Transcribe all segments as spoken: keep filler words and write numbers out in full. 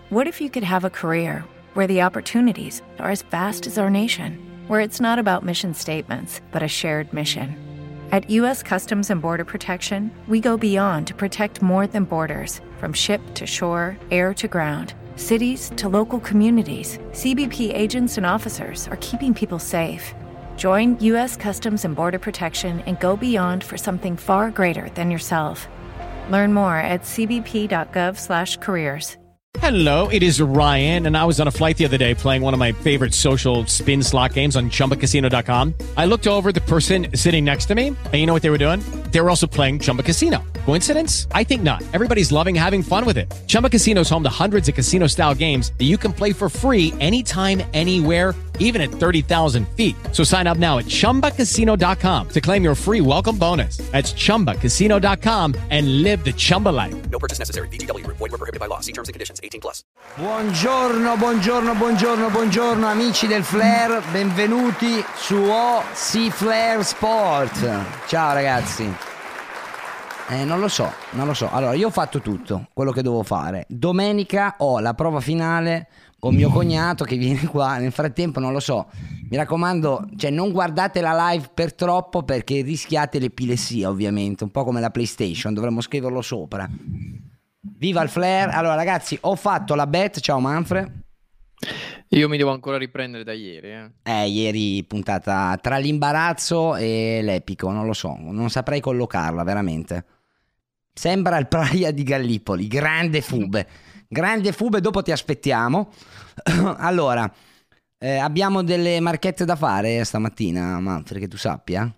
What if you could have a career where the opportunities are as vast as our nation, where it's not about mission statements, but a shared mission? At U S Customs and Border Protection, we go beyond to protect more than borders. From ship to shore, air to ground, cities to local communities, C B P agents and officers are keeping people safe. Join U S Customs and Border Protection and go beyond for something far greater than yourself. Learn more at cbp.gov slash careers. Hello, it is Ryan, and I was on a flight the other day playing one of my favorite social spin slot games on chumba casino dot com. I looked over at the person sitting next to me, and you know what they were doing? They were also playing Chumba Casino. Coincidence? I think not. Everybody's loving having fun with it. Chumba Casino is home to hundreds of casino-style games that you can play for free anytime, anywhere, even at thirty thousand feet. So sign up now at chumba casino dot com to claim your free welcome bonus. That's chumba casino dot com and live the Chumba life. No purchase necessary. V G W. Void where prohibited by law. See terms and conditions. eighteen plus. Buongiorno, buongiorno, buongiorno, buongiorno amici del Flair. Benvenuti su O C Flair Sport. Ciao ragazzi. Eh, non lo so, non lo so. Allora, io ho fatto tutto quello che dovevo fare. Domenica ho la prova finale con mio cognato che viene qua. Nel frattempo non lo so. Mi raccomando, cioè non guardate la live per troppo perché rischiate l'epilessia, ovviamente, un po' come la PlayStation, dovremmo scriverlo sopra. Viva il Flair. Allora ragazzi, ho fatto la bet. Ciao Manfred. Io mi devo ancora riprendere da ieri eh. eh ieri puntata tra l'imbarazzo e l'epico, non lo so, non saprei collocarla veramente. Sembra il Praia di Gallipoli. Grande Fube, grande Fube, dopo ti aspettiamo. Allora eh, abbiamo delle marchette da fare stamattina, Manfred, che tu sappia.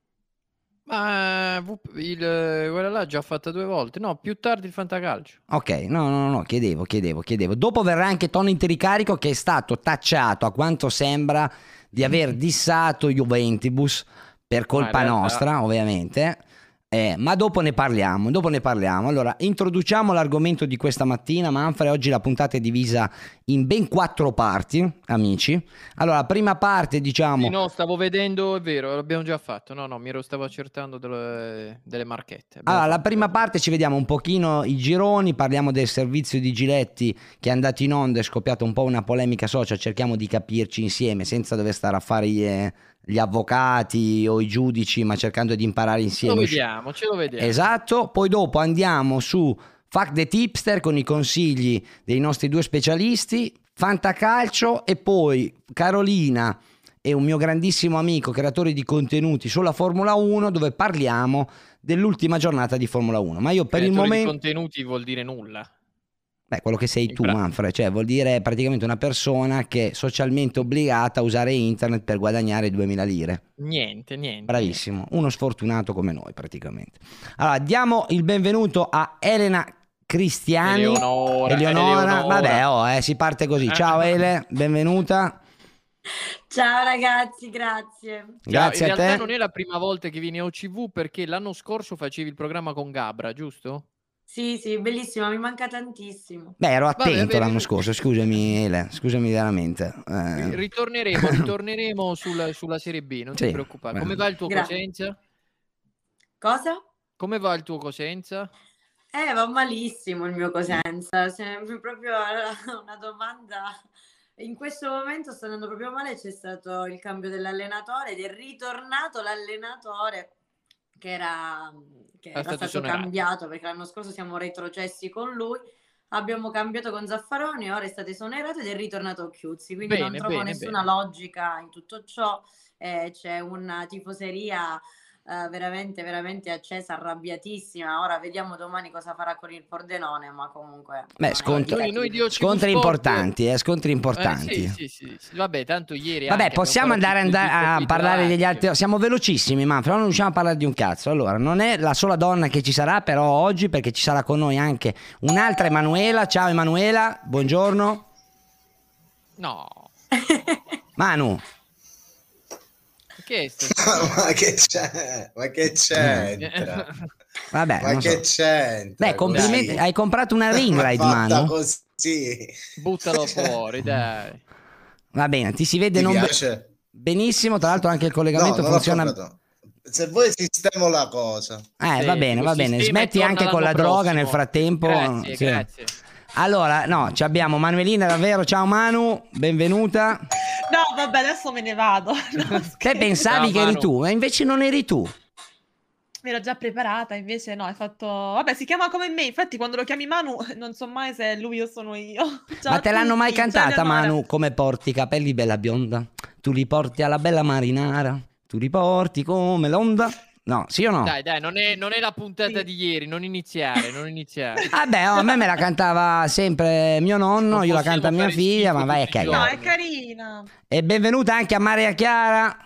Ma il, quella là già fatta due volte. No, più tardi il fantacalcio. Ok, no, no, no, chiedevo, chiedevo, chiedevo. Dopo verrà anche Tony Intericarico, che è stato tacciato, a quanto sembra, di aver dissato Juventibus per colpa realtà... nostra, ovviamente. Eh, ma dopo ne parliamo, dopo ne parliamo. Allora, introduciamo l'argomento di questa mattina, Manfred. Oggi la puntata è divisa in ben quattro parti, amici. Allora, prima parte, diciamo... Sì, no, stavo vedendo, è vero, l'abbiamo già fatto. No, no, mi ero, stavo accertando delle, delle marchette. Abbiamo allora, fatto... la prima parte ci vediamo un pochino i gironi, parliamo del servizio di Giletti che è andato in onda, è scoppiata un po' una polemica social, cerchiamo di capirci insieme senza dover stare a fare gli, gli avvocati o i giudici, ma cercando di imparare insieme. Ce lo vediamo, ce lo vediamo. Esatto, poi dopo andiamo su Fuck the Tipster con i consigli dei nostri due specialisti, Fantacalcio e poi Carolina e un mio grandissimo amico creatore di contenuti sulla Formula uno, dove parliamo dell'ultima giornata di Formula uno. Ma io per creatore il momento... di contenuti vuol dire nulla. Beh, quello che sei tu, Bra- Manfred, cioè vuol dire praticamente una persona che è socialmente obbligata a usare internet per guadagnare duemila lire. Niente, niente. Bravissimo, uno sfortunato come noi praticamente. Allora, diamo il benvenuto a Elena Cristiani. Eleonora, Eleonora. Eleonora. Vabbè, oh, eh, si parte così. Ciao Ele, benvenuta. Ciao ragazzi, grazie. Grazie in a realtà te. non è la prima volta che vieni a O C V, perché l'anno scorso facevi il programma con Gabra, giusto? Sì, sì, bellissimo, mi manca tantissimo. Beh, ero Vabbè, attento vabbè, l'anno vabbè. scorso, scusami Ele, scusami veramente. Eh, Ritorneremo, ritorneremo sul- sulla Serie B, non Sì, ti preoccupare. Come beh. va il tuo Grazie. Cosenza? Cosa? Come va il tuo Cosenza? Eh, va malissimo il mio Cosenza, sempre proprio una domanda. In questo momento sta andando proprio male, c'è stato il cambio dell'allenatore ed è ritornato l'allenatore che era, che È era stato stato esonerato. cambiato, perché l'anno scorso siamo retrocessi con lui, abbiamo cambiato con Zaffaroni, ora è stato esonerato ed è ritornato Chiuzzi, quindi Bene, non trovo bene, nessuna logica in tutto ciò. Eh, c'è una tifoseria eh, veramente veramente accesa, arrabbiatissima. Ora vediamo domani cosa farà con il Pordenone, ma comunque Beh, non è scontri, Noi- noi di O C V scontri Sport- importanti, eh, scontri importanti. Eh, sì, sì, sì, sì. Vabbè, tanto ieri Vabbè, anche possiamo abbiamo andare, parlato andare di- a parlare di- degli altri. Siamo velocissimi, ma però non riusciamo a parlare di un cazzo. Allora, non è la sola donna che ci sarà, però oggi, perché ci sarà con noi anche un'altra Emanuela. Ciao Emanuela, buongiorno. No, Manu, che è sto- Ma che c'è? Ma che c'entra? vabbè, Ma non che so. c'entra? Beh, complimenti, Così? hai comprato una ring light, Fatta Manu. così. Buttalo fuori, dai. Va bene, ti si vede Ti non be- piace? benissimo, tra l'altro anche il No, collegamento non l'ho funziona. comprato. Se vuoi sistemo la cosa. Eh, Sì, va bene, lo va bene. sistema e Smetti torna anche con la l'anno droga prossimo. nel frattempo. Grazie, Sì. grazie. Allora, no, ci abbiamo Manuelina davvero, ciao Manu, benvenuta. No, vabbè, adesso me ne vado. No, Te pensavi No, che eri Manu. tu, e invece non eri tu. mi ero già preparata, invece no, hai fatto... Vabbè, si chiama come me, infatti quando lo chiami Manu non so mai se è lui o sono io. Ciao Ma a te l'hanno mai tutti, ciao, cantata, Eleonora. Manu? Come porti i capelli bella bionda? Tu li porti alla bella marinara, tu li porti come l'onda. No, sì o no? Dai, dai, non è, non è la puntata Sì. di ieri, non iniziare, non iniziare. Vabbè, oh, a me me la cantava sempre mio nonno, Non io la possiamo canto a mia fare figlia, schifo ma vai a tutti i No, cagare. è carina. E benvenuta anche a Maria Chiara.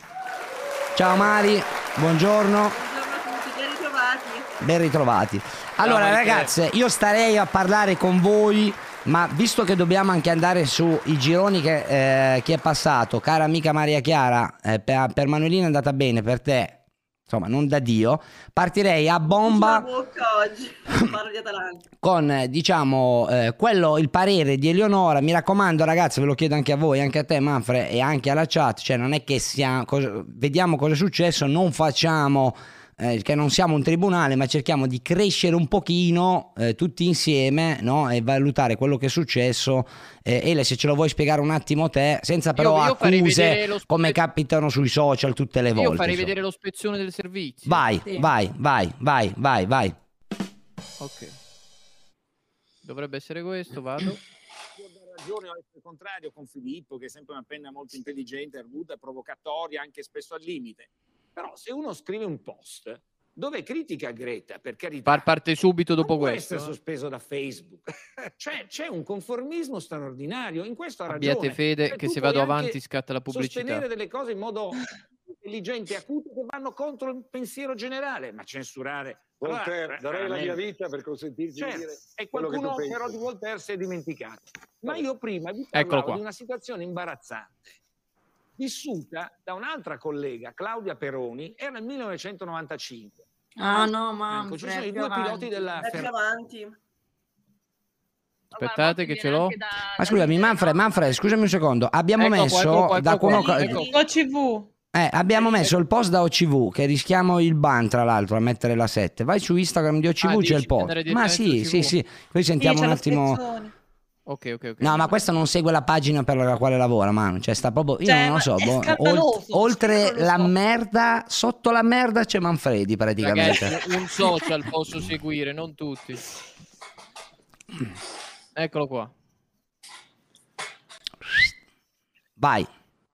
Ciao Mari, buongiorno, Buongiorno a tutti, ben ritrovati. ben ritrovati. Allora Maria ragazze, io starei a parlare con voi, ma visto che dobbiamo anche andare sui gironi che eh, chi è passato, cara amica Maria Chiara, eh, per, per Manuelina è andata bene, per te, insomma, non da Dio, partirei a bomba oggi, parlo di Atalanta. con eh, diciamo eh, quello, il parere di Eleonora. Mi raccomando ragazzi, ve lo chiedo anche a voi, anche a te Manfred e anche alla chat, cioè non è che sia, cosa, vediamo cosa è successo, non facciamo eh, che non siamo un tribunale, ma cerchiamo di crescere un pochino eh, tutti insieme, no? E valutare quello che è successo. eh, Ele, se ce lo vuoi spiegare un attimo te, senza però io farei vedere accuse lo spe- come capitano sui social tutte le volte. Io farei insomma. vedere lo spezzone del servizio. Vai, Sì. vai, vai, vai, vai, vai. Ok. Dovrebbe essere questo, vado. Può dare ragione o essere contrario con Filippo, che è sempre una penna molto intelligente, arguta, provocatoria, anche spesso al limite. Però se uno scrive un post dove critica Greta, per carità, Par- parte subito dopo non può questo. essere sospeso da Facebook. Cioè, c'è un conformismo straordinario, in questo ha Abbiate ragione. fede Cioè, che tu se puoi vado anche avanti scatta la pubblicità. sostenere delle cose in modo intelligente e acuto che vanno contro il pensiero generale, ma censurare... Voltaire, Allora, darei la mia veramente. vita per consentirti Certo, di dire e quello che tu qualcuno pensi. però di Voltaire si è dimenticato. Ma io prima vi Eccolo parlavo qua. di una situazione imbarazzante, vissuta da un'altra collega, Claudia Peroni, era nel millenovecentonovantacinque. Ah no, Ecco, ci Manfred, sono i più due avanti. piloti della È più Ferrari. avanti. Aspettate che ce l'ho. Ma scusami, Manfred, Manfred, scusami un secondo. Abbiamo Ecco qua, messo ecco qua, da ecco qua, come- ecco. O C V. eh, abbiamo messo il post da O C V, che rischiamo il ban tra l'altro a mettere la sette. Vai su Instagram di O C V, Ah, c'è dici il post. andare Ma direttamente sì, su O C V? sì, sì. Poi sentiamo Sì, un c'è lo attimo. spezzone. Ok, ok, ok. No, ma questo non segue la pagina per la quale lavora, Manu. Cioè, sta proprio. Io Cioè, non lo ma so. è boh, scandaloso, olt- oltre io non lo la so. merda, sotto la merda c'è Manfredi praticamente. Ragazzi, un social posso seguire, non tutti. Eccolo qua. Vai.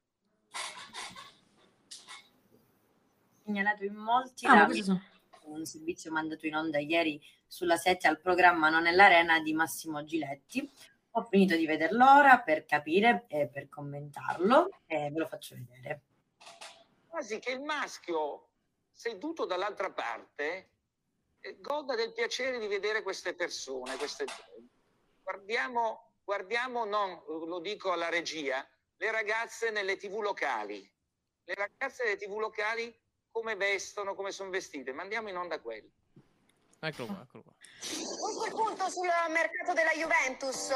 Segnalato in molti Ah, ma da questo sono- un servizio mandato in onda ieri sulla sette al programma Non è l'arena di Massimo Giletti. Ho finito di vederlo ora per capire e per commentarlo e ve lo faccio vedere. Quasi che il maschio seduto dall'altra parte eh, goda del piacere di vedere queste persone, queste donne. Guardiamo, guardiamo, non lo dico alla regia, le ragazze nelle tivù locali. Le ragazze nelle tivù locali come vestono, come sono vestite. Mandiamo in onda quelli. Eccolo qua, eccolo qua. Ultimo punto sul mercato della Juventus.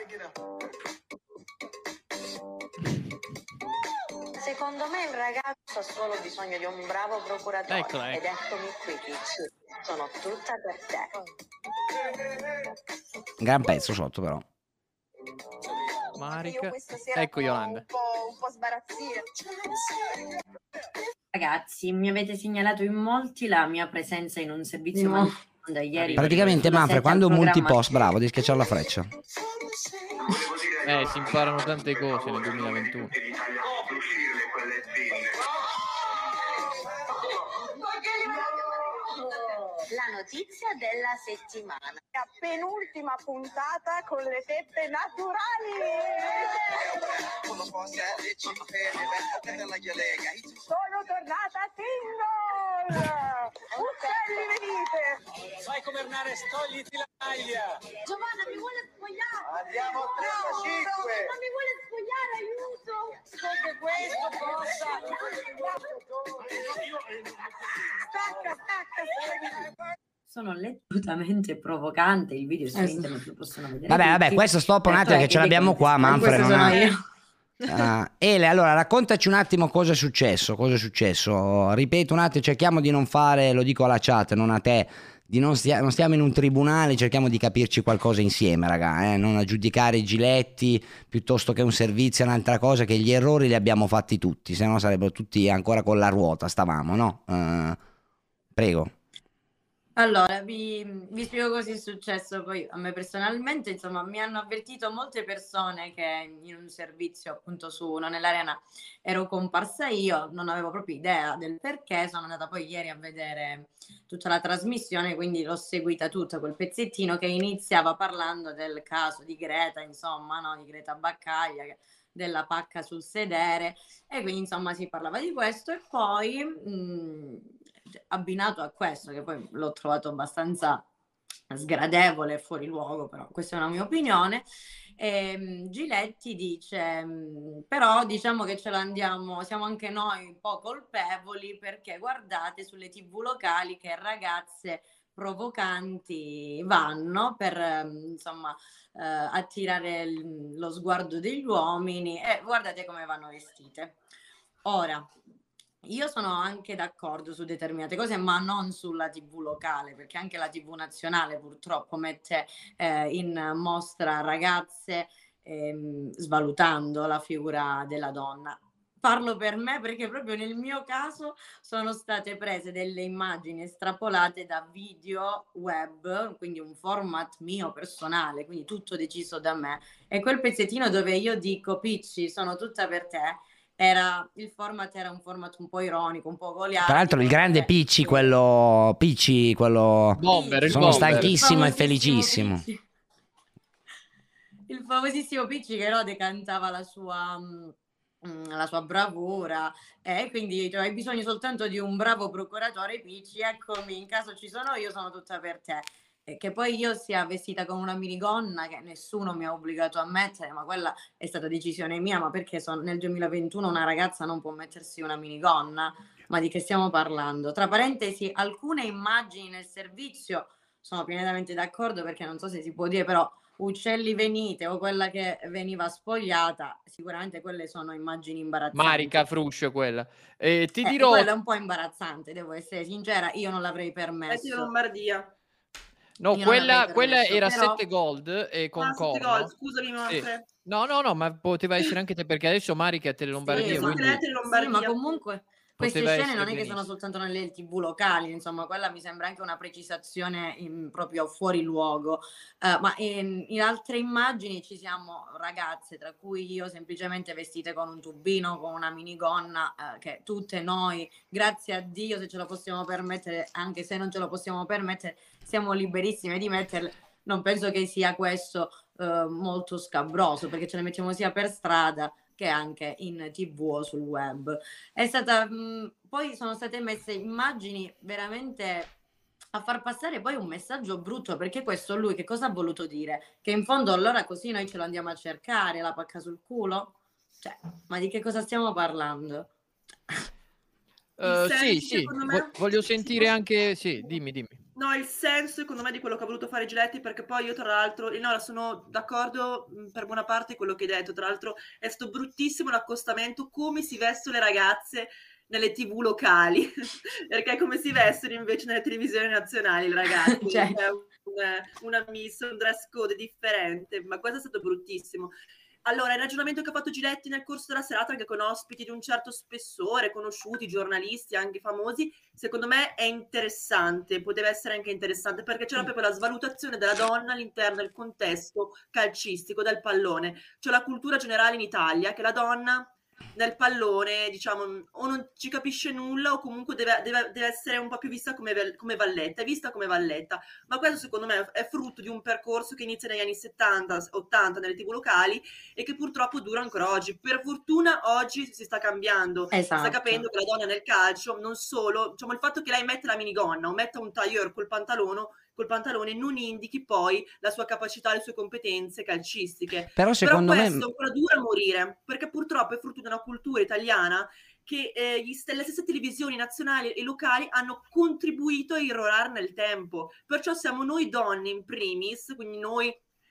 Secondo me il ragazzo ha solo bisogno di un bravo procuratore. Eccola, ecco. Ed eccomi qui, Picci. Sono tutta per te. Gran pezzo sotto, però. Marica. Io questa sera Ecco sono Yolanda. un po', un po' sbarazzina. Ragazzi, mi avete segnalato in molti la mia presenza in un servizio No. mandato in onda ieri. Praticamente, sulla Manfred, sette al quando programma. multipost, bravo, devi schiacciare la freccia. Eh, si imparano tante cose nel duemilaventuno. La notizia della settimana. La penultima puntata con le peppe naturali. Sono tornata single. Uccelli venite. Sai come Ernare stogliti la maglia. Giovanna mi vuole spogliare. Andiamo a trentacinque. No, ma mi vuole spogliare, aiuto. So che questo possa... Stacca, stacca, stacca. Sono letteralmente provocante. Il video su Eh sì. internet lo possono vedere. Vabbè, vabbè, tutti. questo stop un Ecco, attimo è che ce vi l'abbiamo qua, contesto. Manfred. Questa Non sono ha... io. Ah, Ele, allora raccontaci un attimo cosa è successo, cosa è successo. Ripeto un attimo, cerchiamo di non fare, lo dico alla chat, non a te, di non, stia, non stiamo in un tribunale, cerchiamo di capirci qualcosa insieme, raga, eh? Non a giudicare i giletti piuttosto che un servizio è un'altra cosa, che gli errori li abbiamo fatti tutti, se no sarebbero tutti ancora con la ruota, stavamo, no? Uh, prego. Allora, vi, vi spiego cosa è successo poi a me personalmente. Insomma, mi hanno avvertito molte persone che in un servizio appunto su uno nell'arena ero comparsa io, non avevo proprio idea del perché. Sono andata poi ieri a vedere tutta la trasmissione, quindi l'ho seguita tutta, quel pezzettino che iniziava parlando del caso di Greta, insomma, no? Di Greta Baccaglia, che, della pacca sul sedere, e quindi insomma si parlava di questo. E poi mh, abbinato a questo, che poi l'ho trovato abbastanza sgradevole e fuori luogo, però questa è una mia opinione, e Giletti dice però diciamo che ce l'andiamo, siamo anche noi un po' colpevoli, perché guardate sulle tv locali che ragazze provocanti vanno per insomma eh, attirare lo sguardo degli uomini, e guardate come vanno vestite. Ora, io sono anche d'accordo su determinate cose, ma non sulla tivù locale, perché anche la tivù nazionale purtroppo mette eh, in mostra ragazze ehm, svalutando la figura della donna. Parlo per me perché proprio nel mio caso sono state prese delle immagini estrapolate da video web, quindi un format mio personale, quindi tutto deciso da me. E quel pezzettino dove io dico Picci, sono tutta per te, era il format era un format un po' ironico, un po' goliardico. Tra l'altro il grande Picci, quello Picci, quello Bomber, sono bomber. stanchissimo e felicissimo. Picci. Il famosissimo Picci che no, decantava la sua mh, la sua bravura, e eh, quindi cioè, hai bisogno soltanto di un bravo procuratore Picci, eccomi, in caso ci sono io, sono tutta per te. Che poi io sia vestita con una minigonna che nessuno mi ha obbligato a mettere, ma quella è stata decisione mia, ma perché son, nel duemilaventuno una ragazza non può mettersi una minigonna? Ma di che stiamo parlando? Tra parentesi, alcune immagini nel servizio sono pienamente d'accordo, perché non so se si può dire, però Uccelli Venite o quella che veniva spogliata, sicuramente quelle sono immagini imbarazzanti. Marica Fruscio quella. Eh, ti eh, dirò... quella è un po' imbarazzante, devo essere sincera, io non l'avrei permesso. Metti Lombardia. No, Io quella, quella era però... sette gold e con ah, sette corno. gold, scusami, ma sì. se... No, no, no, ma poteva essere anche te, perché adesso Marica è Tele Lombardia. Sì, ma... quindi... sì, ma comunque queste poteva scene non è che benissimo. sono soltanto nelle tivù locali, insomma, quella mi sembra anche una precisazione in, proprio fuori luogo. Uh, ma in, in altre immagini ci siamo ragazze, tra cui io, semplicemente vestite con un tubino, con una minigonna, uh, che tutte noi, grazie a Dio, se ce lo possiamo permettere, anche se non ce lo possiamo permettere, siamo liberissime di metterle. Non penso che sia questo uh, molto scabroso, perché ce le mettiamo sia per strada che anche in tivù o sul web. È stata mh, poi sono state messe immagini veramente a far passare poi un messaggio brutto, perché questo lui che cosa ha voluto dire? Che in fondo allora così noi ce lo andiamo a cercare, la pacca sul culo? Cioè, ma di che cosa stiamo parlando? Uh, senso, sì, sì, me... voglio sentire anche... Sì, dimmi, dimmi. No, il senso secondo me di quello che ha voluto fare Giletti, perché poi io tra l'altro, no, sono d'accordo per buona parte di quello che hai detto, tra l'altro è stato bruttissimo l'accostamento, come si vestono le ragazze nelle tivù locali, perché come si vestono invece nelle televisioni nazionali le ragazze, cioè, c'è una, una miss, un dress code differente, ma questo è stato bruttissimo. Allora, il ragionamento che ha fatto Giletti nel corso della serata, anche con ospiti di un certo spessore, conosciuti, giornalisti, anche famosi, secondo me è interessante, poteva essere anche interessante, perché c'era proprio la svalutazione della donna all'interno del contesto calcistico, del pallone. Cioè la cultura generale in Italia, che la donna nel pallone, diciamo, o non ci capisce nulla o comunque deve, deve, deve essere un po' più vista come, come valletta, è vista come valletta, ma questo secondo me è frutto di un percorso che inizia negli anni settanta ottanta nelle tivù locali e che purtroppo dura ancora oggi. Per fortuna oggi si sta cambiando, esatto. Si sta capendo che la donna nel calcio non solo, diciamo, il fatto che lei mette la minigonna o metta un tailleur col pantalone col pantalone non indichi poi la sua capacità, le sue competenze calcistiche. Però secondo Però questo me ancora dura a morire, perché purtroppo è frutto di una cultura italiana che eh, gli, le stesse televisioni nazionali e locali hanno contribuito a irrorare nel tempo. Perciò siamo noi donne in primis, quindi noi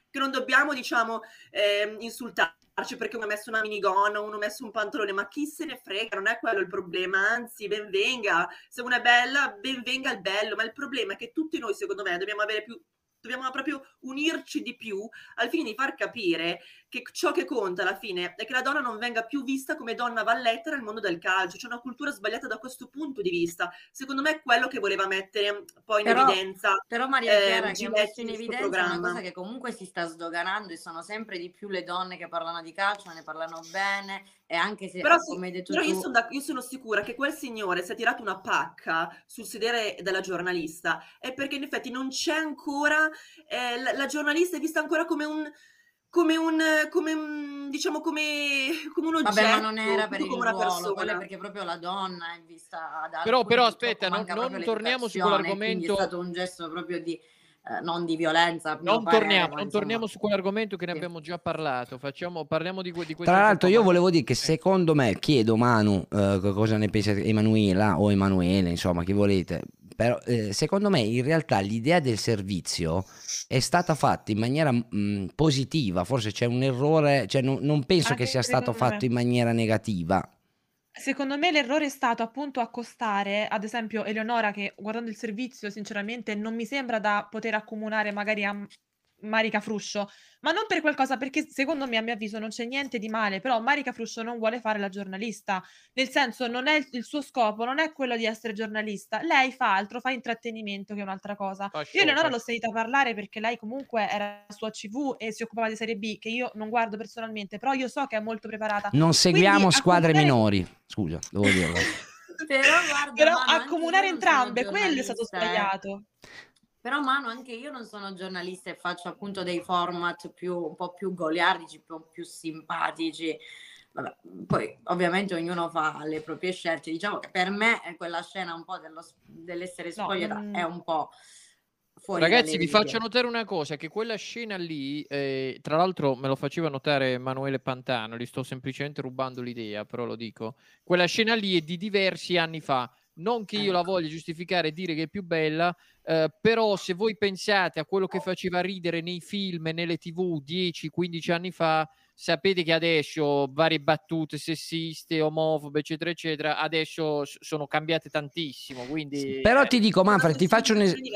che non dobbiamo, diciamo, eh, insultarci perché uno ha messo una minigonna, uno ha messo un pantalone, ma chi se ne frega, non è quello il problema, anzi, ben venga, se una è bella, ben venga il bello, ma il problema è che tutti noi, secondo me, dobbiamo avere più dobbiamo proprio unirci di più al fine di far capire che ciò che conta alla fine è che la donna non venga più vista come donna valletta nel mondo del calcio. C'è una cultura sbagliata da questo punto di vista. Secondo me è quello che voleva mettere poi in Però, evidenza però Maria Chiara, eh, che ha Giletti messo in in questo evidenza una programma. cosa che comunque si sta sdoganando, e sono sempre di più le donne che parlano di calcio, ne parlano bene, e anche se, Però, sì, come hai detto però io, tu, sono da- io sono sicura che quel signore si è tirato una pacca sul sedere della giornalista, è perché in effetti non c'è ancora, eh, la, la giornalista è vista ancora come un, come un, come un diciamo come, come un oggetto, vabbè, ma non era per più il come una ruolo, persona. quello è perché proprio la donna è vista ad Però, alcuni, però purtroppo aspetta, non, manca non proprio torniamo su l'educazione, quindi è quell'argomento. stato un gesto proprio di eh, non di violenza, a mio Non parere, torniamo, ma non insomma, torniamo su quell'argomento che ne sì. abbiamo già parlato. Facciamo, parliamo di, que- di questo. Tra l'altro io volevo dire che Sì. secondo me, chiedo Manu eh, co- cosa ne pensa Emanuela o Emanuele, insomma chi volete, però eh, secondo me in realtà l'idea del servizio è stata fatta in maniera mh, positiva, forse c'è un errore, cioè non, non penso Anche che sia stato secondo me. fatto in maniera negativa. Secondo me l'errore è stato appunto accostare, ad esempio, Eleonora, che guardando il servizio, sinceramente, non mi sembra da poter accomunare magari a M- Marica Fruscio, ma non per qualcosa, perché secondo me, a mio avviso, non c'è niente di male, però Marica Fruscio non vuole fare la giornalista, nel senso, non è il, il suo scopo, non è quello di essere giornalista, lei fa altro, fa intrattenimento, che è un'altra cosa. Fa Io show, Eleonora fa l'ho sentita parlare perché lei comunque era su A C V e si occupava di Serie B, che io non guardo personalmente, però io so che è molto preparata. Non seguiamo Quindi squadre accomunare- minori, scusa, devo dirlo. Però guarda, Però Manu, anche accomunare io non sono entrambe, quello è stato giornalista, eh. sbagliato. Però Manu, anche io non sono giornalista e faccio appunto dei format più, un po' più goliardici, più, più simpatici. Vabbè, poi ovviamente ognuno fa le proprie scelte. Diciamo che per me eh, quella scena un po' dello, dell'essere No, spogliata non- è un po' fuori Ragazzi, dalle vi righe. faccio notare una cosa, che quella scena lì, eh, tra l'altro me lo faceva notare Emanuele Pantano, gli sto semplicemente rubando l'idea, però lo dico. Quella scena lì è di diversi anni fa. Non che io la Ecco. voglia giustificare e dire che è più bella, eh, però se voi pensate a quello che faceva ridere nei film e nelle tivù dieci quindici anni fa, sapete che adesso varie battute sessiste, omofobe, eccetera, eccetera, adesso s- sono cambiate tantissimo. Quindi, Però eh, ti dico Manfred, ti faccio un esempio.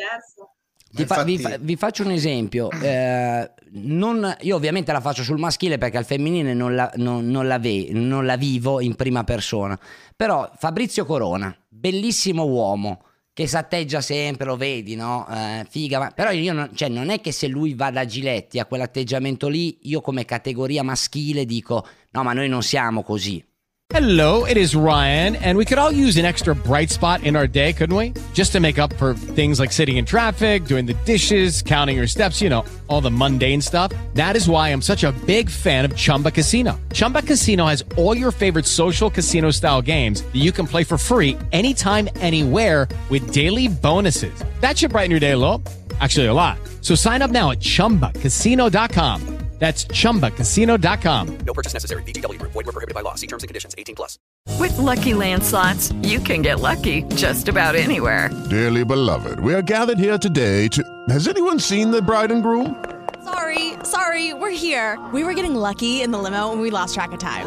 Ti fa- vi, fa- vi faccio un esempio. Eh, non- io ovviamente la faccio sul maschile perché al femminile non la, non- non la ve- non la vivo in prima persona. Però Fabrizio Corona, bellissimo uomo, che s'atteggia sempre, lo vedi, no? Eh, figa, ma- però io non, cioè, non è che se lui va da Giletti a quell'atteggiamento lì, io come categoria maschile dico no, ma noi non siamo così. Hello, it is Ryan, and we could all use an extra bright spot in our day, couldn't we? Just to make up for things like sitting in traffic, doing the dishes, counting your steps, you know, all the mundane stuff. That is why I'm such a big fan of Chumba Casino. Chumba Casino has all your favorite social casino style games that you can play for free anytime, anywhere with daily bonuses. That should brighten your day a little. Actually, a lot. So sign up now at chumba casino dot com. That's chumba casino dot com. No purchase necessary. V G W Group. Void where prohibited by law. See terms and conditions. eighteen plus. With Lucky Land Slots, you can get lucky just about anywhere. Dearly beloved, we are gathered here today to... Has anyone seen the bride and groom? Sorry, sorry, we're here. We were getting lucky in the limo and we lost track of time.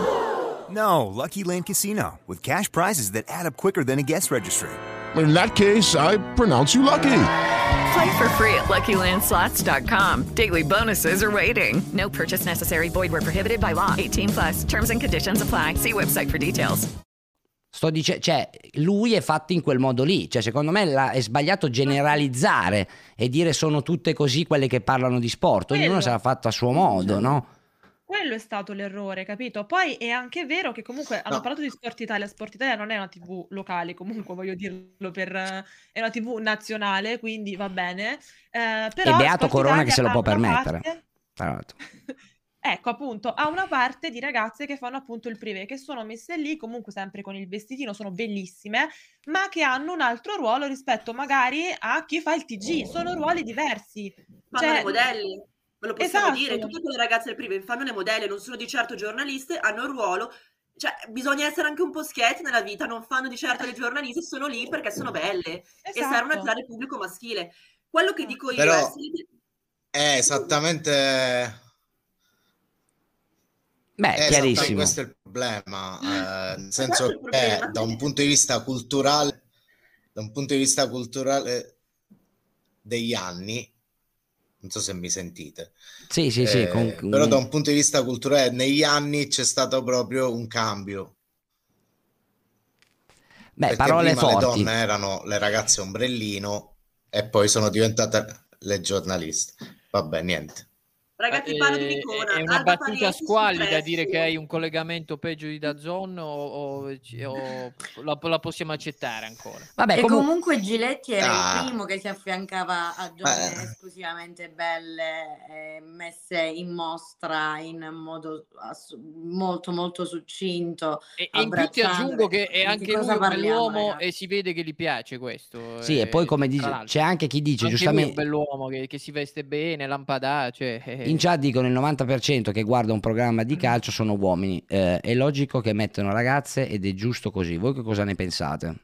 No, Lucky Land Casino, with cash prizes that add up quicker than a guest registry. In that case, I pronounce you lucky. Play for free at lucky land slots dot com. Daily bonuses are waiting. No purchase necessary. Void where prohibited by law. eighteen plus. Terms and conditions apply. See website for details. Sto dicendo, cioè, lui è fatto in quel modo lì. Cioè, secondo me la- è sbagliato generalizzare e dire sono tutte così quelle che parlano di sport. Ognuno Quello. se l'ha fatto a suo modo, no? Quello è stato l'errore, capito? Poi è anche vero che comunque hanno No. parlato di Sport Italia. Sport Italia non è una tivù locale, comunque voglio dirlo per... eh, è una tivù nazionale, quindi va bene. Eh, però E beato Sport Corona che Italia se lo ha può una permettere. parte- Tra l'altro. Ecco, appunto, ha una parte di ragazze che fanno appunto il privé, che sono messe lì comunque sempre con il vestitino, sono bellissime, ma che hanno un altro ruolo rispetto magari a chi fa il T G. Sono ruoli diversi. Fanno Cioè- le modelle, ve lo possiamo Esatto. dire, tutte quelle ragazze del privé fanno le modelle, non sono di certo giornaliste, hanno un ruolo, cioè bisogna essere anche un po' schietti nella vita, non fanno di certo le giornaliste, sono lì perché sono belle e Esatto. servono a attirare il pubblico maschile. Quello che dico io Però- è... se- è esattamente... Beh, è chiarissimo. esattamente questo è il problema, eh, nel senso che da un punto di vista culturale, da un punto di vista culturale degli anni, non so se mi sentite, Sì, sì, eh, sì. Con... però da un punto di vista culturale negli anni c'è stato proprio un cambio. Beh, Perché parole prima forti. le donne erano le ragazze ombrellino e poi sono diventate le giornaliste. Vabbè, niente. Ragazzi, Eh, parlo di un'icona. è una Alba battuta Parietti su squallida dire Pressing. che hai un collegamento peggio di DAZN o, o, o la, la possiamo accettare ancora? Vabbè, e comu- comunque Giletti era Ah. il primo che si affiancava a donne Beh. esclusivamente belle, eh, messe in mostra in modo ass- molto molto succinto. E, e in più ti aggiungo che è anche lui un bell'uomo e si vede che gli piace questo. Sì, e poi come dice, c'è anche chi dice anche giustamente... lui è un bell'uomo che, che si veste bene, lampadace. eh. In chat dicono il novanta per cento che guarda un programma di calcio sono uomini. Eh, è logico che mettono ragazze ed è giusto così. Voi che cosa ne pensate?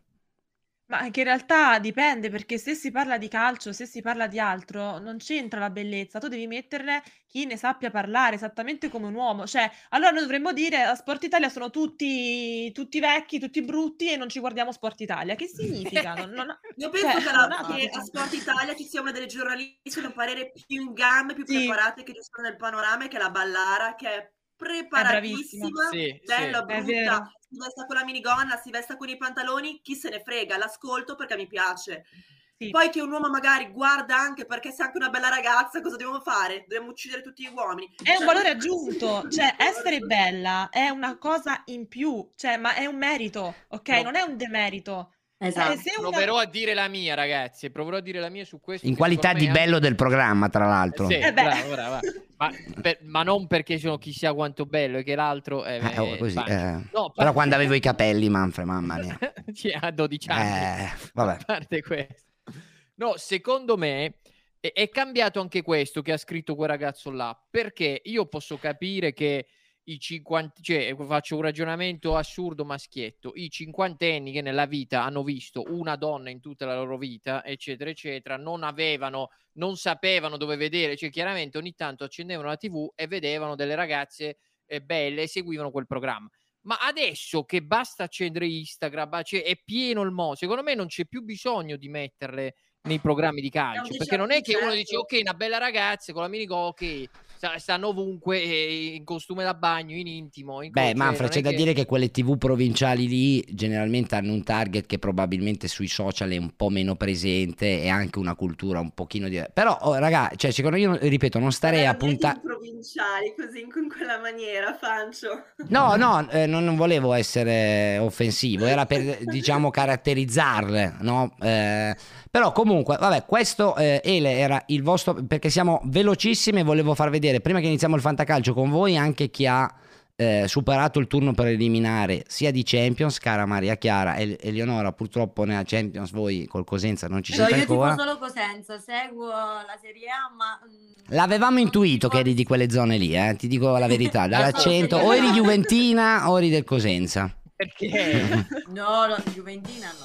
Ma che in realtà dipende, perché se si parla di calcio, se si parla di altro, non c'entra la bellezza. Tu devi metterne chi ne sappia parlare, esattamente come un uomo. Cioè, allora noi dovremmo dire a Sport Italia sono tutti, tutti vecchi, tutti brutti e non ci guardiamo Sport Italia. Che significa? Non, non ha- Io penso cioè, che, la- non ha che senso. a Sport Italia ci sia una delle giornaliste con parere più in gamma, più Sì. preparate che ci sono nel panorama, che è la Ballara, che è preparatissima, bravissima. Sì, bella, sì. È vero. brutta, si vesta con la minigonna, si vesta con i pantaloni, chi se ne frega, l'ascolto perché mi piace. Sì. Poi che un uomo magari guarda anche perché sei anche una bella ragazza, cosa dobbiamo fare? Dobbiamo uccidere tutti gli uomini. È un Cioè, valore aggiunto, cioè essere bella è una cosa in più, cioè, ma è un merito, ok? No. Non è un demerito. Esatto. Eh, se una- Proverò a dire la mia, ragazzi. Proverò a dire la mia su questo. In che qualità secondo di me è bello del programma, tra l'altro. Sì, Eh beh. bravo, bravo. Ma, per- ma non perché sono chissà quanto bello e che l'altro è, Eh, oh, è così, banco. eh. No, Però pa- quando avevo i capelli, Manfred, mamma mia. Sì, a dodici anni. Eh, vabbè. A parte questo. No, secondo me è, è cambiato anche questo che ha scritto quel ragazzo là, perché io posso capire che i cinquanta, cioè faccio un ragionamento assurdo maschietto, i cinquantenni che nella vita hanno visto una donna in tutta la loro vita, eccetera, eccetera, non avevano, non sapevano dove vedere, cioè chiaramente ogni tanto accendevano la tivù e vedevano delle ragazze eh, belle e seguivano quel programma. Ma adesso che basta accendere Instagram, cioè è pieno il mondo, secondo me non c'è più bisogno di metterle nei programmi di calcio, perché non è che uno dice ok, una bella ragazza con la minigonna, ok, sta- stanno ovunque eh, in costume da bagno, in intimo, in co- Beh, cioè, Manfred, non c'è è da che- dire che quelle tivù provinciali lì generalmente hanno un target che probabilmente sui social è un po' meno presente e anche una cultura un pochino diversa. Però, oh, raga, cioè, secondo io, ripeto, non starei a puntare... provinciali così in quella maniera, Fancio. No, no, eh, non, non volevo essere offensivo, era per, diciamo, caratterizzarle, no? Eh, però comunque, vabbè, questo, eh, Ele, era il vostro, perché siamo velocissimi e volevo far vedere, prima che iniziamo il fantacalcio con voi, anche chi ha eh, superato il turno preliminare sia di Champions, cara Maria Chiara, e Eleonora purtroppo nella Champions voi col Cosenza non ci No, siete io tifo ancora. solo Cosenza, seguo la Serie A, ma mm, L'avevamo intuito che eri di quelle zone lì, eh, ti dico la verità, dall'accento, sì, o eri no. Juventina o eri del Cosenza. Perché? no, no, Juventina no.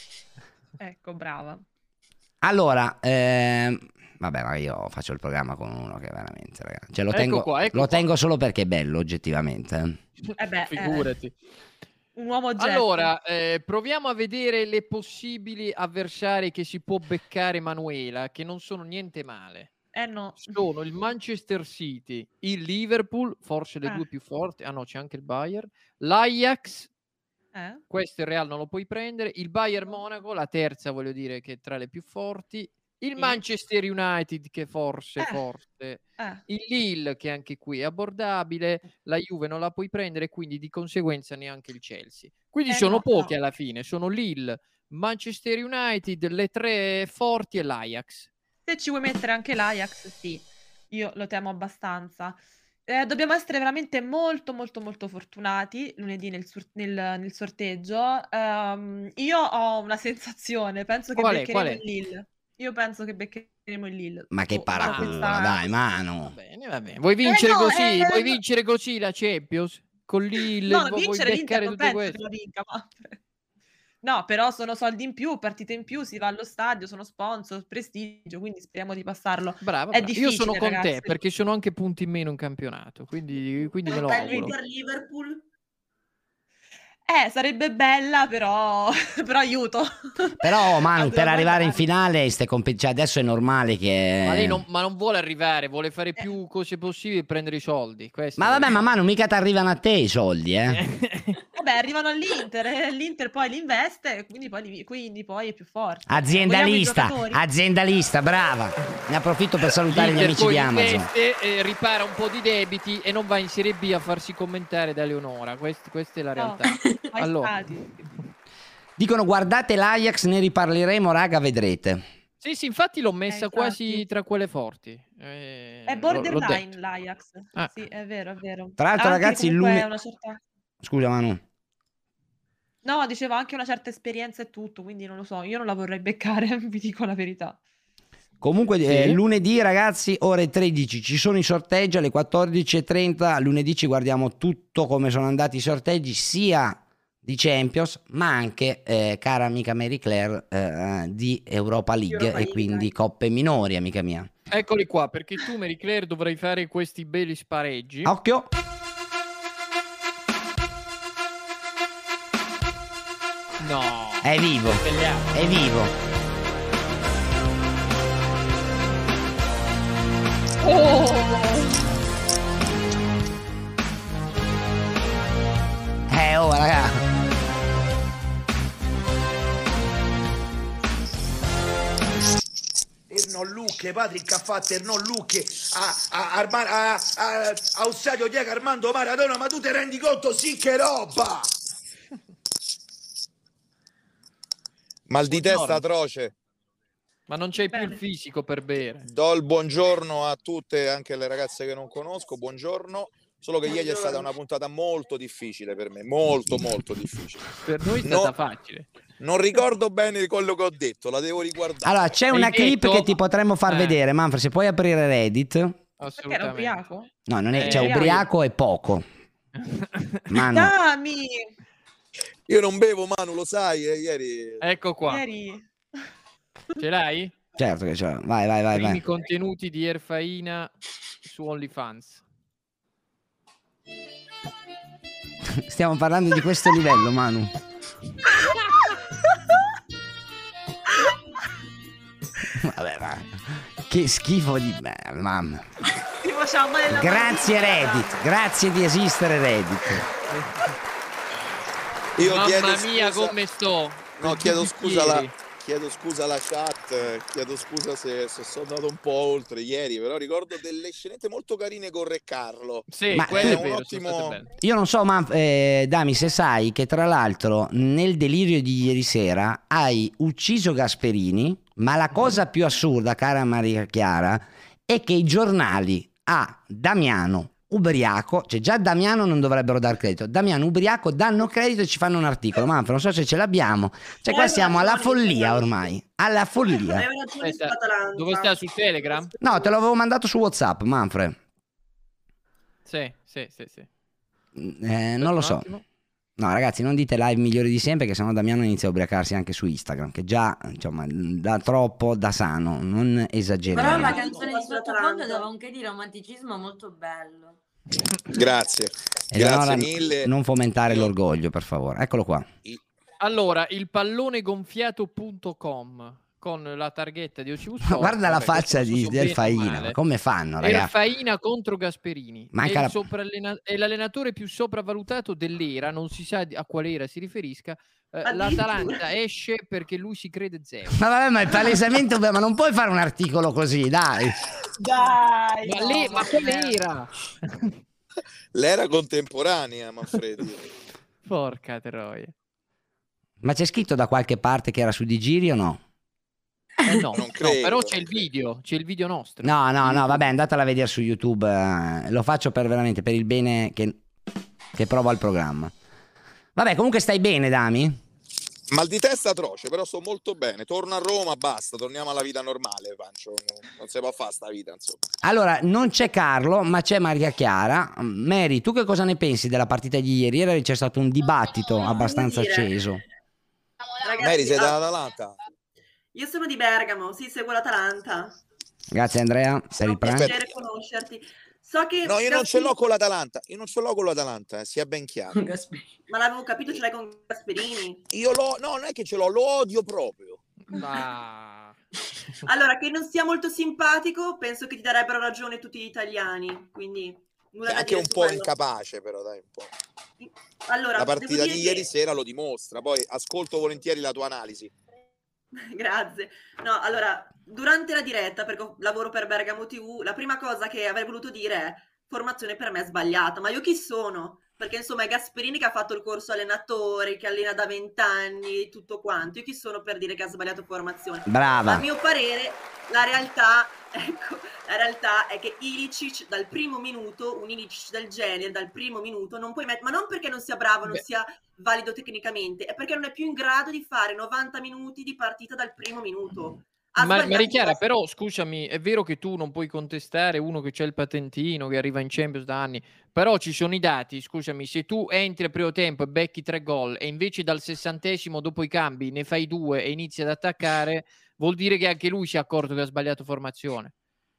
Ecco, brava. Allora, ehm, vabbè, ma io faccio il programma con uno che veramente, ragazzi, cioè, lo, Ecco tengo, qua, ecco lo qua. tengo solo perché è bello, oggettivamente. Eh beh, eh, Figurati. un uomo oggetto. Allora, eh, proviamo a vedere le possibili avversari che si può beccare Manuela, che non sono niente male. Eh no. Sono il Manchester City, il Liverpool, forse le Ah. due più forti. Ah no, c'è anche il Bayern. L'Ajax, Eh? questo il Real non lo puoi prendere. Il Bayern Monaco, la terza voglio dire che è tra le più forti. Il Sì. Manchester United che forse, Eh. forse. Eh. Il Lille che anche qui è abbordabile. La Juve non la puoi prendere, quindi di conseguenza neanche il Chelsea. Quindi Eh sono no, pochi no. alla fine. Sono Lille, Manchester United, le tre forti e l'Ajax. Se ci vuoi mettere anche l'Ajax, sì, io lo temo abbastanza. Eh, dobbiamo essere veramente molto, molto, molto fortunati lunedì nel, sur- nel- nel sorteggio. Ehm, io ho una sensazione, penso che Qual è? beccheremo Qual è? il Lille. Io penso che beccheremo il Lille. Ma che Oh, paracula, questa- dai, Manu. Bene, va bene. Vuoi vincere no, così? eh, Vuoi no. vincere così la Champions? Con Lille? No, vu- vuoi vincere l'Inter beccare non tutto penso che questo? lo vinca, ma... No, però sono soldi in più, partite in più, si va allo stadio, sono sponsor, prestigio, quindi speriamo di passarlo. Brava, È brava. Io sono difficile, con ragazzi. te perché sono anche punti in meno in campionato, quindi, quindi me lo Monta il auguro. Inter Liverpool. Eh, sarebbe bella, però, però aiuto. Però Manu, Devo per arrivare in guardare. finale ste comp- cioè, adesso è normale che... Ma lei non, ma non vuole arrivare, vuole fare più cose possibili e prendere i soldi. Questo Ma è- vabbè, ma Manu, mica ti arrivano a te i soldi, eh? Vabbè, arrivano all'Inter, e l'Inter poi li investe, quindi poi, li- quindi poi è più forte. Aziendalista, Vogliamo i giocatori? aziendalista, brava. Ne approfitto per salutare gli L'Inter amici poi di Amazon. investe, eh, ripara un po' di debiti e non va in Serie B a farsi commentare da Leonora. Quest- questa è la realtà. Mai Allora, stati. Dicono guardate l'Ajax, ne riparleremo, raga, vedrete. sì, sì, infatti l'ho messa Eh, quasi infatti. tra quelle forti. Eh, È l'ho- l'ho borderline detto. l'Ajax. Ah. Sì, è vero, è vero. Tra l'altro, Anche ragazzi, comunque lune- una certa... Scusa Manu. No, dicevo anche una certa esperienza e tutto, quindi non lo so, io non la vorrei beccare, vi dico la verità. Comunque Sì. eh, lunedì, ragazzi, ore tredici ci sono i sorteggi, alle quattordici e trenta lunedì ci guardiamo tutto come sono andati i sorteggi sia di Champions ma anche, eh, cara amica Mary Claire, eh, di Europa League Europa e League, quindi coppe minori, amica mia. Eccoli qua, perché tu, Mary Claire, dovrai fare questi belli spareggi. Occhio. No. È vivo, Spelliamo. è vivo. Eh, oh, raga. Erno Lucche, Patrick ha fatto Erno Lucche a, a, Arma- a, a, a Ossadio Diego Armando Maradona, ma tu ti rendi conto? Sì, che roba! Mal di Buongiorno. testa atroce. Ma non c'hai più Bene. il fisico per bere. Do il buongiorno a tutte, anche le ragazze che non conosco. Buongiorno. Solo che ieri è stata una puntata molto difficile per me, molto molto difficile. Per noi è No. stata facile. Non ricordo bene quello che ho detto, la devo riguardare. Allora, c'è Hai una clip detto- che ti potremmo far Eh. vedere, Manfred, se puoi aprire Reddit. Perché era Assolutamente. ubriaco? No, non è, Eh, cioè io- ubriaco è poco. Manu. Dami! Io non bevo, Manu, lo sai, eh, ieri... Ecco qua. Ieri... Ce l'hai? Certo che c'è. Vai, vai, vai, Primi vai. contenuti di Erfaina su OnlyFans. Stiamo parlando di questo livello, Manu. Vabbè, va. Che schifo di me, mamma. Ti facciamo male la Grazie partita. Reddit, grazie di esistere Reddit. Io chiedo Mamma mia, scusa- come sto? No, chiedo scusa Ieri. alla, chiedo scusa alla chat, eh, chiedo scusa se, se sono andato un po' oltre ieri, però ricordo delle scenette molto carine con Re Carlo. Sì, Ma- quello È è un vero, sono ottimo- state belle. Io non so, ma eh, Dami, se sai che tra l'altro nel delirio di ieri sera hai ucciso Gasperini, ma la cosa più assurda, cara Maria Chiara, è che i giornali a Damiano ubriaco, cioè già Damiano non dovrebbero dar credito, Damiano ubriaco danno credito e ci fanno un articolo. Manfred, non so se ce l'abbiamo, cioè qua Eh, siamo alla ragione, follia ragione. ormai, alla follia. Aveva ragione Aspetta, sull'Atalanta. dove sta? Su Telegram? No, te l'avevo mandato su WhatsApp, Manfred. Sì, sì, sì, sì. Eh, non lo un so. attimo. No, ragazzi, non dite live migliori di sempre, che sennò Damiano inizia a ubriacarsi anche su Instagram, che già, insomma, da troppo, da sano, non Però esageriamo. la canzone di Sull'Atalanta. sottofondo dava un che di romanticismo molto bello. Grazie, Eleonora, grazie mille. non fomentare l'orgoglio, per favore. Eccolo qua. Allora, il pallone gonfiato punto com con la targhetta di Ocibus Ma Sport. guarda la Vabbè, faccia questo di so bene o Erfaina, male. ma come fanno, ragazzi? Erfaina contro Gasperini. Manca è, il la- sopraallena- è l'allenatore più sopravvalutato dell'era, non si sa di- a quale era si riferisca. Eh, Addirittura. L'Atalanta esce perché lui si crede zero. Ma vabbè, ma è palesemente, ma non puoi fare un articolo così, dai. Dai, Ma, no, lei, ma vabbè. quale era? L'era contemporanea, Manfredi. Porca troia. Ma c'è scritto da qualche parte che era su Di Giri o no? Eh no, Non no, credo. però c'è il video, c'è il video nostro. No, no, no, vabbè, andatela a vedere su YouTube. eh, lo faccio per veramente per il bene che, che provo al programma. Vabbè, comunque stai bene, Dami? Mal di testa atroce, però sto molto bene. Torno a Roma, basta, torniamo alla vita normale, Pancio. Non, non si può fare sta vita, insomma. Allora, non c'è Carlo, ma c'è Maria Chiara. Mary, tu che cosa ne pensi della partita di ieri? Ieri c'è stato un dibattito No, abbastanza devo dire- acceso. Ragazzi, Mary, sei ah, dall'Atalanta? io sono di Bergamo, sì, seguo l'Atalanta. Grazie Andrea per il Un pranzo. piacere conoscerti. So che No, io non ce Gasperini- l'ho con l'Atalanta, io non ce l'ho con l'Atalanta, eh, sia ben chiaro. Ma l'avevo capito, ce l'hai con Gasperini. Io lo, no, non è che ce l'ho, lo odio proprio. Ma... Allora, che non sia molto simpatico, penso che ti darebbero ragione tutti gli italiani, quindi nulla È da anche dire un su po' quello. incapace, però, dai, un po'. Allora, La devo partita dire di che- ieri sera lo dimostra, poi ascolto volentieri la tua analisi. Grazie. No, allora, durante la diretta, perché lavoro per Bergamo tivù, la prima cosa che avrei voluto dire è formazione per me è sbagliata, ma io chi sono? Perché insomma è Gasperini che ha fatto il corso allenatori, che allena da vent'anni, tutto quanto. Io chi sono per dire che ha sbagliato formazione? Brava. A mio parere, la realtà, ecco, la realtà è che Ilicic dal primo minuto, un Ilicic del genere, dal primo minuto, non puoi mettere, ma non perché non sia bravo, non Beh. sia valido tecnicamente, è perché non è più in grado di fare novanta minuti di partita dal primo minuto. Ha Ma, sbagliato Marichiara, quasi- però scusami, è vero che tu non puoi contestare uno che c'è il patentino, che arriva in Champions da anni, però ci sono i dati, scusami, se tu entri al primo tempo e becchi tre gol e invece dal sessantesimo dopo i cambi ne fai due e inizi ad attaccare, vuol dire che anche lui si è accorto che ha sbagliato formazione.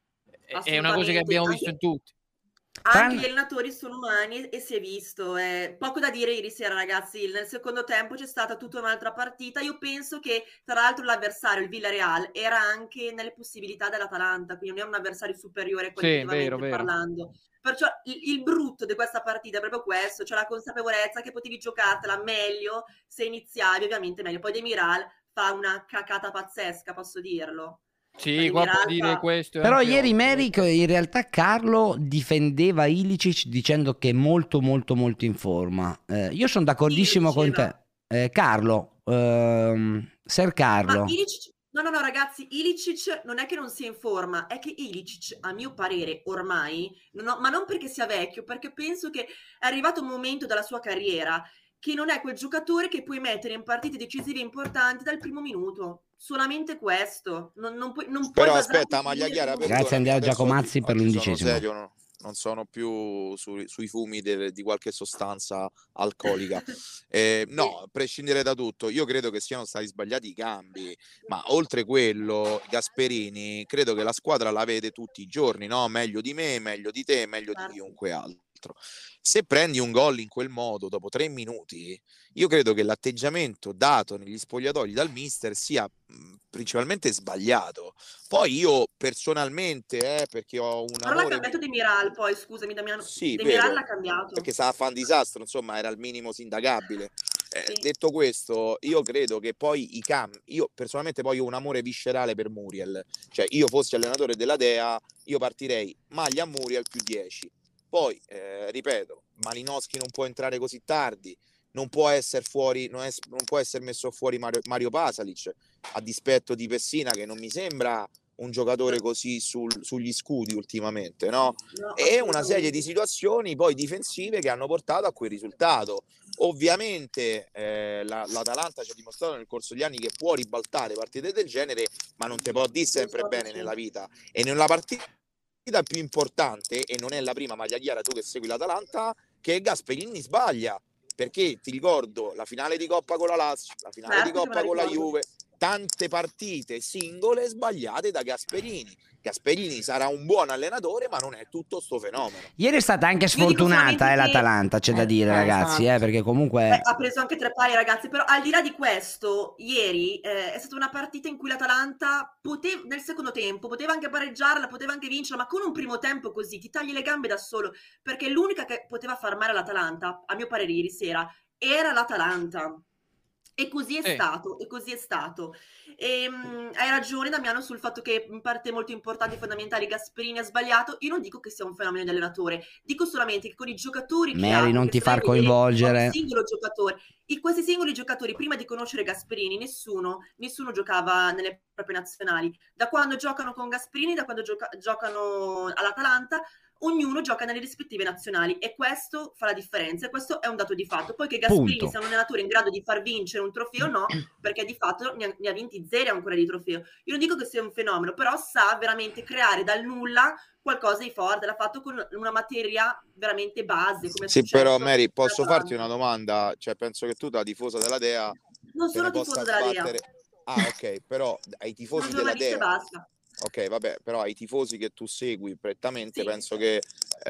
È- È una cosa che Assolutamente. abbiamo Anche- visto in tutti. Anche gli allenatori sono umani e si è visto. eh. Poco da dire ieri sera, ragazzi. Nel secondo tempo c'è stata tutta un'altra partita. Io penso che, tra l'altro, l'avversario, il Villarreal, era anche nelle possibilità dell'Atalanta, quindi non è un avversario superiore qualitativamente vero, vero. parlando. Perciò il, il brutto di questa partita è proprio questo, cioè la consapevolezza che potevi giocartela meglio se iniziavi, ovviamente meglio. Poi Demiral fa una cacata pazzesca, posso dirlo. Sì, qua può Demiral dire fa- questo. è Però anche ieri ovvio. Merrick, in realtà Carlo difendeva Ilicic dicendo che è molto molto molto in forma. Eh, io sono d'accordissimo con te. diceva? Eh, Carlo, ehm, Ser Carlo. Ma Ilicic, no, no, no, ragazzi, Ilicic non è che non sia in forma, è che Ilicic, a mio parere, ormai, non ho- ma non perché sia vecchio, perché penso che è arrivato un momento della sua carriera che non è quel giocatore che puoi mettere in partite decisive e importanti dal primo minuto. Solamente questo. Non, non puoi, non puoi Però basarti aspetta, su maglia lui chiara, al primo Grazie perdonami, Andrea adesso Giacomazzi oggi- per oggi sono l'undicesimo. serio, no? Non sono più su- sui fumi del- di qualche sostanza alcolica. Eh, no, a prescindere da tutto, io credo che siano stati sbagliati i cambi, ma oltre quello, Gasperini, credo che la squadra la vede tutti i giorni, no? Meglio di me, meglio di te, meglio di chiunque altro. Se prendi un gol in quel modo dopo tre minuti, io credo che l'atteggiamento dato negli spogliatoi dal mister sia mh, principalmente sbagliato. Poi io personalmente, eh, perché ho un Però l'ha amore cambiato Demiral, poi, scusami Damiano. Sì, Demiral vero, l'ha cambiato. perché stava a fare un disastro, insomma, era il minimo sindacabile. Eh, detto questo, io credo che poi i cambi, io personalmente poi ho un amore viscerale per Muriel, cioè io fossi allenatore della Dea, io partirei maglia a Muriel più dieci. Poi, eh, ripeto, Malinowski non può entrare così tardi, non può essere fuori, non, es- non può essere messo fuori Mario, Mario Pasalic, a dispetto di Pessina, che non mi sembra un giocatore così sul- sugli scudi ultimamente, no? No, E una serie assolutamente. di situazioni poi difensive che hanno portato a quel risultato. Ovviamente eh, la- l'Atalanta ci ha dimostrato nel corso degli anni che può ribaltare partite del genere, ma non te può dire sempre bene nella vita. E nella partita più importante, e non è la prima maglia chiara, tu che segui l'Atalanta, che Gasperini sbaglia, perché ti ricordo la finale di Coppa con la Lazio, la finale Certo di che me Coppa la con la ricordo. Juve, tante partite singole sbagliate da Gasperini. Gasperini sarà un buon allenatore, ma non è tutto sto fenomeno. Ieri è stata anche Io dico sfortunata solamente eh, che- l'Atalanta, c'è da Eh, dire eh, ragazzi, esatto. eh, perché Beh, comunque ha preso anche tre pali, ragazzi, però al di là di questo, ieri eh, è stata una partita in cui l'Atalanta poteva, nel secondo tempo, poteva anche pareggiarla, poteva anche vincerla, ma con un primo tempo così ti tagli le gambe da solo, perché l'unica che poteva far male all'Atalanta, a mio parere ieri sera, era l'Atalanta. E così è Sì. stato, e così è stato. Ehm, hai ragione Damiano sul fatto che in parte molto importanti e fondamentali Gasperini ha sbagliato. Io non dico che sia un fenomeno di allenatore, dico solamente che con i giocatori che Mary ha, non perché ti se vai far a vedere coinvolgere. ogni singolo giocatore, i, questi singoli giocatori prima di conoscere Gasperini nessuno, nessuno giocava nelle proprie nazionali. Da quando giocano con Gasperini, da quando gioca- giocano all'Atalanta, ognuno gioca nelle rispettive nazionali e questo fa la differenza e questo è un dato di fatto. Poi che Gasperini Punto. sia un allenatore in grado di far vincere un trofeo no, perché di fatto ne ha, ne ha vinti zero ancora di trofeo. Io non dico che sia un fenomeno, però sa veramente creare dal nulla qualcosa di forte, l'ha fatto con una materia veramente base, come è Sì, successo però Mary, posso all'Atalanta. farti una domanda? Cioè, penso che tu da tifosa della Dea Non se sono ne possa tifoso della Dea. sbattere. Ah, ok, però ai tifosi Sono della giornalista e Dea. basta. Ok, vabbè, però ai tifosi che tu segui prettamente Sì. penso che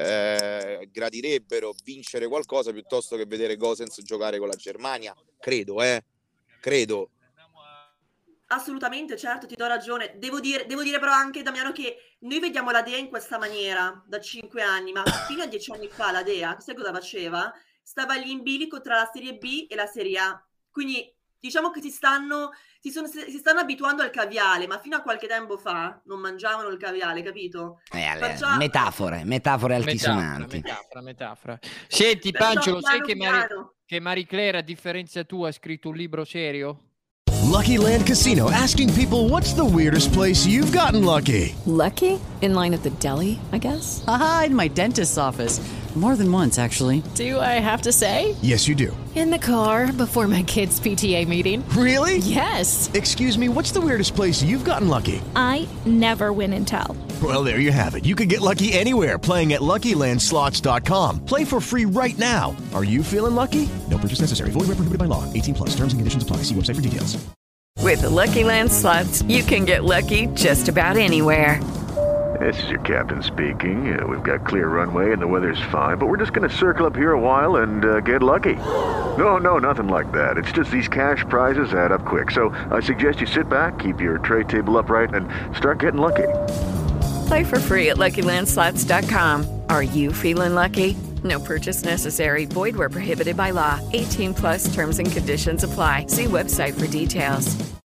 eh, gradirebbero vincere qualcosa piuttosto che vedere Gosens giocare con la Germania. Credo, eh. Credo. Assolutamente, certo, ti do ragione. Devo dire, devo dire però anche, Damiano, che noi vediamo la Dea in questa maniera da cinque anni, ma fino a dieci anni fa la Dea, sai cosa faceva? Stava lì in bilico tra la Serie B e la Serie A. Quindi diciamo che si stanno, si sono, si stanno abituando al caviale, ma fino a qualche tempo fa non mangiavano il caviale, capito? Eh, alle- Perciò- metafore, metafore Metafora, altisonanti. metafora, metafora. Senti, Perciò Pancio, lo sai piano che, Mari- piano. che Marie Claire, a differenza tua, ha scritto un libro serio? Lucky Land Casino, asking people, what's the weirdest place you've gotten lucky? Lucky? In line at the deli, I guess? Aha, in my dentist's office. More than once, actually. Do I have to say? Yes, you do. In the car before my kids' P T A meeting. Really? Yes. Excuse me, what's the weirdest place you've gotten lucky? I never win and tell. Well, there you have it. You can get lucky anywhere, playing at Lucky Land Slots dot com. Play for free right now. Are you feeling lucky? No purchase necessary. Void where prohibited by law. eighteen plus. Terms and conditions apply. See website for details. With the Lucky Land Slots, you can get lucky just about anywhere. This is your captain speaking. Uh, we've got clear runway and the weather's fine, but we're just going to circle up here a while and uh, get lucky. No, no, nothing like that. It's just these cash prizes add up quick. So I suggest you sit back, keep your tray table upright, and start getting lucky. Play for free at Lucky Land Slots dot com. Are you feeling lucky? No purchase necessary. Void where prohibited by law. eighteen plus terms and conditions apply. See website for details.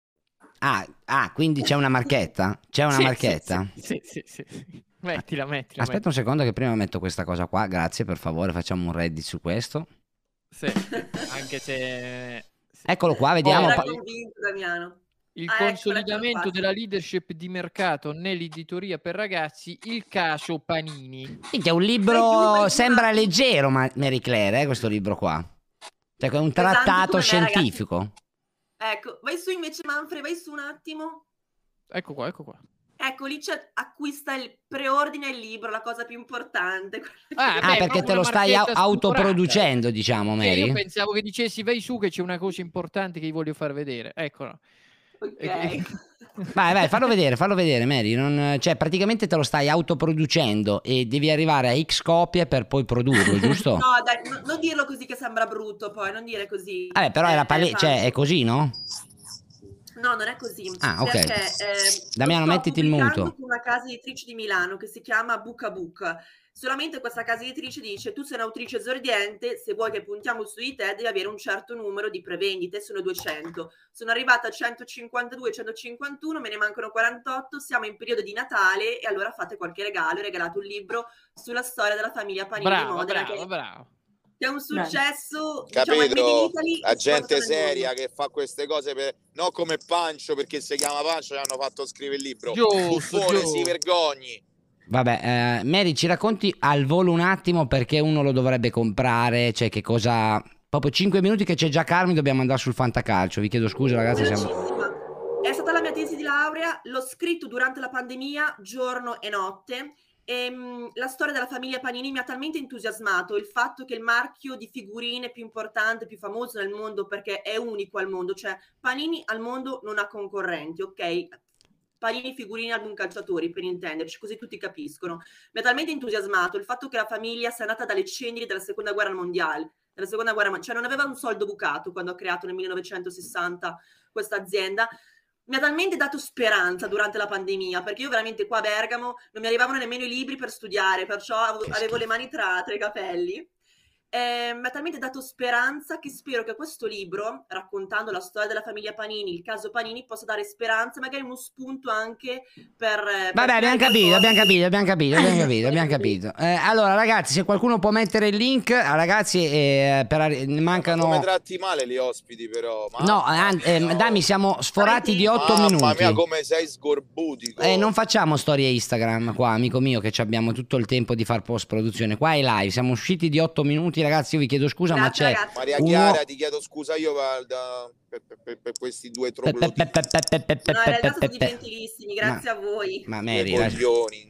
Ah, ah, quindi c'è una marchetta? C'è una Sì, marchetta? Sì, sì, sì, sì. Mettila, mettila. Aspetta un secondo che prima metto questa cosa qua, grazie, per favore, facciamo un Reddit su questo. Sì, anche se... Eccolo qua, vediamo. Era pa- convinto, Damiano. Il Ah, ecco, consolidamento eccolo qua. della leadership di mercato nell'editoria per ragazzi, il caso Panini. Minchia, è un libro, sembra leggero, ma Marie Claire, eh, questo libro qua. Cioè, è un trattato come me, scientifico. Ecco, vai su invece, Manfred, vai su un attimo. Ecco qua, ecco qua. Ecco, lì c'è acquista il preordine il libro, la cosa più importante. Ah, Ah, perché te lo stai au- autoproducendo, diciamo, Eh, io Mary? pensavo che dicessi vai su che c'è una cosa importante che vi voglio far vedere. Eccolo. Vai, vai, fallo vedere, fallo vedere, Mary. Non- cioè, praticamente te lo stai autoproducendo e devi arrivare a X copie per poi produrlo, giusto? No, dai, no- non dirlo così che sembra brutto, poi, non dire così. Vabbè, però è la pale- Eh, cioè, è così, no? No, non è così. Ah, ok. Perché, eh, Damiano, lo sto mettiti il pubblicando muto. con una casa editrice di Milano che si chiama Book a Book. Solamente questa casa editrice dice: tu sei un'autrice esordiente, se vuoi che puntiamo su di te devi avere un certo numero di prevendite, sono duecento. Sono arrivata a centocinquantadue, centocinquantuno, me ne mancano quarantotto, siamo in periodo di Natale e allora fate qualche regalo. Ho regalato un libro sulla storia della famiglia Panini di Bravo, Modena, bravo, che, bravo. che è un successo, diciamo, è Made in Capito? Italy, La gente esportato nel seria mondo. che fa queste cose per... non come Pancio, perché si chiama Pancio e hanno fatto scrivere il libro. Giusto, Buffone, giusto. si vergogni. Vabbè, eh, Mary, ci racconti al volo un attimo perché uno lo dovrebbe comprare, cioè che cosa... Proprio cinque minuti che c'è già Carmi, dobbiamo andare sul fantacalcio. Vi chiedo scusa, ragazzi, siamo... È stata la mia tesi di laurea, l'ho scritto durante la pandemia, giorno e notte. E, mh, la storia della famiglia Panini mi ha talmente entusiasmato, il fatto che il marchio di figurine più importante, più famoso nel mondo, perché è unico al mondo, cioè Panini al mondo non ha concorrenti, ok? Panini figurine album calciatori, per intenderci, così tutti capiscono. Mi ha talmente entusiasmato il fatto che la famiglia sia nata dalle ceneri della seconda guerra mondiale, della seconda guerra mondiale, cioè non aveva un soldo bucato quando ha creato nel millenovecentosessanta questa azienda. Mi ha talmente dato speranza durante la pandemia, perché io veramente qua a Bergamo non mi arrivavano nemmeno i libri per studiare, perciò avevo, avevo le mani tra, tra i capelli. Eh, mi ha talmente dato speranza che spero che questo libro, raccontando la storia della famiglia Panini, il caso Panini, possa dare speranza, magari uno spunto anche per... per Vabbè, abbiamo capito, abbiamo capito, abbiamo capito, abbiamo capito, abbiamo capito. Eh, allora, ragazzi, se qualcuno può mettere il link, ah, ragazzi, eh, per arri- ne mancano... Come tratti male gli ospiti, però. Ma... No, an- eh, Dami, siamo sforati di otto Mamma minuti. mia, come sei sgorbutico. Eh, non facciamo storie Instagram qua, amico mio, che ci abbiamo tutto il tempo di far post produzione. Qua è live, siamo usciti di otto minuti, ragazzi. Io vi chiedo scusa, ma c'è Maria un Chiara, uo- ti chiedo scusa io per, da- per- per- per questi due pe- pe- trogloditi. pe- pe- pe- pe- pe- No, in realtà pe- sono pe- gentilissimi, grazie a voi. Ma Due Mary, ragazzi. coglioni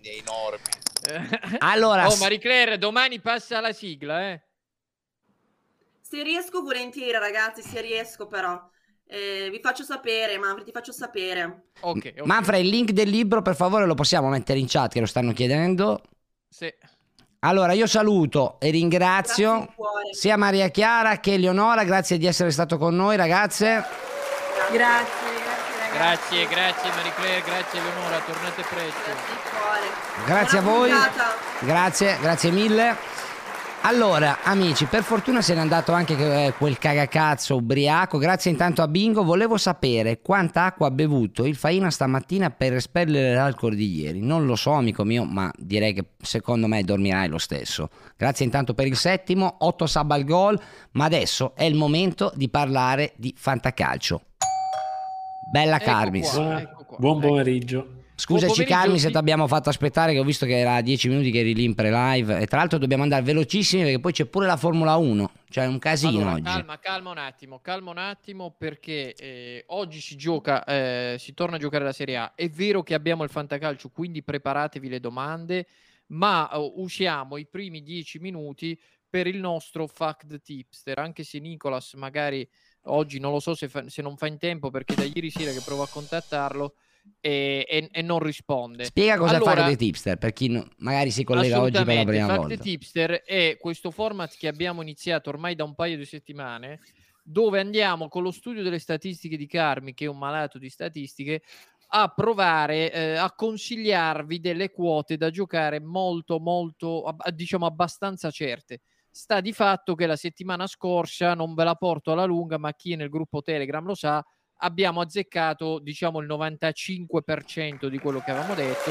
enormi. Allora, Oh, Marie Claire, domani passa la sigla, eh. Se riesco volentieri, ragazzi, se riesco però. Eh, vi faccio sapere, Manfred, ti faccio sapere. Ok, ok. Manfred, il link del libro per favore lo possiamo mettere in chat che lo stanno chiedendo. Sì. Allora io saluto e ringrazio Grazie di cuore. sia Maria Chiara che Eleonora, grazie di essere stato con noi ragazze. Grazie, grazie ragazzi. Grazie, grazie Marie Claire, grazie Eleonora, tornate presto. Grazie a Buona voi, puntata. grazie, grazie mille. Allora amici, per fortuna se n'è andato anche eh, quel cagacazzo ubriaco. Grazie intanto a Bingo. Volevo sapere quanta acqua ha bevuto il Faina stamattina per espellere l'alcol di ieri. Non lo so amico mio, ma direi che secondo me dormirai lo stesso. Grazie intanto per il settimo, otto sub al gol. Ma adesso è il momento di parlare di fantacalcio. Bella Ecco Carmis. qua, Buon, ecco qua, buon ecco. pomeriggio. Scusaci Buon pomeriggio, Carmi se sì. ti abbiamo fatto aspettare, che ho visto che era dieci minuti che eri lì in pre-live. E tra l'altro dobbiamo andare velocissimi perché poi c'è pure la Formula uno. Cioè è un casino Allora, oggi. calma, calma un attimo, calma un attimo perché eh, oggi si gioca, eh, si torna a giocare la Serie A. È vero che abbiamo il fantacalcio, quindi preparatevi le domande, ma uh, usiamo i primi dieci minuti per il nostro Fact Tipster, anche se Nicolas magari oggi non lo so se, fa, se non fa in tempo perché da ieri sera che provo a contattarlo e, e, e non risponde. Spiega cosa allora, fare dei tipster per chi no- magari si collega oggi per la assolutamente, prima Fact volta. Tipster è questo format che abbiamo iniziato ormai da un paio di settimane, dove andiamo con lo studio delle statistiche di Carmi, che è un malato di statistiche, a provare eh, a consigliarvi delle quote da giocare molto molto ab- diciamo abbastanza certe. Sta di fatto che la settimana scorsa, non ve la porto alla lunga, ma chi è nel gruppo Telegram lo sa, abbiamo azzeccato diciamo il novantacinque per cento di quello che avevamo detto.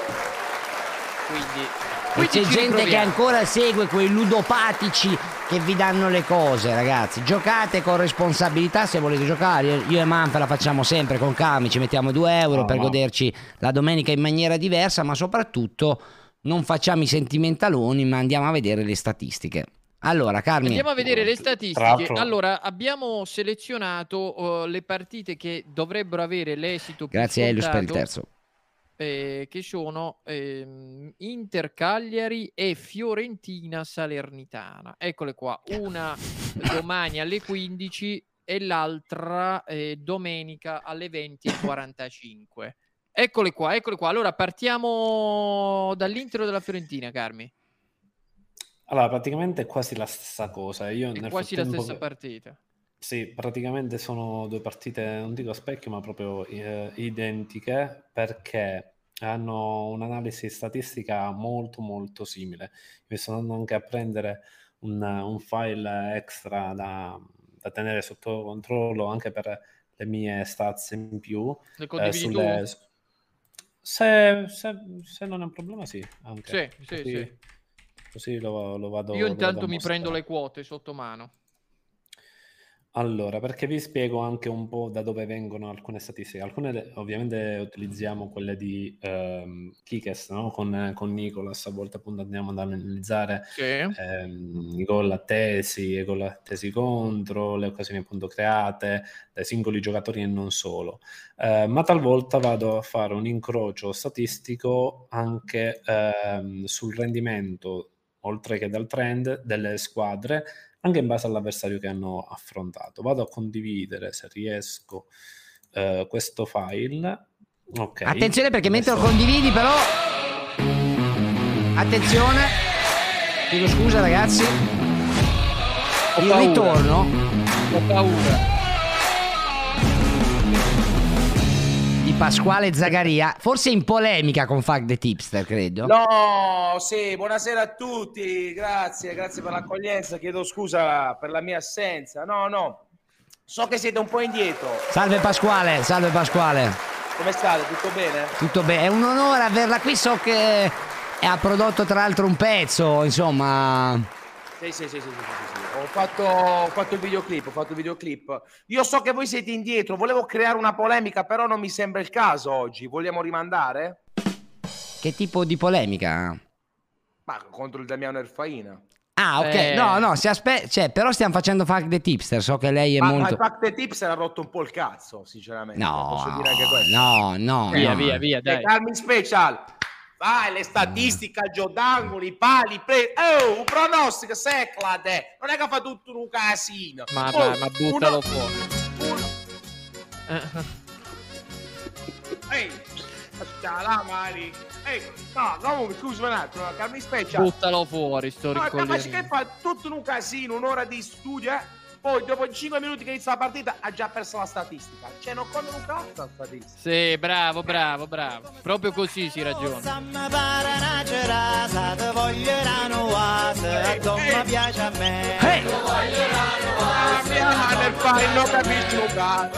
Quindi, E quindi c'è ci gente che riproviamo. ancora segue quei ludopatici che vi danno le cose, ragazzi. Giocate con responsabilità se volete giocare. Io, io e Manfred la facciamo sempre con Carmi, ci mettiamo due euro No, per no. goderci la domenica in maniera diversa, ma soprattutto non facciamo i sentimentaloni, ma andiamo a vedere le statistiche. Allora, Carmi, Andiamo a vedere le Tra statistiche. l'altro- Allora, abbiamo selezionato uh, le partite che dovrebbero avere l'esito più grazie a Elius per il scontato, terzo. eh, che sono ehm, Inter Cagliari e Fiorentina Salernitana. Eccole qua, una domani alle quindici e l'altra eh, domenica alle venti e quarantacinque. Eccole qua, eccole qua. Allora, partiamo dall'Inter o dalla Fiorentina, Carmi? Allora, praticamente è quasi la stessa cosa. Io È nel quasi la frattempo stessa che- partita. Sì, praticamente sono due partite, non dico a specchio, ma proprio eh, identiche, perché hanno un'analisi statistica molto molto simile. Mi sto andando anche a prendere un, un file extra da, da tenere sotto controllo anche per le mie stats in più. Le eh, condividi sulle... tu? se, se, se non è un problema, sì, anche. Sì, sì, Così, sì. così lo, lo vado Io lo intanto vado a mi prendo mostrare. le quote sotto mano. Allora, perché vi spiego anche un po' da dove vengono alcune statistiche. Alcune le- ovviamente utilizziamo quelle di ehm, Kikes, no? Con, con Nicolas, a volte appunto andiamo ad analizzare Sì. ehm, i gol attesi, i gol attesi contro, le occasioni appunto create dai singoli giocatori e non solo. Eh, ma talvolta vado a fare un incrocio statistico anche ehm, sul rendimento, oltre che dal trend, delle squadre, anche in base all'avversario che hanno affrontato. Vado a condividere, se riesco, eh, questo file. Ok. Attenzione perché mentre lo Adesso- condividi però... Attenzione. Chiedo scusa ragazzi. Ho Il paura. ritorno. Ho paura. Di Pasquale Zagaria, forse in polemica con Fact the Tipster, credo. No, sì, buonasera a tutti, grazie, grazie per l'accoglienza, chiedo scusa per la mia assenza, no, no, so che siete un po' indietro, Salve Pasquale, salve Pasquale. come state, tutto bene? Tutto bene, è un onore averla qui, so che ha prodotto tra l'altro un pezzo, insomma... Sì, sì, sì, sì, sì, sì, sì. Ho, fatto, ho fatto il videoclip, ho fatto il videoclip, io so che voi siete indietro, volevo creare una polemica, però non mi sembra il caso oggi, vogliamo rimandare? Che tipo di polemica? Ma contro il Damiano Erfaina. Ah, ok, Eh. no, no, si aspe- cioè, però stiamo facendo Fact the Tipster, so che lei è Ma, ma molto... il Fact e Tips era rotto un po' il cazzo, sinceramente, No, posso dire anche questo. no, no, Via, no. via, via, dai. Calmi special. Vai, le statistiche, il gioco d'angoli, i pali, pre... Oh, un pronostico, seclade. Non è che fa tutto un casino. Ma Oh, dai, ma buttalo uno- fuori. uno- Ehi, la Mari. Ehi, no, comunque, scusa un attimo, Carmi Special. Buttalo fuori, sto Ma ricogliendo. che fa tutto in un casino, un'ora di studio, eh? Poi dopo cinque minuti che inizia la partita ha già perso la statistica. Cioè non conta un cazzo la statistica. Sì, bravo, bravo, bravo. Proprio così si ragiona. Ehi! Ah, mia madre, fai, non capisci un cazzo.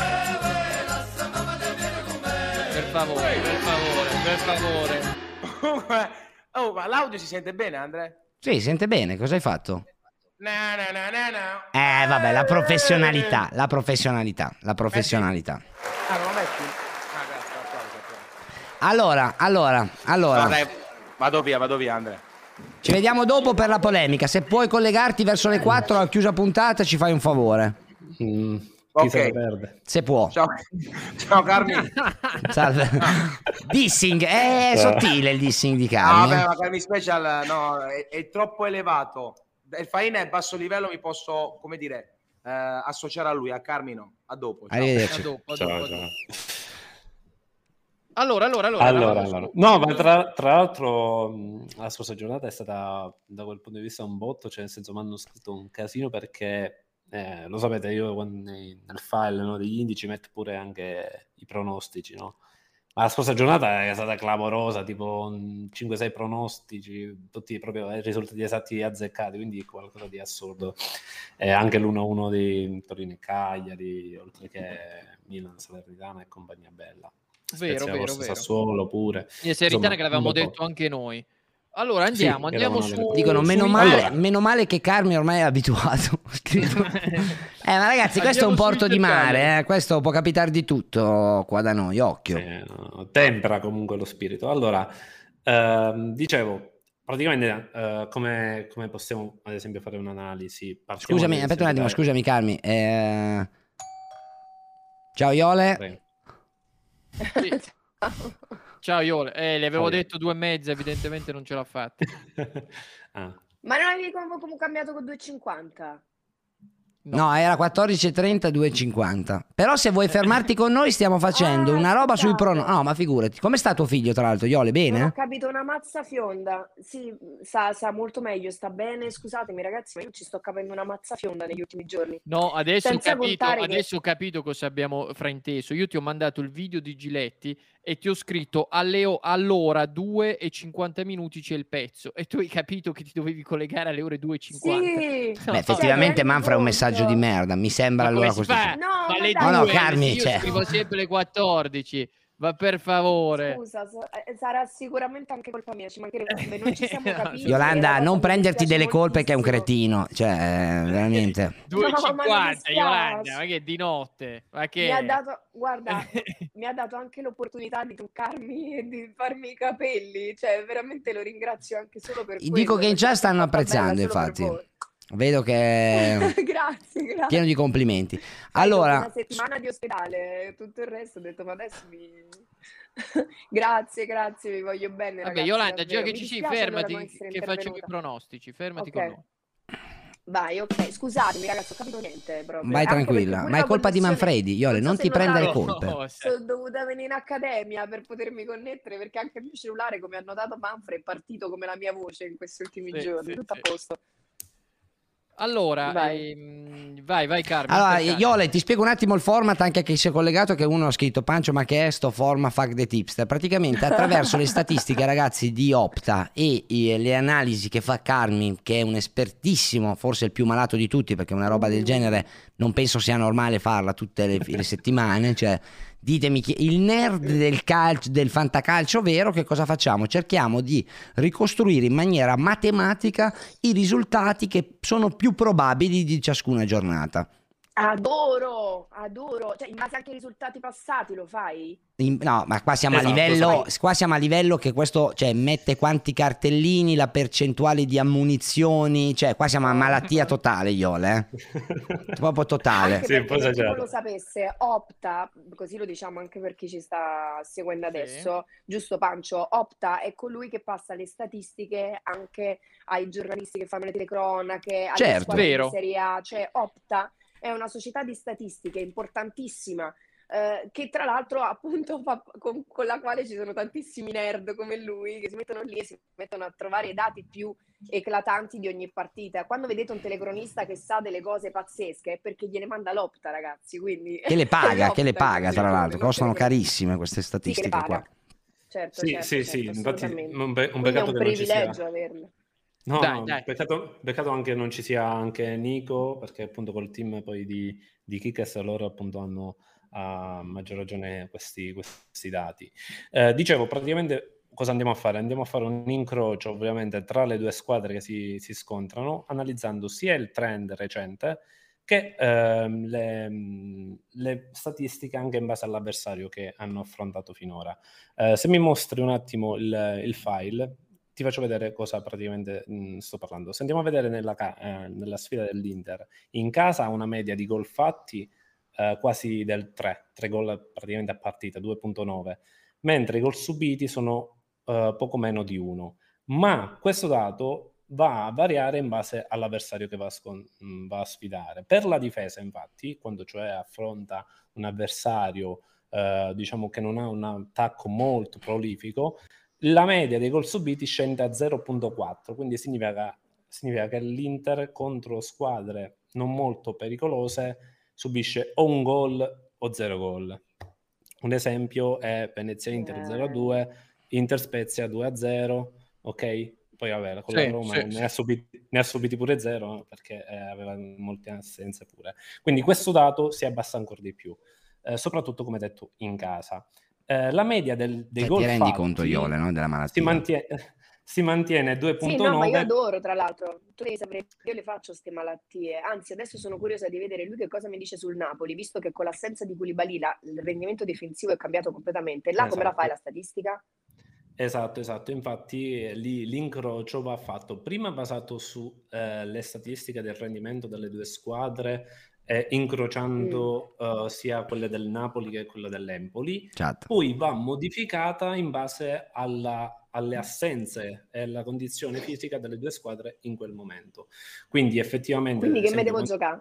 Per favore, per favore, per favore. Comunque, oh, ma l'audio si sente bene, Andre? Sì, si sente bene, cosa hai fatto? No, no, no, no, no. Eh, vabbè, la professionalità, la professionalità, la professionalità. Ah, non lo metti? Ah, grazie, applauso, applauso. Allora, allora, allora. No, dai, vado via, vado via, Andrea. Ci vediamo dopo per la polemica. Se puoi collegarti verso le quattro a chiusa puntata, ci fai un favore. Mm, chi Ok. se la perde? Se può. Ciao, ciao Carmi. Salve. Dissing, è sottile il dissing di No, Carmi. vabbè, eh. ma Carmi Special no, è, è troppo elevato. Il Faina è a basso livello, mi posso, come dire, eh, associare a lui, a Carmi no. A dopo. Ciao. Arrivederci. A dopo, a Ciao, dopo, a ciao. dopo. Allora, allora, allora. Allora, eravamo allora. su- No, ma tra, tra l'altro mh, la scorsa giornata è stata da quel punto di vista un botto, cioè nel senso mi hanno scritto un casino perché eh, lo sapete, io quando nei- nel file, no, degli indici metto pure anche i pronostici, no? Ma la scorsa giornata è stata clamorosa, tipo mh, cinque sei pronostici, tutti proprio eh, risultati esatti azzeccati, quindi qualcosa di assurdo. E anche l'uno a uno di Torino e Cagliari, oltre che Milan, Salernitana e compagnia bella. Vero, Spezia, vero, Corsa, vero. Sassuolo pure. E Seritana Insomma, che l'avevamo un bel po'. detto anche noi. Allora andiamo, Sì, andiamo eravamo su. delle- Dicono, meno sui- male, Allora. meno male che Carmi ormai è abituato. Scritto. Eh, ma ragazzi, questo è un Andiamo porto sui di dettagli. mare, eh. Questo può capitare di tutto qua da noi, occhio. Sì, no, tempera comunque lo spirito. Allora, ehm, dicevo, praticamente eh, come, come possiamo ad esempio fare un'analisi? Partiamo Scusami, ad aspetta un attimo, esempio scusami Carmi. Eh, Ciao Iole. dai- Sì. Ciao Iole, eh, le avevo Ciao, Iole. detto due e mezza, evidentemente non ce l'ha fatta. Ah, Ma non avevi com- comunque cambiato con due e cinquanta? No, era quattordici e trenta, due e cinquanta. Però se vuoi fermarti con noi stiamo facendo Ah, una roba sui scusate. prono... No, ma figurati. Come sta tuo figlio, tra l'altro, Iole? Non ho Bene? capito, una mazza fionda. Sì, sa, sa molto meglio, sta bene. Scusatemi ragazzi, ma io ci sto capendo una mazza fionda negli ultimi giorni. No, adesso ho, Senza capito, contare che- adesso ho capito cosa abbiamo frainteso. Io ti ho mandato il video di Giletti e ti ho scritto alle o- all'ora due e cinquanta minuti c'è il pezzo e tu hai capito che ti dovevi collegare alle ore due e cinquanta. Sì! No, Beh, effettivamente rendi Manfra è un conto? messaggio di merda. Mi sembra Ma allora come si così. fa? No, Ma ma le dai. No, no, due, Carmi, io cioè- scrivo sempre le quattordici. Ma per favore. Scusa, sa- eh, sarà sicuramente anche colpa mia, ci mancherebbe, non ci siamo No, capiti. e Yolanda, la cosa non mi prenderti dispiace delle colpe che è un moltissimo. cretino. Cioè, eh, veramente. due e No, ma mi cinquanta, dispiace. Yolanda, ma che di notte? Ma che Mi ha è? dato, guarda, mi ha dato anche l'opportunità di truccarmi e di farmi i capelli, cioè veramente lo ringrazio anche solo per quello. Dico che in perché chat mi stanno sono fatta bella apprezzando, solo per infatti. voi. Vedo che è Grazie, grazie. pieno di complimenti. Dopo Allora, una settimana di ospedale, tutto il resto ho detto, ma adesso mi... Grazie, grazie, vi voglio bene, Vabbè, ragazzi, Yolanda, già davvero. che Mi ci sei, dispiace allora fermati non essere che facciamo i intervenuta. pronostici. Fermati Ok. con noi. Vai, ok, scusatemi ragazzi, ho capito niente proprio. vai Anche tranquilla. perché pure Ma è la colpa di connessione- Manfredi, Iole, non so non se ti prendere notate, colpe. No, sono dovuta venire in accademia per potermi connettere perché anche il mio cellulare, come ha notato Manfred, è partito come la mia voce in questi ultimi Sì, giorni, sì, tutto sì. a posto. Allora, Vai. ehm, vai, vai, Carmen. Allora, per caso. Iole, ti spiego un attimo il format anche a chi si è collegato, che uno ha scritto Pancio, ma che è sto format fuck the tipster? Praticamente attraverso le statistiche, ragazzi, di Opta e eh, le analisi che fa Carmi, che è un espertissimo, forse il più malato di tutti, perché una roba del genere non penso sia normale farla tutte le, le settimane, cioè ditemi chi, il nerd del calcio, del fantacalcio vero, che cosa facciamo? Cerchiamo di ricostruire in maniera matematica i risultati che sono più probabili di ciascuna giornata. Adoro, adoro, cioè in base anche ai risultati passati lo fai? In- no, ma qua siamo Esatto, a livello, sì. qua siamo a livello che questo, cioè, mette quanti cartellini, la percentuale di ammunizioni, cioè qua siamo a malattia totale, Iole, eh? Proprio totale. Anche Sì, un perché po' per chi non esagerato. lo sapesse, Opta, così lo diciamo anche per chi ci sta seguendo adesso, giusto Pancio, Opta è colui che passa le statistiche anche ai giornalisti che fanno le telecronache, alle Certo. squadre Vero. di Serie A, cioè Opta è una società di statistiche importantissima eh, che tra l'altro appunto fa, con, con la quale ci sono tantissimi nerd come lui che si mettono lì e si mettono a trovare i dati più eclatanti di ogni partita. Quando vedete un telecronista che sa delle cose pazzesche è perché gliele manda l'Opta, ragazzi, quindi Che le paga, che le Opta, paga tra l'altro, costano telecronista. carissime queste Sì, che le statistiche paga. qua. Certo, Sì, certo, sì, certo, sì, infatti assolutamente. un, be- un Quindi è peccato un che non ci sia. privilegio averlo. No, Dai, no, dai. peccato, peccato anche non ci sia anche Nico, perché appunto col team poi di, di Kickers loro appunto hanno a maggior ragione questi, questi dati. Eh, dicevo, praticamente cosa andiamo a fare? Andiamo a fare un incrocio ovviamente tra le due squadre che si, si scontrano, analizzando sia il trend recente che ehm, le, le statistiche anche in base all'avversario che hanno affrontato finora. Eh, se mi mostri un attimo il, il file, ti faccio vedere cosa praticamente mh, sto parlando. Se andiamo a vedere nella, ca- eh, nella sfida dell'Inter, in casa ha una media di gol fatti eh, quasi del tre, tre gol praticamente a partita, due virgola nove, mentre i gol subiti sono eh, poco meno di uno. Ma questo dato va a variare in base all'avversario che va a, scon- mh, va a sfidare. Per la difesa, infatti, quando cioè affronta un avversario eh, diciamo che non ha un attacco molto prolifico, la media dei gol subiti scende a zero virgola quattro, quindi significa, significa che l'Inter contro squadre non molto pericolose subisce o un gol o zero gol. Un esempio è Venezia-Inter zero a due, Inter-Spezia due a zero, ok? Poi vabbè, con Sì, la Roma sì, ne, sì. ha subiti, ne ha subiti pure zero, perché eh, aveva molte assenze pure. Quindi questo dato si abbassa ancora di più, eh, soprattutto come detto in casa. Eh, la media del, dei Cioè, gol ti rendi fatti conto, Iole, no, della si malattia? mantiene, si mantiene Sì, due virgola no, ma io nove. adoro, tra l'altro, tu devi sapere che io le faccio queste malattie, anzi adesso sono curiosa di vedere lui che cosa mi dice sul Napoli, visto che con l'assenza di Koulibaly la- il rendimento difensivo è cambiato completamente. Là come la Esatto. fai la statistica? Esatto, esatto. Infatti eh, lì l'incrocio va fatto prima basato su eh, le statistiche del rendimento delle due squadre, eh, incrociando eh, sia quelle del Napoli che quelle dell'Empoli, Certo. poi va modificata in base alla- alle assenze e alla condizione fisica delle due squadre in quel momento. Quindi effettivamente, Quindi ad che me esempio, devo quando- giocare?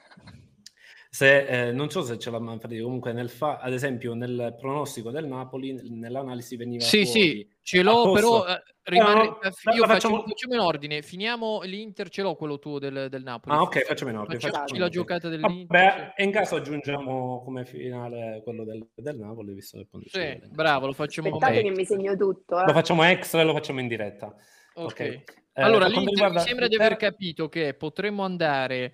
se, eh, non so se ce l'ha Manfredi, comunque nel fa- ad esempio nel pronostico del Napoli, nel- nell'analisi veniva Sì, fuori sì, ce a l'ho, posto- però eh, rimane- No, no, eh, la- io la faccio, facciamo- facciamo in ordine. Finiamo l'Inter, ce l'ho quello tuo del, del Napoli. Ah, ok, facciamo in ordine. Facciamoci facciamo in la ordine. giocata dell'Inter. Vabbè, e in caso aggiungiamo come finale quello del, del Napoli, visto che appunto ci Sì, vuole. bravo, lo facciamo Aspettate come che mi segno tutto, eh. Lo facciamo extra e lo facciamo in diretta. Ok. Ok. Eh, Allora, per quanto l'Inter riguarda mi sembra di l'Inter- aver capito che potremmo andare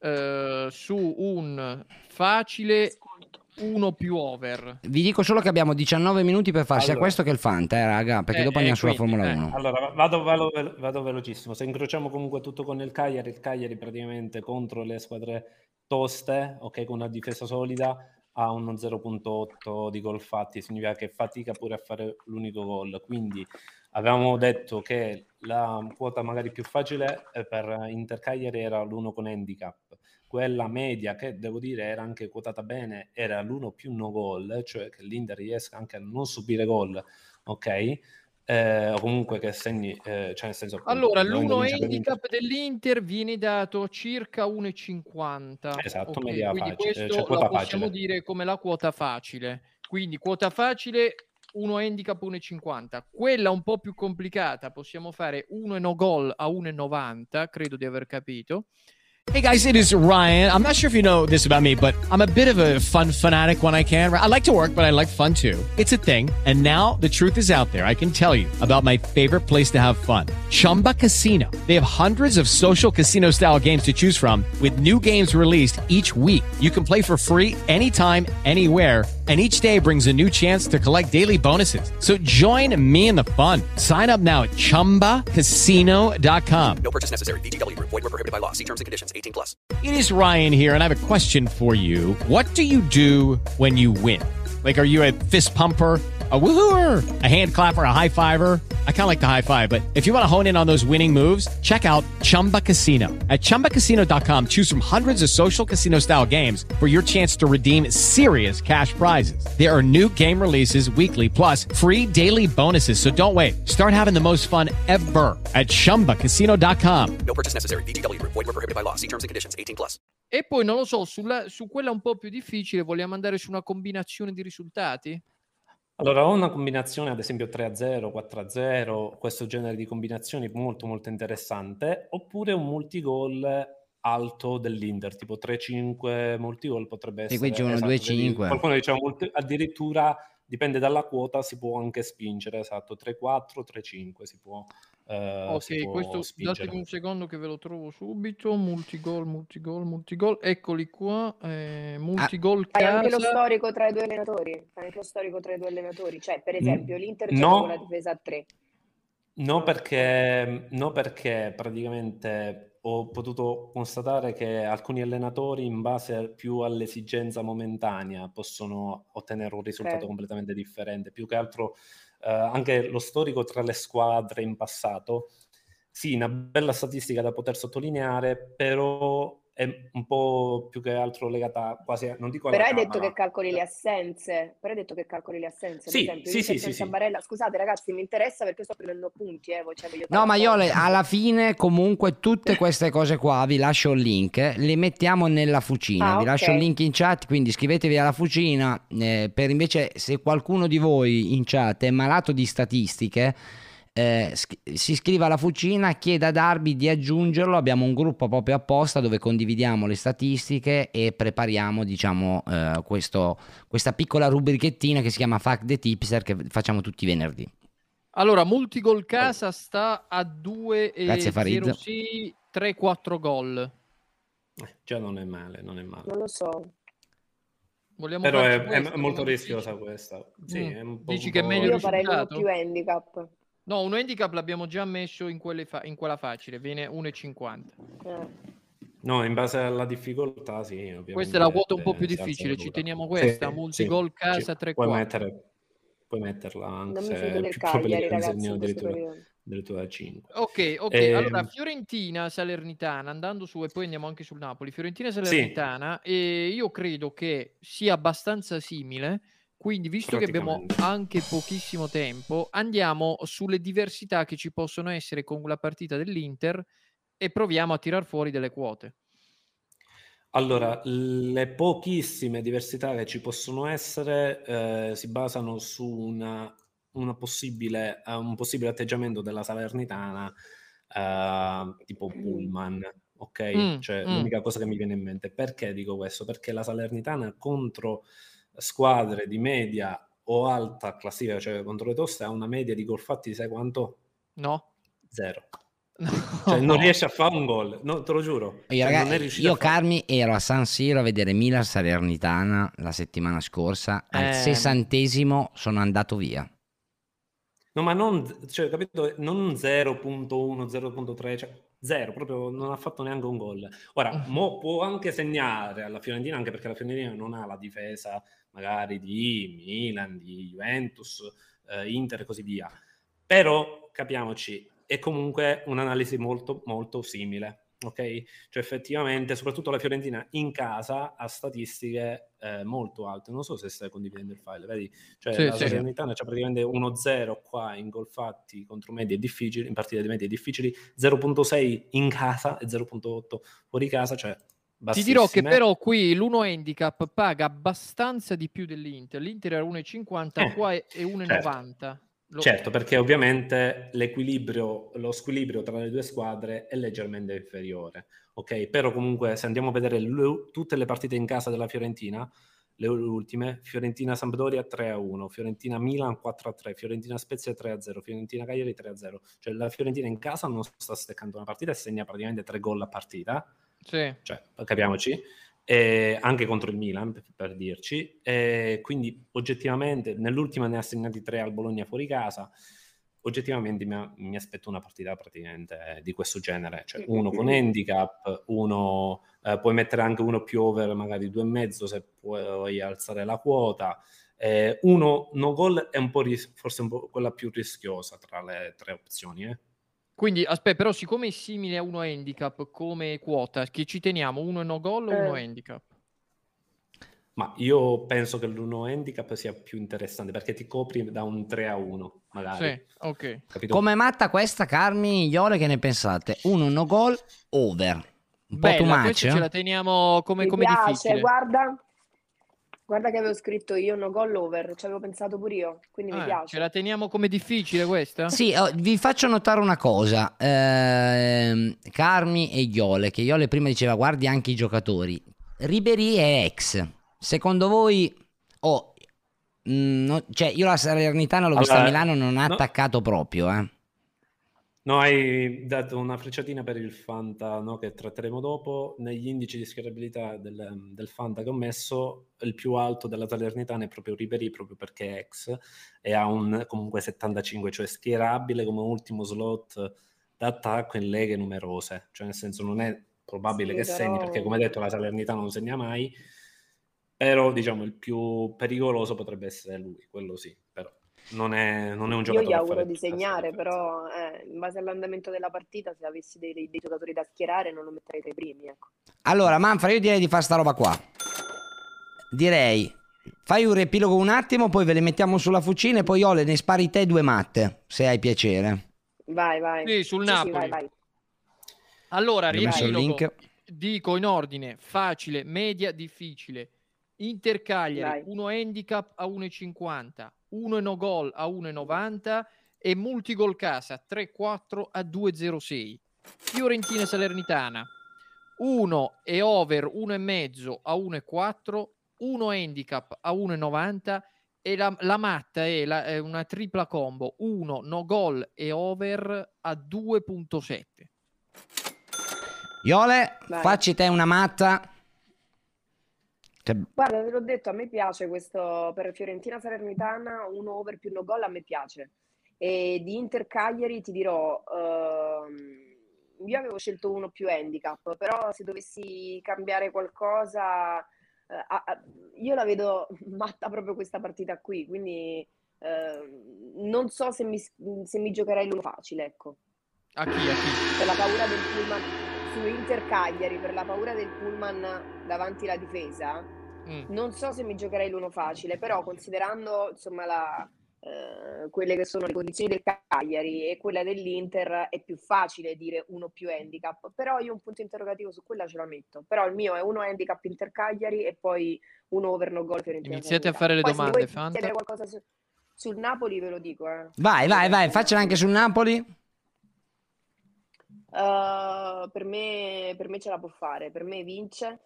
eh, su un facile uno più over. Vi dico solo che abbiamo diciannove minuti per fare sia Allora. questo che il Fanta, eh, raga, perché Eh, dopo eh, andiamo sulla quindi, Formula eh. uno. Allora, vado, vado, velo- vado velocissimo. Se incrociamo comunque tutto con il Cagliari, il Cagliari praticamente contro le squadre toste, ok, con una difesa solida, ha uno zero virgola otto di gol fatti, significa che fatica pure a fare l'unico gol. Quindi avevamo detto che la quota magari più facile eh, per Inter Cagliari era l'uno con handicap. Quella media, che devo dire era anche quotata bene, era l'uno più no gol, cioè che l'Inter riesca anche a non subire gol, ok? Eh, o comunque che segni, eh, cioè nel senso appunto, Allora, dovendo l'uno vincere l'Inter. handicap dell'Inter viene dato circa uno virgola cinquanta. Esatto, Ok, media quindi facile, questo cioè la quota possiamo facile. dire come la quota facile. Quindi quota facile, uno handicap uno virgola cinquanta. Quella un po' più complicata, possiamo fare uno no gol a uno virgola novanta, credo di aver capito. Hey guys, it is Ryan. I'm not sure if you know this about me, but I'm a bit of a fun fanatic when I can. I like to work, but I like fun too. It's a thing. And now the truth is out there. I can tell you about my favorite place to have fun. Chumba Casino. They have hundreds of social casino style games to choose from with new games released each week. You can play for free anytime, anywhere. And each day brings a new chance to collect daily bonuses. So join me in the fun. Sign up now at chumba casino dot com. No purchase necessary. V G W Group. Void where prohibited by law. See terms and conditions. eighteen plus. It is Ryan here, and I have a question for you. What do you do when you win? Like, are you a fist pumper, a woohooer, a hand clapper, a high fiver? I kind of like the high five, but if you want to hone in on those winning moves, check out Chumba Casino. At chumba casino dot com, choose from hundreds of social casino style games for your chance to redeem serious cash prizes. There are new game releases weekly, plus free daily bonuses. So don't wait. Start having the most fun ever at chumba casino dot com. No purchase necessary. V G W Group. Void where prohibited by law. See terms and conditions. eighteen plus. E poi non lo so, sulla, su quella un po' più difficile vogliamo andare su una combinazione di risultati? Allora, ho una combinazione, ad esempio tre a zero, quattro a zero, questo genere di combinazioni molto molto interessante, oppure un multigol alto dell'Inter, tipo tre cinque multigol potrebbe E qui essere... c'è uno esatto, due vedi, cinque. qualcuno diceva multi- addirittura, dipende dalla quota, si può anche spingere, esatto, tre quattro, tre cinque si può, eh, si Ok, può questo spingere. datemi un secondo che ve lo trovo subito. Multigol, multigol, multigol. Eccoli qua. Eh, multigol Fai anche lo casa. storico tra i due allenatori. Fai anche lo storico tra i due allenatori. Cioè, per esempio, Mm, l'Inter no. gioca con la difesa a tre. No perché, no, perché praticamente ho potuto constatare che alcuni allenatori, in base più all'esigenza momentanea, possono ottenere un risultato Ok. completamente differente. Più che altro, eh, anche lo storico tra le squadre in passato, sì, una bella statistica da poter sottolineare, però è un po' più che altro legata quasi, a- non dico alla Però hai detto cabala. che calcoli le assenze. Però hai detto che calcoli le assenze. Ad Sì, esempio, sì, l'Inter sì, sì, senza sì. Barella. Scusate, ragazzi, mi interessa perché sto prendendo appunti. Eh, cioè, voglio No, fare ma io le- apposta. alla fine comunque tutte queste cose qua vi lascio il link, eh, le mettiamo nella fucina, Ah, vi ok. lascio il link in chat, quindi iscrivetevi alla fucina, eh, per invece se qualcuno di voi in chat è malato di statistiche, eh, sch- si iscriva alla fucina, chieda a Darby di aggiungerlo, abbiamo un gruppo proprio apposta dove condividiamo le statistiche e prepariamo diciamo eh, questo, questa piccola rubrichettina che si chiama Fact the Tipster che facciamo tutti i venerdì. Allora, multigol casa sta a due Grazie, e Farid. zero sì, tre quattro gol. Eh, già non è male, non è male. Non lo so. Vogliamo Però farci è, è questa molto come rischiosa difficile? questa. Sì, Mm. è un po', Dici un che è po' meglio il Io farei l'uno risultato? più handicap. No, un handicap l'abbiamo già messo in, quelle fa- in quella facile, viene uno e cinquanta. Eh. No, in base alla difficoltà, sì, ovviamente. Questa è la quota un po' più eh, si alza difficile, la ci quota. teniamo questa, Sì, multigol sì, casa ci- tre puoi quattro. mettere, puoi metterla anche Non mi se fido del più probabile Cagliari, che ne ragazzi, segnino in questo addirittura, periodo. addirittura cinque. Ok, ok, Ehm, allora Fiorentina Salernitana, andando su e poi andiamo anche sul Napoli. Fiorentina Salernitana, e io credo che sia abbastanza simile, quindi visto che abbiamo Praticamente. anche pochissimo tempo, andiamo sulle diversità che ci possono essere con la partita dell'Inter e proviamo a tirar fuori delle quote. Allora, le pochissime diversità che ci possono essere eh, si basano su una, una possibile, eh, un possibile atteggiamento della Salernitana eh, tipo Pullman, ok? Mm, Cioè, mm. l'unica cosa che mi viene in mente. Perché dico questo? Perché la Salernitana contro squadre di media o alta classifica, cioè contro le toste, ha una media di gol fatti, sai quanto? No. Zero. Cioè, non riesce a fare un gol, no, te lo giuro. Io, Cioè, raga- non è riuscito io a fare. Carmi ero a San Siro a vedere Milan Salernitana la settimana scorsa, al Eh. sessantesimo sono andato via. No, ma non, cioè, capito? Non zero virgola uno, zero virgola tre, cioè zero, proprio non ha fatto neanche un gol. Ora, mo può anche segnare alla Fiorentina, anche perché la Fiorentina non ha la difesa magari di Milan, di Juventus, eh, Inter e così via. Però, capiamoci, è comunque un'analisi molto, molto simile, ok? Cioè, effettivamente, soprattutto la Fiorentina in casa ha statistiche eh, molto alte. Non so se stai condividendo il file, vedi? Cioè, Sì, la sì. Salernitana c'ha praticamente uno zero qua in gol fatti contro medie difficili, in partite di medie difficili, zero virgola sei in casa e zero virgola otto fuori casa, cioè Ti dirò che bassissime. però qui l'uno handicap paga abbastanza di più dell'Inter. L'Inter era uno e cinquanta, Eh, qua è uno e novanta. Lo- Certo, perché ovviamente l'equilibrio, lo squilibrio tra le due squadre è leggermente inferiore, ok? Però comunque se andiamo a vedere le- tutte le partite in casa della Fiorentina, le ultime, Fiorentina-Sampdoria tre a uno, Fiorentina-Milan quattro a tre, Fiorentina-Spezia tre a zero, Fiorentina-Cagliari tre a zero. Cioè la Fiorentina in casa non sta steccando una partita e segna praticamente tre gol a partita, Sì. cioè capiamoci, e anche contro il Milan per, per dirci, e quindi oggettivamente nell'ultima ne ha segnati tre al Bologna fuori casa. Oggettivamente mi, mi aspetto una partita praticamente di questo genere, cioè uno con handicap, uno eh, puoi mettere anche uno più over, magari due e mezzo se puoi alzare la quota, eh, uno no goal è un po' ris- forse un po' quella più rischiosa tra le tre opzioni, eh. Quindi, aspetta, però siccome è simile a uno handicap come quota, che ci teniamo uno no goal o uno Eh. handicap? Ma io penso che l'uno handicap sia più interessante perché ti copri da un tre a uno, magari. Sì, ok. Capito? Come matta questa, Carmi, Iole, che ne pensate? Uno no gol, over. Un po' too Bella, much? questa ce la teniamo come, Mi come piace, difficile. guarda, guarda che avevo scritto io no goal over, ci avevo pensato pure io, quindi mi Ah, piace. ce la teniamo come difficile questa? Sì, oh, vi faccio notare una cosa. Ehm, Carmi e Iole, che Iole prima diceva guardi anche i giocatori. Ribéry è ex. Secondo voi... Oh, mh, no- cioè io la Salernitana l'ho vista a Allora, Milano, non ha no. attaccato proprio, eh. No, hai dato una frecciatina per il Fanta, no, che tratteremo dopo. Negli indici di schierabilità del, del Fanta che ho messo, il più alto della Salernitana è proprio Ribéry, proprio perché è ex, e ha un comunque settantacinque, cioè schierabile come ultimo slot d'attacco in leghe numerose. Cioè nel senso non è probabile Sì, che segni, però- perché come detto la Salernitana non segna mai, però diciamo il più pericoloso potrebbe essere lui, quello sì, però non è, non è un Io giocatore gli a auguro fare di tutta questa segnare, differenza. però eh, in base all'andamento della partita, se avessi dei, dei giocatori da schierare non lo metterei tra i primi, ecco. Allora, Manfra, io direi di fare sta roba qua. Direi, fai un riepilogo un attimo, poi ve le mettiamo sulla fucina e poi Iole ne spari te due matte, se hai piacere. Vai, vai. Sì, sul Sì, sì, Napoli. vai, vai. Allora, Vi ho messo il riepilogo. link. Dico in ordine: facile, media, difficile. Inter Cagliari, Vai. uno handicap a uno e cinquanta, uno no gol a uno e novanta e multigol casa tre quattro a due zero sei. Fiorentina Salernitana, uno e over uno e mezzo a uno e quattro, uno handicap a uno e novanta e la, la matta è, la- è una tripla combo, uno no gol e over a due virgola sette. Iole, Vai. facci te una matta. Che- Guarda, te l'ho detto, a me piace questo per Fiorentina Salernitana, uno over più no gol, a me piace. E di Inter Cagliari ti dirò, ehm, io avevo scelto uno più handicap, però se dovessi cambiare qualcosa, eh, a- a- io la vedo matta proprio questa partita qui, quindi ehm, non so se mi, se mi giocherei l'uno facile, ecco. A chi? A chi? Per la paura del pullman su Inter Cagliari, per la paura del pullman davanti alla difesa, Mm. non so se mi giocherei l'uno facile, però considerando insomma la, eh, quelle che sono le condizioni del Cagliari e quella dell'Inter è più facile dire uno più handicap, però io un punto interrogativo su quella ce la metto, però il mio è uno handicap Inter Cagliari e poi uno over no gol Fiorentina Iniziate a Salernitana. fare le Poi se mi domande, vuoi Fanta. chiedere qualcosa su- sul Napoli ve lo dico, eh. Vai, vai, vai, faccela anche sul Napoli. Uh, per me, per me ce la può fare, per me vince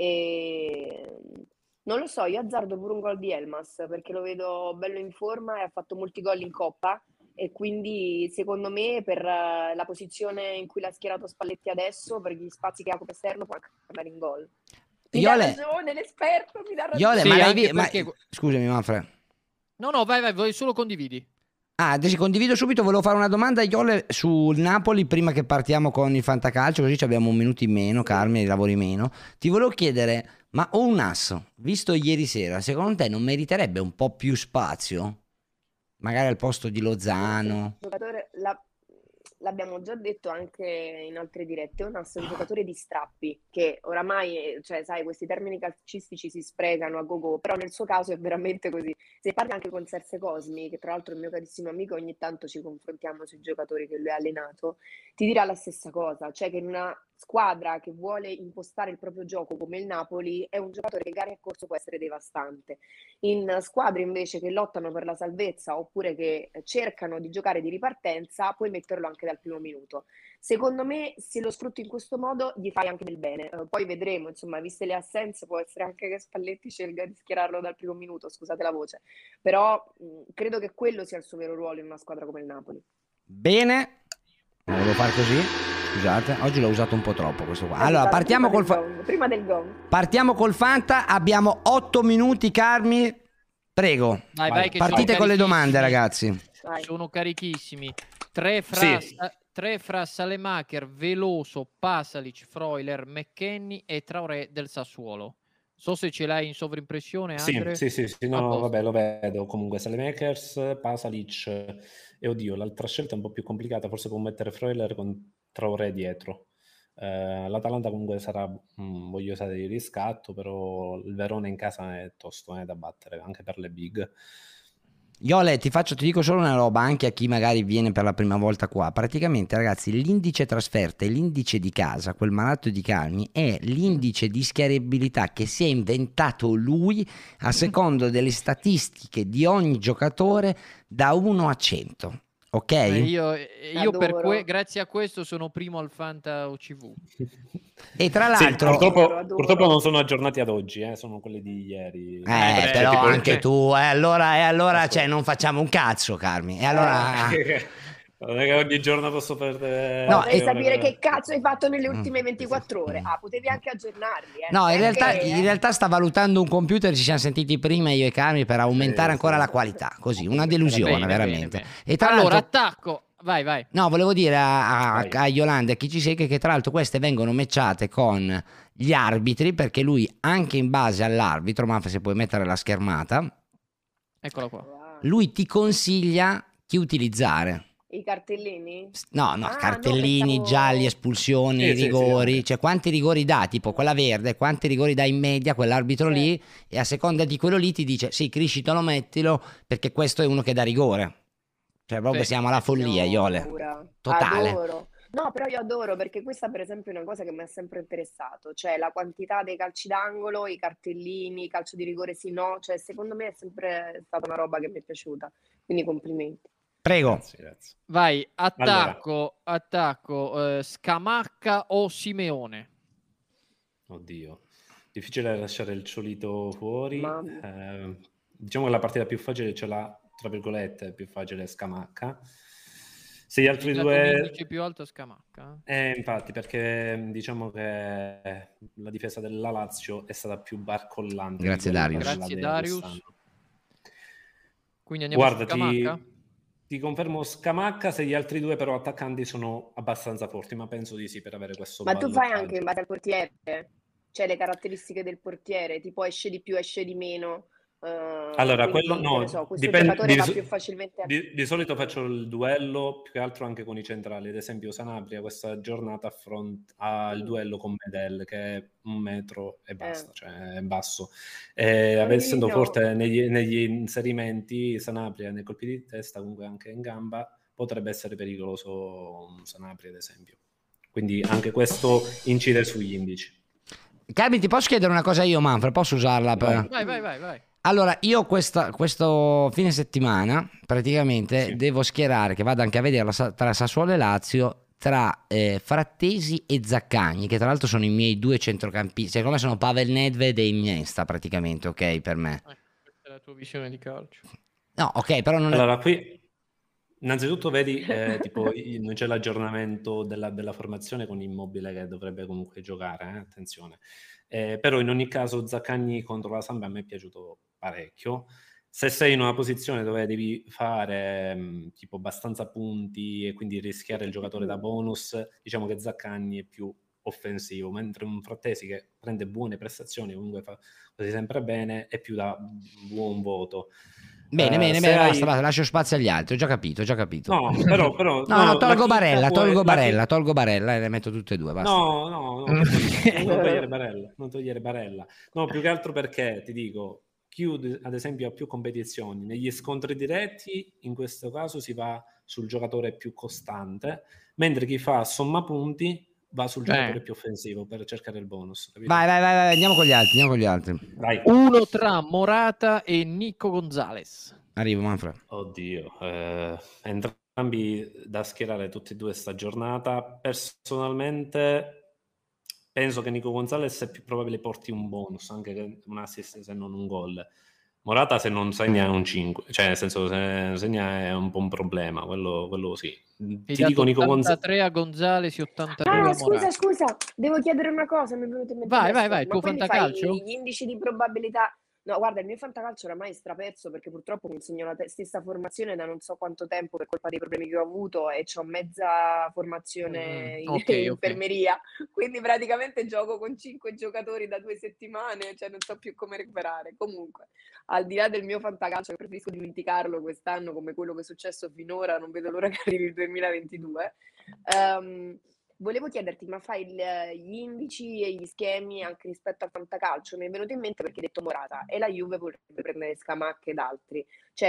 e non lo so, io azzardo pure un gol di Elmas perché lo vedo bello in forma e ha fatto molti gol in Coppa e quindi secondo me per eh, la posizione in cui l'ha schierato Spalletti adesso, per gli spazi che ha come esterno può anche andare in gol. Mi dà Iole, ragione, l'esperto mi dà ragione. Iole, Sì, ma l'hai anche vi- ma- perché- Scusami, Manfra. No, no, vai, vai, vai, solo condividi. Ah, adesso condivido subito, volevo fare una domanda a Iole sul Napoli prima che partiamo con il fantacalcio, così ci abbiamo un minuto in meno, Carmine, lavori meno. Ti volevo chiedere, ma un asso, visto ieri sera, secondo te non meriterebbe un po' più spazio? Magari al posto di Lozano? Giocatore, la- l'abbiamo già detto anche in altre dirette, è un asso, un giocatore di strappi, che oramai, eh, cioè, sai, questi termini calcistici si sprecano a go-go, però nel suo caso è veramente così. Se parli anche con Serse Cosmi, che tra l'altro è il mio carissimo amico, ogni tanto ci confrontiamo sui giocatori che lui ha allenato, ti dirà la stessa cosa, cioè che in una squadra che vuole impostare il proprio gioco come il Napoli è un giocatore che gare a corso può essere devastante. In squadre invece che lottano per la salvezza oppure che cercano di giocare di ripartenza, puoi metterlo anche dal primo minuto. Secondo me, se lo sfrutti in questo modo, gli fai anche del bene. Eh, poi vedremo, insomma, viste le assenze, può essere anche che Spalletti scelga di schierarlo dal primo minuto, scusate la voce. Però mh, credo che quello sia il suo vero ruolo in una squadra come il Napoli. Bene, non volevo fare così, scusate, oggi l'ho usato un po' troppo questo qua. Eh, Allora, prima partiamo del col, fa- gong, prima del gong. partiamo col Fanta, abbiamo otto minuti, Carmi, prego. Vai, vai, che Partite sono con le domande, carichissimi. ragazzi. Sono carichissimi. Tre fra, Sì. Sa- tre fra Salemaker, Veloso, Pasalic, Freuler, McKennie e Traoré del Sassuolo. So se ce l'hai in sovrimpressione, Sì, Andre. sì, sì, sì, A no, posto. vabbè, lo vedo. Comunque Salemakers, Pasalic e oddio, l'altra scelta è un po' più complicata, forse può mettere Freuler con Traoré dietro. Eh, L'Atalanta comunque sarà, mm, voglio usare di riscatto, però il Verona in casa è tosto, eh, da battere, anche per le big. Iole, ti faccio, ti dico solo una roba, anche a chi magari viene per la prima volta qua. Praticamente, ragazzi, l'indice trasferta e l'indice di casa, quel malato di Carmi, è l'indice di schiaribilità che si è inventato lui a secondo delle statistiche di ogni giocatore da uno a cento. Ok? Eh, io io per Adoro. que- grazie a questo sono primo al Fanta O C V. E tra Sì, l'altro, purtroppo, Adoro. purtroppo non sono aggiornati ad oggi, eh, sono quelli di ieri. eh, Cioè, però tipo- anche tu, e allora, e allora cioè, non facciamo un cazzo, Carmi. E allora. Non è che ogni giorno posso perdere. No, Vorrei e- sapere che cazzo hai fatto nelle Mm. ultime ventiquattro ore. Ah, potevi anche aggiornarli. Eh. No, in Perché, realtà, eh? in realtà sta valutando un computer, ci siamo sentiti prima io e Carmi per aumentare Sì, ancora sì. la qualità, così, una delusione Bene, veramente. bene, bene. E tra Allora, l'altro, attacco. Vai, vai. no, volevo dire a, a, Vai. a Yolanda, a chi ci segue, che tra l'altro queste vengono matchate con gli arbitri, perché lui anche in base all'arbitro, ma se puoi mettere la schermata, Eccola qua. Wow. lui ti consiglia chi utilizzare. I cartellini? No, no, Ah, cartellini, no, pensavo- gialli, espulsioni, Sì, sì, sì, rigori, anche. cioè quanti rigori dà, tipo quella verde, quanti rigori dà in media quell'arbitro Sì. lì, e a seconda di quello lì ti dice sì, criscitelo, mettilo, perché questo è uno che dà rigore. Cioè proprio Sì. siamo alla follia, Iole. Paura. Totale. Adoro. No, però io adoro perché questa per esempio è una cosa che mi ha sempre interessato, cioè la quantità dei calci d'angolo, i cartellini, calcio di rigore sì no, cioè secondo me è sempre stata una roba che mi è piaciuta, quindi complimenti. Prego. Grazie, grazie. Vai, attacco, attacco, eh, Scamacca o Simeone? Oddio, difficile lasciare il Ciolito fuori. Mamma. Eh, diciamo che la partita più facile ce l'ha, tra virgolette, più facile Scamacca. Se gli altri Hai dato due... l'indice più alto a Scamacca? Eh, infatti, perché diciamo che la difesa della Lazio è stata più barcollante. Grazie, di quella Darius. della Grazie, Dea Darius. quest'anno. Quindi andiamo Guarda, su Scamacca? ti, ti confermo Scamacca se gli altri due però attaccanti sono abbastanza forti, ma penso di sì per avere questo Ma tu fai ballottaggio. anche in base al portiere, cioè le caratteristiche del portiere, tipo esce di più, esce di meno. eh, Allora, quindi, quello che no, ne so, questo dipende, giocatore di, va so- più facilmente a... di- di solito faccio il duello più che altro anche con i centrali, ad esempio Sanabria questa giornata affront- ha il Mm. duello con Medel che è un metro e basta, Eh. cioè è basso. E, essendo Poverino. forte negli, negli inserimenti, Sanabria nei colpi di testa, comunque anche in gamba, potrebbe essere pericoloso un Sanabria ad esempio. Quindi anche questo incide sugli indici. Carmi, ti posso chiedere una cosa io, Manfred? Posso usarla per... Vai, vai, vai, vai. Allora, io questa, questo fine settimana praticamente Sì. devo schierare, che vado anche a vedere tra Sassuolo e Lazio, tra eh, Frattesi e Zaccagni, che tra l'altro sono i miei due centrocampisti. Secondo me sono Pavel Nedved e Iniesta praticamente, ok, per me. Eh, questa è la tua visione di calcio. No, ok, però non è... Allora, qui innanzitutto vedi, eh, tipo, i- non c'è l'aggiornamento della, della formazione con Immobile che dovrebbe comunque giocare, eh, attenzione. Eh, però in ogni caso Zaccagni contro la Samp a me è piaciuto parecchio. Se sei in una posizione dove devi fare mh, tipo abbastanza punti e quindi rischiare il giocatore da bonus, diciamo che Zaccagni è più offensivo, mentre un Frattesi che prende buone prestazioni, comunque fa quasi sempre bene, è più da buon voto. Bene, Eh, bene, se bene, hai- basta, basta, lascio spazio agli altri, ho già capito, ho già capito. No, però, però No, no, la tolgo chicca Barella, può- tolgo la Barella, chi- tolgo Barella e le metto tutte e due, basta. No, no, no, non togliere Barella, non togliere Barella. No, più che altro perché ti dico, chi ad esempio ha più competizioni negli scontri diretti, in questo caso si va sul giocatore più costante, mentre chi fa somma punti va sul giocatore Eh. più offensivo per cercare il bonus. Capito? Vai, vai, vai, vai, andiamo con gli altri, andiamo con gli altri. Vai. Uno tra Morata e Nico Gonzalez. Arrivo, Manfred. Oddio, eh, entrambi da schierare tutti e due sta giornata. Personalmente penso che Nico Gonzalez è più probabile porti un bonus, anche che un assist se non un gol. Morata se non segna è un cinque, cioè nel senso se segna è un po' un problema, quello, quello sì. Hai Ti dato dico Nico Gonzalez. ottantatré a Gonzalez e ottantadue Ah, a scusa, Morata. scusa, devo chiedere una cosa, mi è venuto in mente Vai, vai, adesso. vai, Ma tuo quindi fantacalcio? fai gli indici di probabilità? No, guarda, il mio fantacalcio oramai è straperso perché purtroppo consegno la te- stessa formazione da non so quanto tempo per colpa dei problemi che ho avuto e ho mezza formazione Mm, in, ok, in ok. infermeria, quindi praticamente gioco con cinque giocatori da due settimane, cioè non so più come recuperare. Comunque, al di là del mio fantacalcio, che preferisco dimenticarlo quest'anno come quello che è successo finora, non vedo l'ora che arrivi il duemilaventidue. Ehm, Volevo chiederti, ma fai il- gli indici e gli schemi anche rispetto al fantacalcio? Mi è venuto in mente perché hai detto Morata e la Juve vorrebbe prendere Scamacca ed altri. Cioè,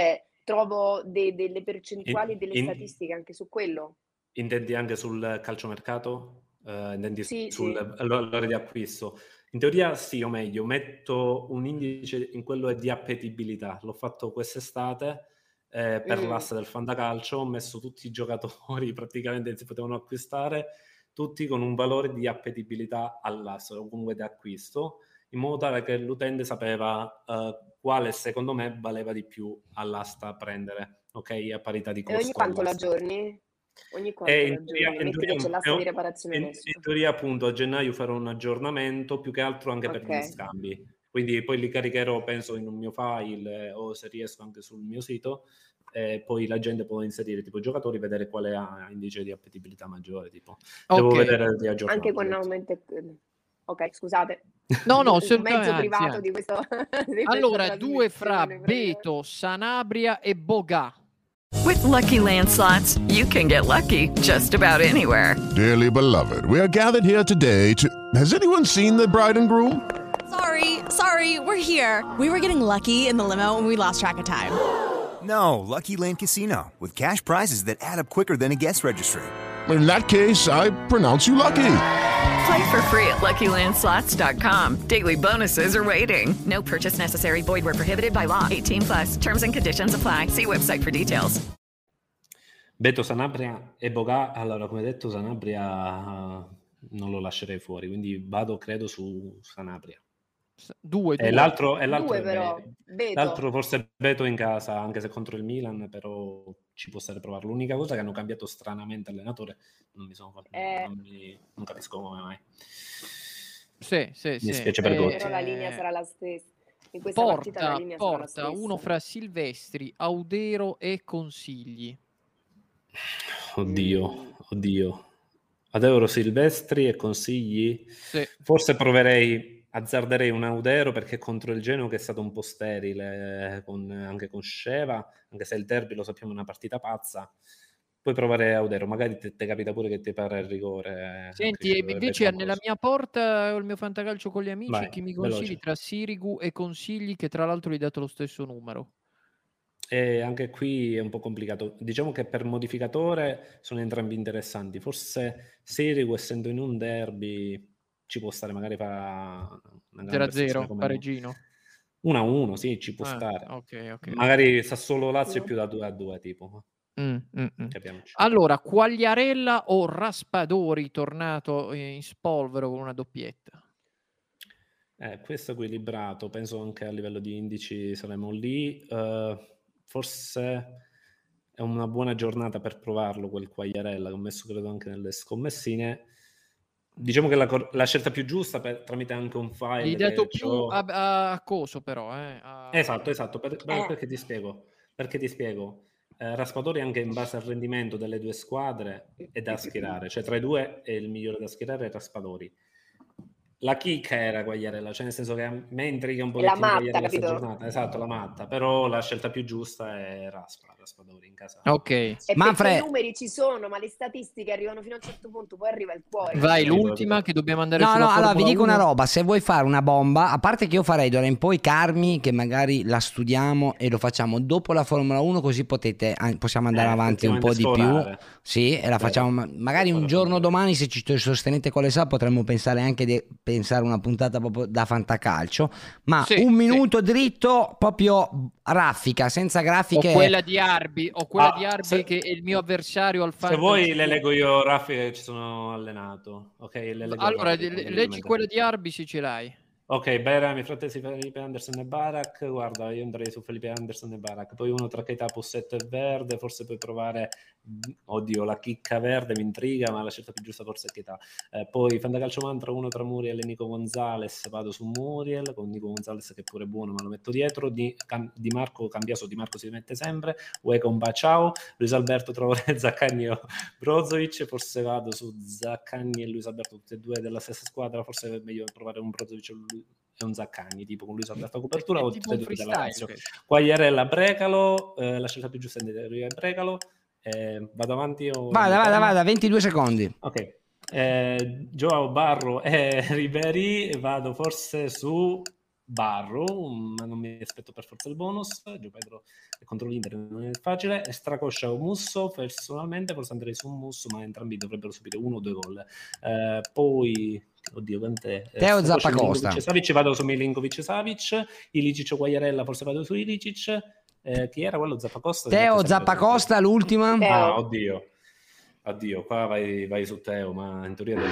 trovo de- delle percentuali e In, delle in- statistiche anche su quello. intendi anche sul calciomercato? Uh, intendi Sì, sull'ora di acquisto? In teoria sì, o meglio, metto un indice in quello di appetibilità. L'ho fatto quest'estate eh, per Mm. l'asta del fantacalcio, ho messo tutti i giocatori praticamente che si potevano acquistare, tutti con un valore di appetibilità all'asta o comunque di acquisto, in modo tale che l'utente sapeva uh, quale secondo me valeva di più all'asta prendere, ok? A parità di E ogni costo quanto lo all'asta. aggiorni? Ogni quanto E lo in teoria, aggiorni? in Metti teoria che c'è un- l'asta è un- di riparazione in- adesso. in teoria, appunto, a gennaio farò un aggiornamento più che altro anche per gli Ok. scambi. Quindi poi li caricherò, penso, in un mio file eh, o se riesco anche sul mio sito. E poi la gente può inserire tipo i giocatori, vedere quale ha indice di appetibilità maggiore. Tipo. Devo Ok. vedere di aggiornare. Anche con aumento... Ok, scusate. No, no, Un assolutamente, mezzo anzi, privato anzi. di questo di questa Allora, due fra trasmissione, praticamente. Beto, Sanabria e Bogà. With Lucky Land Slots, you can get lucky just about anywhere. Dearly beloved, we are gathered here today to... Has anyone seen the bride and groom? Sorry, sorry, we're here. We were getting lucky in the limo and we lost track of time. No, Lucky Land Casino, with cash prizes that add up quicker than a guest registry. In that case, I pronounce you lucky. Play for free at lucky land slots dot com. Daily bonuses are waiting. No purchase necessary. Void where prohibited by law. eighteen plus. Terms and conditions apply. See website for details. Beto, Sanabria e Bogà. Allora, come detto, Sanabria uh, non lo lascerei fuori, quindi vado, credo, su Sanabria. Due, E due. l'altro, e l'altro, Due è però, Be- Beto. l'altro forse è Beto in casa, anche se contro il Milan, però ci può stare provarlo. L'unica cosa è che hanno cambiato stranamente allenatore, non mi sono fatto, Eh. non, mi- non capisco come mai. Sì, sì, Mi sì. spiace per Eh, Gotti. Però la linea sarà la stessa. In questa partita la Porta, linea sarà la porta stessa. uno fra Silvestri, Audero e Consigli. Oddio, oddio. Ad Euro Silvestri e consigli? Sì. Forse proverei, azzarderei un Audero perché contro il Genoa che è stato un po' sterile, eh, con- anche con Sceva, anche se il derby lo sappiamo è una partita pazza. Puoi provare Audero, magari ti capita pure che ti pare il rigore. eh, Senti, che ci e dovrebbe invece essere nella qualcosa. mia porta ho il mio fantacalcio con gli amici. Vai, Chi mi veloce. consigli tra Sirigu e Consigli, che tra l'altro gli hai dato lo stesso numero? E anche qui è un po' complicato. Diciamo che per modificatore sono entrambi interessanti. Forse Sirigu, essendo in un derby, ci può stare, magari fa una zero gran a prestazione zero, come pareggino. uno a uno, sì, ci può Ah, stare. ok, ok. Magari Sassuolo Lazio è più da due a due, tipo. Mm, mm, mm. Capiamoci. Allora, Quagliarella o Raspadori tornato in spolvero con una doppietta? Eh, questo è equilibrato, penso anche a livello di indici saremo lì. Eh, forse è una buona giornata per provarlo quel Quagliarella, che ho messo credo anche nelle scommessine. Diciamo che la, cor- la scelta più giusta per- tramite anche un file Gli hai che dato più c'ho- a, a- a coso però, eh? a- Esatto, esatto, per- per- Eh. perché ti spiego? Perché ti spiego? Eh, Raspadori anche in base al rendimento delle due squadre è da schierare, cioè tra i due è il migliore da schierare è Raspadori. La chicca era Quagliarella, cioè nel senso che a me intriga un È la pochettino matta, Quagliarella questa capito? giornata, esatto, la matta, però la scelta più giusta è Raspa, Raspadori in casa. Ok. E Manfred- perché i numeri ci sono, ma le statistiche arrivano fino a un certo punto, poi arriva il cuore. Vai, l'ultima che dobbiamo andare No, sulla no, allora vi Formula dico una uno. roba, se vuoi fare una bomba, a parte che io farei d'ora in poi Carmi, che magari la studiamo e lo facciamo dopo la Formula uno, così potete, ah, possiamo andare Eh, avanti un po' di più. effettivamente sforare. Sì, e la facciamo ma- magari un giorno domani, se ci sostenete con le sa, potremmo pensare anche di pensare una puntata proprio da fantacalcio, ma Sì, un minuto dritto, proprio raffica, senza O grafiche. quella di Arbi, o quella Ah, di Arbi se- che è il mio avversario al Se fantasy. vuoi le leggo io, Raffi, che ci sono allenato. Ok, le leggo a Allora, Raffi, le- leggi ovviamente. quella di Arbi se ce l'hai. Ok, Berami, Frattesi, Felipe Anderson e Barak. Guarda, io andrei su Felipe Anderson e Barak. Poi uno tra Keita, Pussetto e Verde. Forse puoi provare, oddio, la chicca verde mi intriga, ma la scelta più giusta forse è Keita. Eh, poi Fantacalcio Mantra, uno tra Muriel e Nico Gonzalez. Vado su Muriel con Nico Gonzalez che è pure buono, ma lo metto dietro. Di, Cam- Di Marco Cambiaso, Di Marco si mette sempre. Ueco Ciao. Luis Alberto Traoré, Zaccagni o Brozovic. Forse vado su Zaccagni e Luis Alberto, tutti e due della stessa squadra. Forse è meglio provare un Brozovic o Lu- e un Zaccagni, tipo con Luis Alberto a copertura È o tipo tutte e un due della freestyle Lazio. questo. Quagliarella, Brecalo. Eh, la scelta più giusta è Brecalo. Eh, vado avanti o Vada, vada, vada, ventidue secondi. Ok. Eh, Joao Barro e Ribéry. Vado forse su Barro, ma non mi aspetto per forza il bonus. Gio Pedro contro l'Inter non è facile. Stracoscia o Musso, personalmente forse andrei su Musso, ma entrambi dovrebbero subire uno o due gol. Eh, poi oddio, quant'è? Teo Zappacosta. Savic, vado su Milinkovic Savic, Ilicic o Quagliarella, forse vado su Ilicic. Eh, chi era quello? Zappacosta? Teo Zappacosta, l'ultima. Ah, oddio. Addio, qua vai, vai su Teo, ma in teoria devi...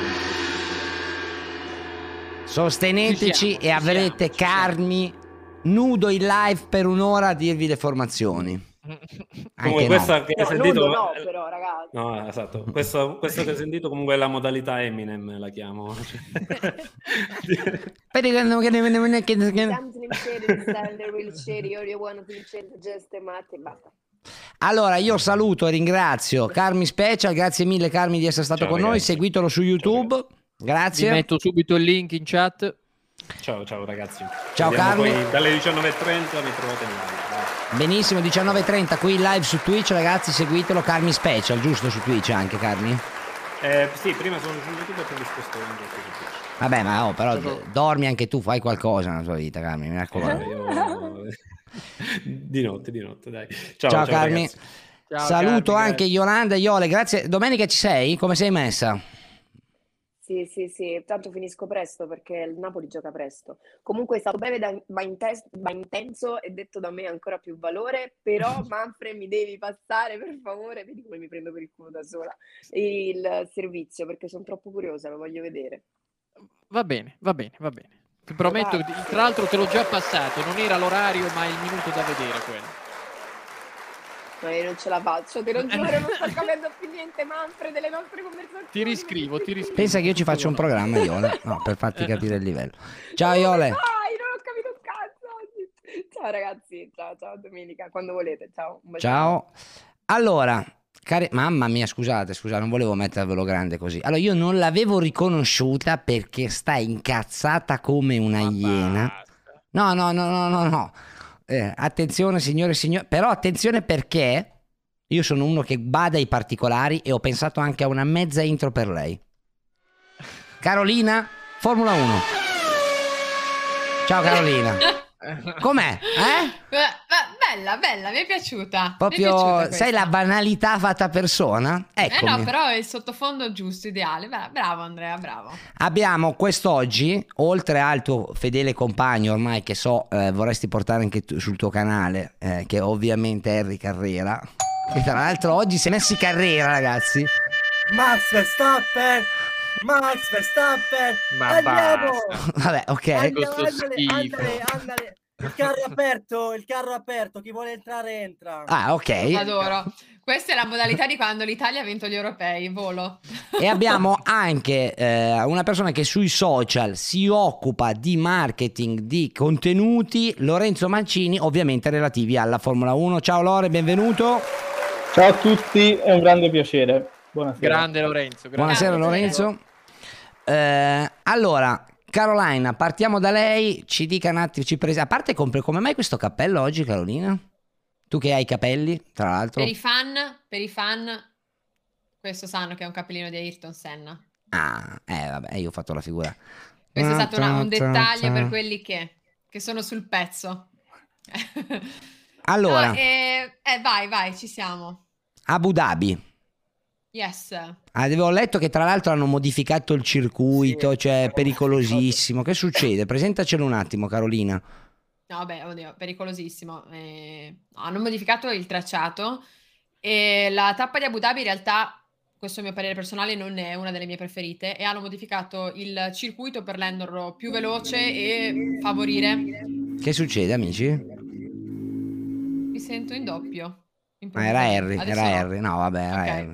Sosteneteci Ci siamo, e avrete ci siamo, Carmi nudo in live per un'ora a dirvi le formazioni. Comunque questa no. che hai No, sentito nudo no, però ragazzi. no, esatto, questo, questo che hai sentito comunque è la modalità Eminem, la chiamo. Allora io saluto e ringrazio Carmi Special, grazie mille Carmi di essere stato Ciao, con ragazzi. noi, seguitelo su YouTube. Ciao, grazie. Vi metto subito il link in chat. Ciao ciao ragazzi. Ciao, Vediamo Carmi. poi dalle diciannove e trenta mi trovate in live. Benissimo, diciannove e trenta qui live su Twitch, ragazzi, seguitelo. Carmi Special, giusto, su Twitch anche, Carmi? Eh, sì, prima sono su YouTube e poi mi sposto in gioco su Twitch. Vabbè, ma oh, però Ciao, ciao. dormi anche tu, fai qualcosa nella tua vita, Carmi, mi raccomando. Eh, io... di notte, di notte, dai. Ciao, Ciao, ciao Carmi. ragazzi. Ciao, Saluto Carmi, anche Yolanda e Iole, grazie. Domenica ci sei? Come sei messa? Sì, sì, sì, tanto finisco presto perché il Napoli gioca presto. Comunque è stato breve da- ma, intes- ma intenso e detto da me ancora più valore, però Manfred mi devi passare per favore, vedi come mi prendo per il culo da sola, il servizio perché sono troppo curiosa, lo voglio vedere. Va bene, va bene, va bene. Ti prometto, di- tra l'altro te l'ho già passato, non era l'orario ma il minuto da vedere quello. Ma io non ce la faccio, te lo giuro, non sto capendo più niente, Manfred, delle nostre conversazioni. Ti riscrivo, ti riscrivo. Pensa che io ci faccio un programma, Iole, no, per farti capire il livello. Ciao Iole. Dai, non ho capito un cazzo oggi. Ciao ragazzi, ciao, ciao domenica, quando volete, ciao. Un bacione. Ciao. Allora, cari... mamma mia, scusate, scusate, non volevo mettervelo grande così. Allora, io non l'avevo riconosciuta perché sta incazzata come una iena. No, no, no, no, no, no. Eh, attenzione signore e signori, però attenzione perché io sono uno che bada ai particolari e ho pensato anche a una mezza intro per lei. Carolina, Formula uno. Ciao Carolina. Com'è? Eh? Beh, bella, bella, mi è piaciuta. Mi è Proprio, piaciuta questa. sai la banalità fatta persona? Eh Eccomi. no, però è il sottofondo giusto, ideale. Bra- Bravo Andrea, bravo. Abbiamo quest'oggi, oltre al tuo fedele compagno ormai che so eh, vorresti portare anche tu, sul tuo canale, eh, che ovviamente è Harry Carrera, che tra l'altro oggi si è messi Carrera, ragazzi. Max Verstappen, Max Verstappen, Ma andiamo! Vabbè, ok. Andiamo, Questo andale, schifo. andale, andale. Il carro è aperto, il carro è aperto, chi vuole entrare entra. Ah, ok. Adoro. Questa è la modalità di quando l'Italia ha vinto gli europei, volo. E abbiamo anche eh, una persona che sui social si occupa di marketing di contenuti, Lorenzo Mancini, ovviamente relativi alla Formula uno. Ciao Lore, benvenuto. Ciao a tutti, è un grande piacere. Buonasera. Grande Lorenzo. Grande. Buonasera Lorenzo. Eh, allora, Carolina, partiamo da lei, ci dica un attimo, ci prese... a parte compre come mai questo cappello oggi, Carolina? Tu che hai i capelli, tra l'altro. Per i fan, per i fan, questo sanno che è un cappellino di Ayrton Senna. Ah, eh vabbè, io ho fatto la figura. Questo è stato una- un dettaglio per quelli che, che sono sul pezzo. Allora, No, eh, eh, vai, vai, ci siamo. Abu Dhabi. Yes. Ah, avevo letto che tra l'altro hanno modificato il circuito, cioè è pericolosissimo. Che succede? Presentacelo un attimo, Carolina. No, vabbè, oddio, pericolosissimo. Eh, hanno modificato il tracciato e la tappa di Abu Dhabi in realtà, questo è il mio parere personale, non è una delle mie preferite e hanno modificato il circuito per renderlo più veloce e favorire. Che succede, amici? Mi sento in doppio. Ah, era Harry, Adesso era no. Harry. No, vabbè, era Ok. Harry.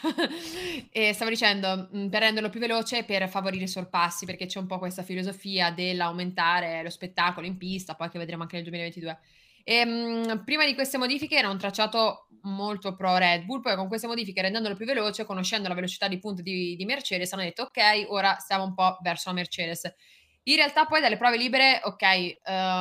E stavo dicendo, mh, per renderlo più veloce e per favorire i sorpassi, perché c'è un po' questa filosofia dell'aumentare lo spettacolo in pista, poi che vedremo anche nel duemilaventidue. E, mh, prima di queste modifiche era un tracciato molto pro Red Bull, poi con queste modifiche rendendolo più veloce, conoscendo la velocità di punta di, di Mercedes, hanno detto ok, ora stiamo un po' verso la Mercedes. In realtà poi dalle prove libere, ok, eh,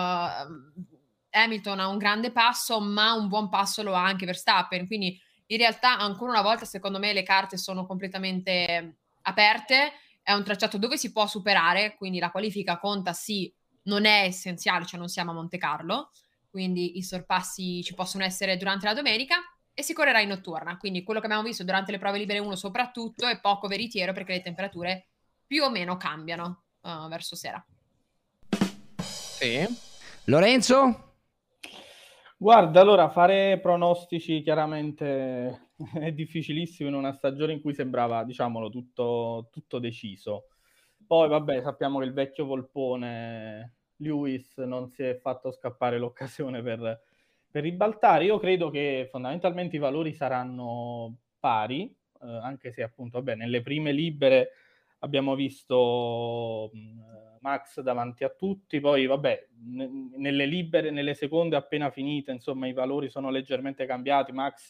Hamilton ha un grande passo, ma un buon passo lo ha anche Verstappen, quindi in realtà ancora una volta secondo me le carte sono completamente aperte, è un tracciato dove si può superare, quindi la qualifica conta sì, non è essenziale, cioè non siamo a Monte Carlo, quindi i sorpassi ci possono essere durante la domenica e si correrà in notturna, quindi quello che abbiamo visto durante le prove libere uno soprattutto è poco veritiero perché le temperature più o meno cambiano uh, verso sera. Sì. Lorenzo? Guarda, allora fare pronostici chiaramente è difficilissimo in una stagione in cui sembrava, diciamolo, tutto, tutto deciso. Poi vabbè, sappiamo che il vecchio volpone Lewis non si è fatto scappare l'occasione per, per ribaltare. Io credo che fondamentalmente i valori saranno pari, eh, anche se appunto vabbè, nelle prime libere abbiamo visto mh, Max davanti a tutti, poi vabbè, n- nelle libere, nelle seconde appena finite, insomma i valori sono leggermente cambiati. Max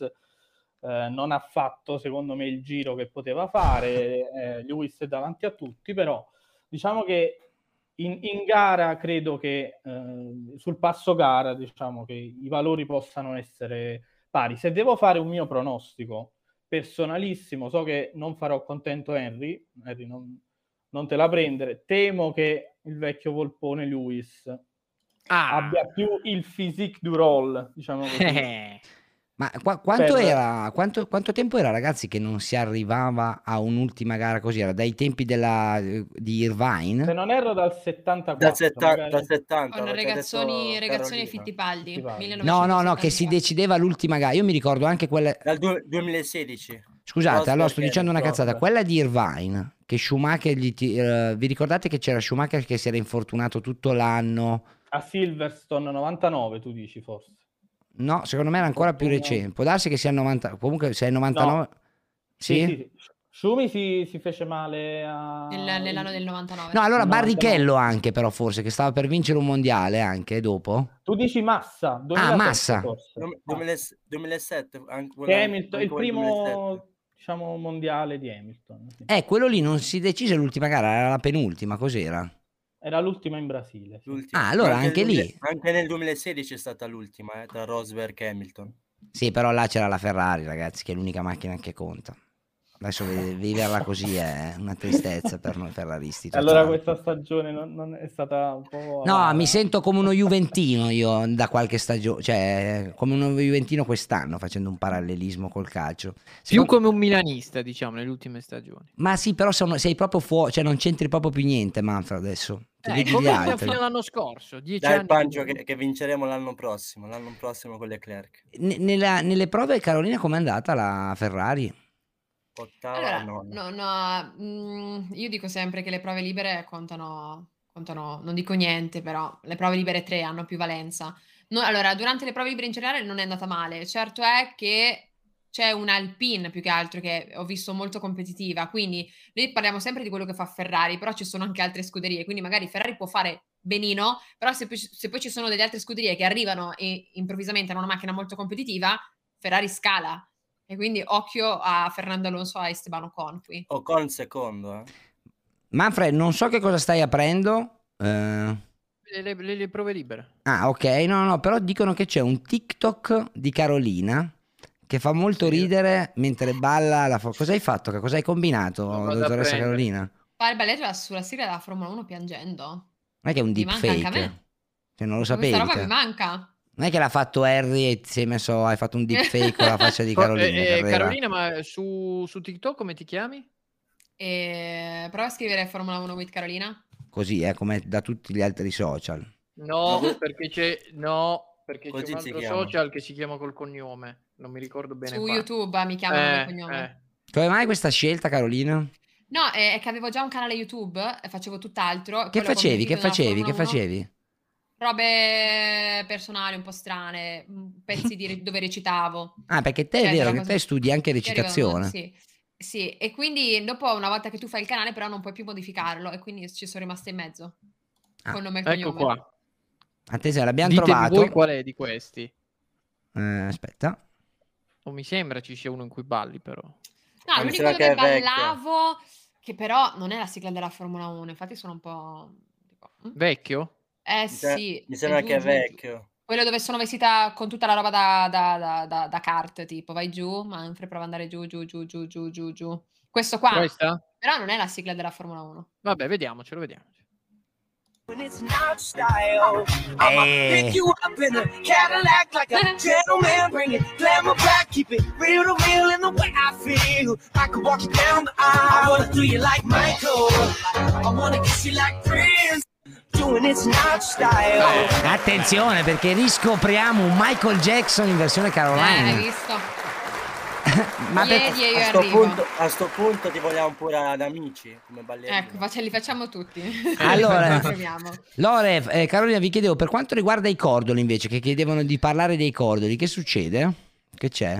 eh, non ha fatto secondo me il giro che poteva fare, eh, Lewis è davanti a tutti, però diciamo che in, in gara credo che eh, sul passo gara diciamo che i valori possano essere pari. Se devo fare un mio pronostico personalissimo, so che non farò contento Henry, Henry non, non te la prendere, temo che il vecchio volpone Lewis ah. abbia più il physique du roll, diciamo così. Ma qua, quanto, Per... era, quanto, quanto tempo era, ragazzi, che non si arrivava a un'ultima gara così? Era dai tempi della, di Irvine? Se non erro dal settantaquattro. Dal, setta, magari... dal settanta. Con Regazzoni, Regazzoni e Fittipaldi. Fittipaldi. No, no, no, che si decideva l'ultima gara. Io mi ricordo anche quella... Dal du- duemilasedici. Scusate, Rosberg allora sto dicendo una Rosberg. cazzata. Quella di Irvine, che Schumacher gli ti- uh, vi ricordate che c'era Schumacher che si era infortunato tutto l'anno? A Silverstone novantanove, tu dici forse? No, secondo me era ancora più recente. Può darsi che sia il novanta, comunque se è il novantanove. No. Sì? Sì, sì, sì. Schumi si, si fece male a... Nel- nell'anno del novantanove. No, allora novantanove. Barrichello anche però forse, che stava per vincere un mondiale anche dopo. Tu dici Massa, duemilasette, Ah, Massa. forse. duemila- duemilasette. Anche, Che Hamilton, il anche primo duemilasette. diciamo mondiale di Hamilton. Sì. Eh, quello lì non si decise l'ultima gara, era la penultima, cos'era? Era l'ultima in Brasile. Sì. L'ultima. Ah, allora anche nel lì. duemila anche nel duemilasedici è stata l'ultima, eh, tra Rosberg e Hamilton. Sì, però là c'era la Ferrari, ragazzi, che è l'unica macchina che conta. Adesso vi- viverla così è una tristezza per noi ferraristi. Allora totale. questa stagione non, non è stata un po'... No, mi sento come uno juventino io da qualche stagione, cioè come uno juventino quest'anno, facendo un parallelismo col calcio. Più Secondo- come un milanista, diciamo, nelle ultime stagioni. Ma sì, però sono- sei proprio fuori, cioè non c'entri proprio più niente, Manfred, adesso. Ti Eh, vedi gli come altri. fino all'anno scorso, dieci Dai il anni. banjo che, che vinceremo l'anno prossimo, l'anno prossimo con Leclerc. Ne- nella- nelle prove, Carolina, com'è andata la Ferrari? Ottava, Allora, nona. no, no, mm, io dico sempre che le prove libere contano, contano, non dico niente, però le prove libere tre hanno più valenza. No, allora, durante le prove libere in generale non è andata male. Certo è che c'è un'Alpine più che altro che ho visto molto competitiva, quindi noi parliamo sempre di quello che fa Ferrari, però ci sono anche altre scuderie, quindi magari Ferrari può fare benino, però se poi, se poi ci sono delle altre scuderie che arrivano e improvvisamente hanno una macchina molto competitiva, Ferrari scala. E quindi occhio a Fernando Alonso e a Esteban Ocon qui. Ocon secondo, eh. Manfred, non so che cosa stai aprendo. eh, Le, le- le- le prove libere. Ah, ok, no, no, però dicono che c'è un TikTok di Carolina che fa molto ridere mentre balla la fo- Cosa hai fatto? Che cosa hai combinato, vado a dottoressa prendere. Carolina? Fare il balletto sulla sigla della Formula uno piangendo. Non è che è un Mi manca anche a deepfake? me. Cioè, non lo Questa roba mi sapete? manca. Non è che l'ha fatto Harry e ti sei messo, hai fatto un deepfake con la faccia di Co- Carolina. eh, eh, Carrera. Carolina, ma su, su TikTok come ti chiami? E... Prova a scrivere Formula uno with Carolina. Così, eh, come da tutti gli altri social. No, perché c'è no, perché Così c'è un si altro chiama. social che si chiama col cognome. Non mi ricordo bene Su quale. YouTube mi chiamano Eh, il cognome. eh. Come mai questa scelta, Carolina? No, è, è che avevo già un canale YouTube e facevo tutt'altro. Che poi l'ho facevi? Che condiviso nella facevi? Che Formula uno. facevi? Robe personali un po' strane, m, pezzi di re- dove recitavo. Ah, perché te è Cioè, vero c'era che cosa- te studi anche che arrivano- recitazione. Sì, sì, e quindi dopo una volta che tu fai il canale però non puoi più modificarlo e quindi ci sono rimasta in mezzo. Ah, Col nome e il Ecco cognome. qua. Attenzione, l'abbiamo Ditemi trovato. voi qual è di questi. Eh, aspetta. Non mi sembra ci sia uno in cui balli, però. No, Ma mi l'unico sembra dove che è vecchio. ballavo, che però non è la sigla della Formula uno, infatti sono un po'... tipo, mm? Vecchio? Eh Mi se- sì. mi sembra è giù, che è giù, vecchio. Quello dove sono vestita con tutta la roba da, da, da, da, da kart, tipo vai giù, Manfred prova ad andare giù, giù, giù, giù, giù, giù, giù. Questo qua, Questa? però non è la sigla della Formula uno. Vabbè, vediamocelo, vediamocelo. Eh. Attenzione, perché riscopriamo un Michael Jackson in versione Eh, Caroline. hai visto? Ma per- Chiedi e io a sto arrivo. punto, a sto punto ti vogliamo pure ad amici come ballerini. Ecco, faccia- li facciamo tutti. Allora, Proviamo. Lore, eh, Carolina, vi chiedevo per quanto riguarda i cordoli invece, che chiedevano di parlare dei cordoli, che succede? Che c'è?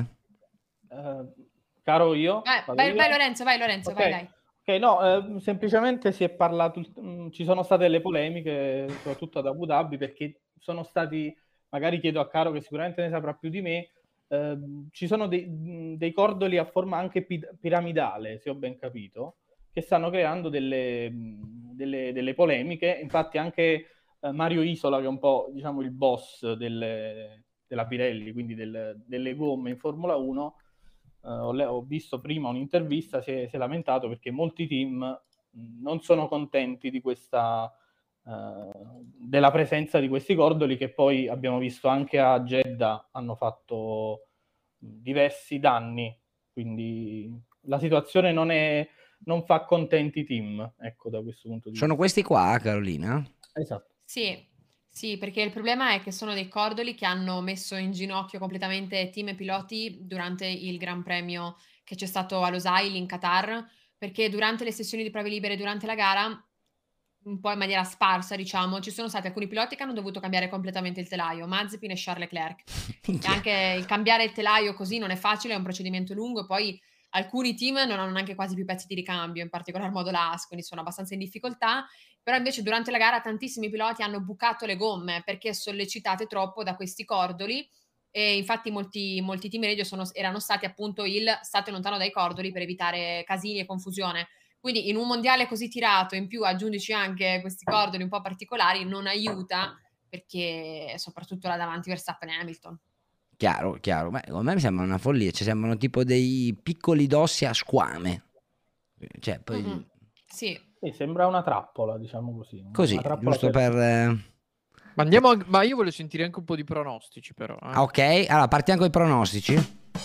Eh, caro io? Vai, vado vai, io? vai Lorenzo, vai Lorenzo, Ok. vai, vai. Ok, no, eh, semplicemente si è parlato, mh, ci sono state le polemiche, soprattutto ad Abu Dhabi, perché sono stati, magari chiedo a Caro che sicuramente ne saprà più di me, eh, ci sono dei, mh, dei cordoli a forma anche pi- piramidale, se ho ben capito, che stanno creando delle, mh, delle, delle polemiche. Infatti anche eh, Mario Isola, che è un po', diciamo, il boss delle- della Pirelli, quindi del- delle gomme in Formula uno, Uh, ho, le- ho visto prima un'intervista, si è, si è lamentato perché molti team mh, non sono contenti di questa uh, della presenza di questi cordoli, che poi abbiamo visto anche a Jeddah hanno fatto diversi danni, quindi la situazione non è non fa contenti i team, ecco, da questo punto di Sono vista. questi qua, Carolina? Esatto. Sì, sì, perché il problema è che sono dei cordoli che hanno messo in ginocchio completamente team e piloti durante il Gran Premio che c'è stato a Losail in Qatar, perché durante le sessioni di prove libere durante la gara, un po' in maniera sparsa, diciamo, ci sono stati alcuni piloti che hanno dovuto cambiare completamente il telaio, Mazepin e Charles Leclerc. E anche il cambiare il telaio così non è facile, è un procedimento lungo, e poi alcuni team non hanno neanche quasi più pezzi di ricambio, in particolar modo la Haas, quindi sono abbastanza in difficoltà. Però invece durante la gara tantissimi piloti hanno bucato le gomme perché sollecitate troppo da questi cordoli, e infatti molti, molti team radio sono, erano stati appunto il state lontano dai cordoli per evitare casini e confusione. Quindi in un mondiale così tirato, in più aggiungici anche questi cordoli un po' particolari, non aiuta, perché soprattutto là davanti Verstappen e Hamilton. Chiaro, chiaro. Ma a me mi sembra una follia, ci sembrano tipo dei piccoli dossi a squame. Cioè, poi... Mm-mm. Sì. Sì, sembra una trappola, diciamo così. Una Così, trappola giusto per... eh, Ma andiamo, a- ma io voglio sentire anche un po' di pronostici, però. eh. ah, ok, allora partiamo con i pronostici.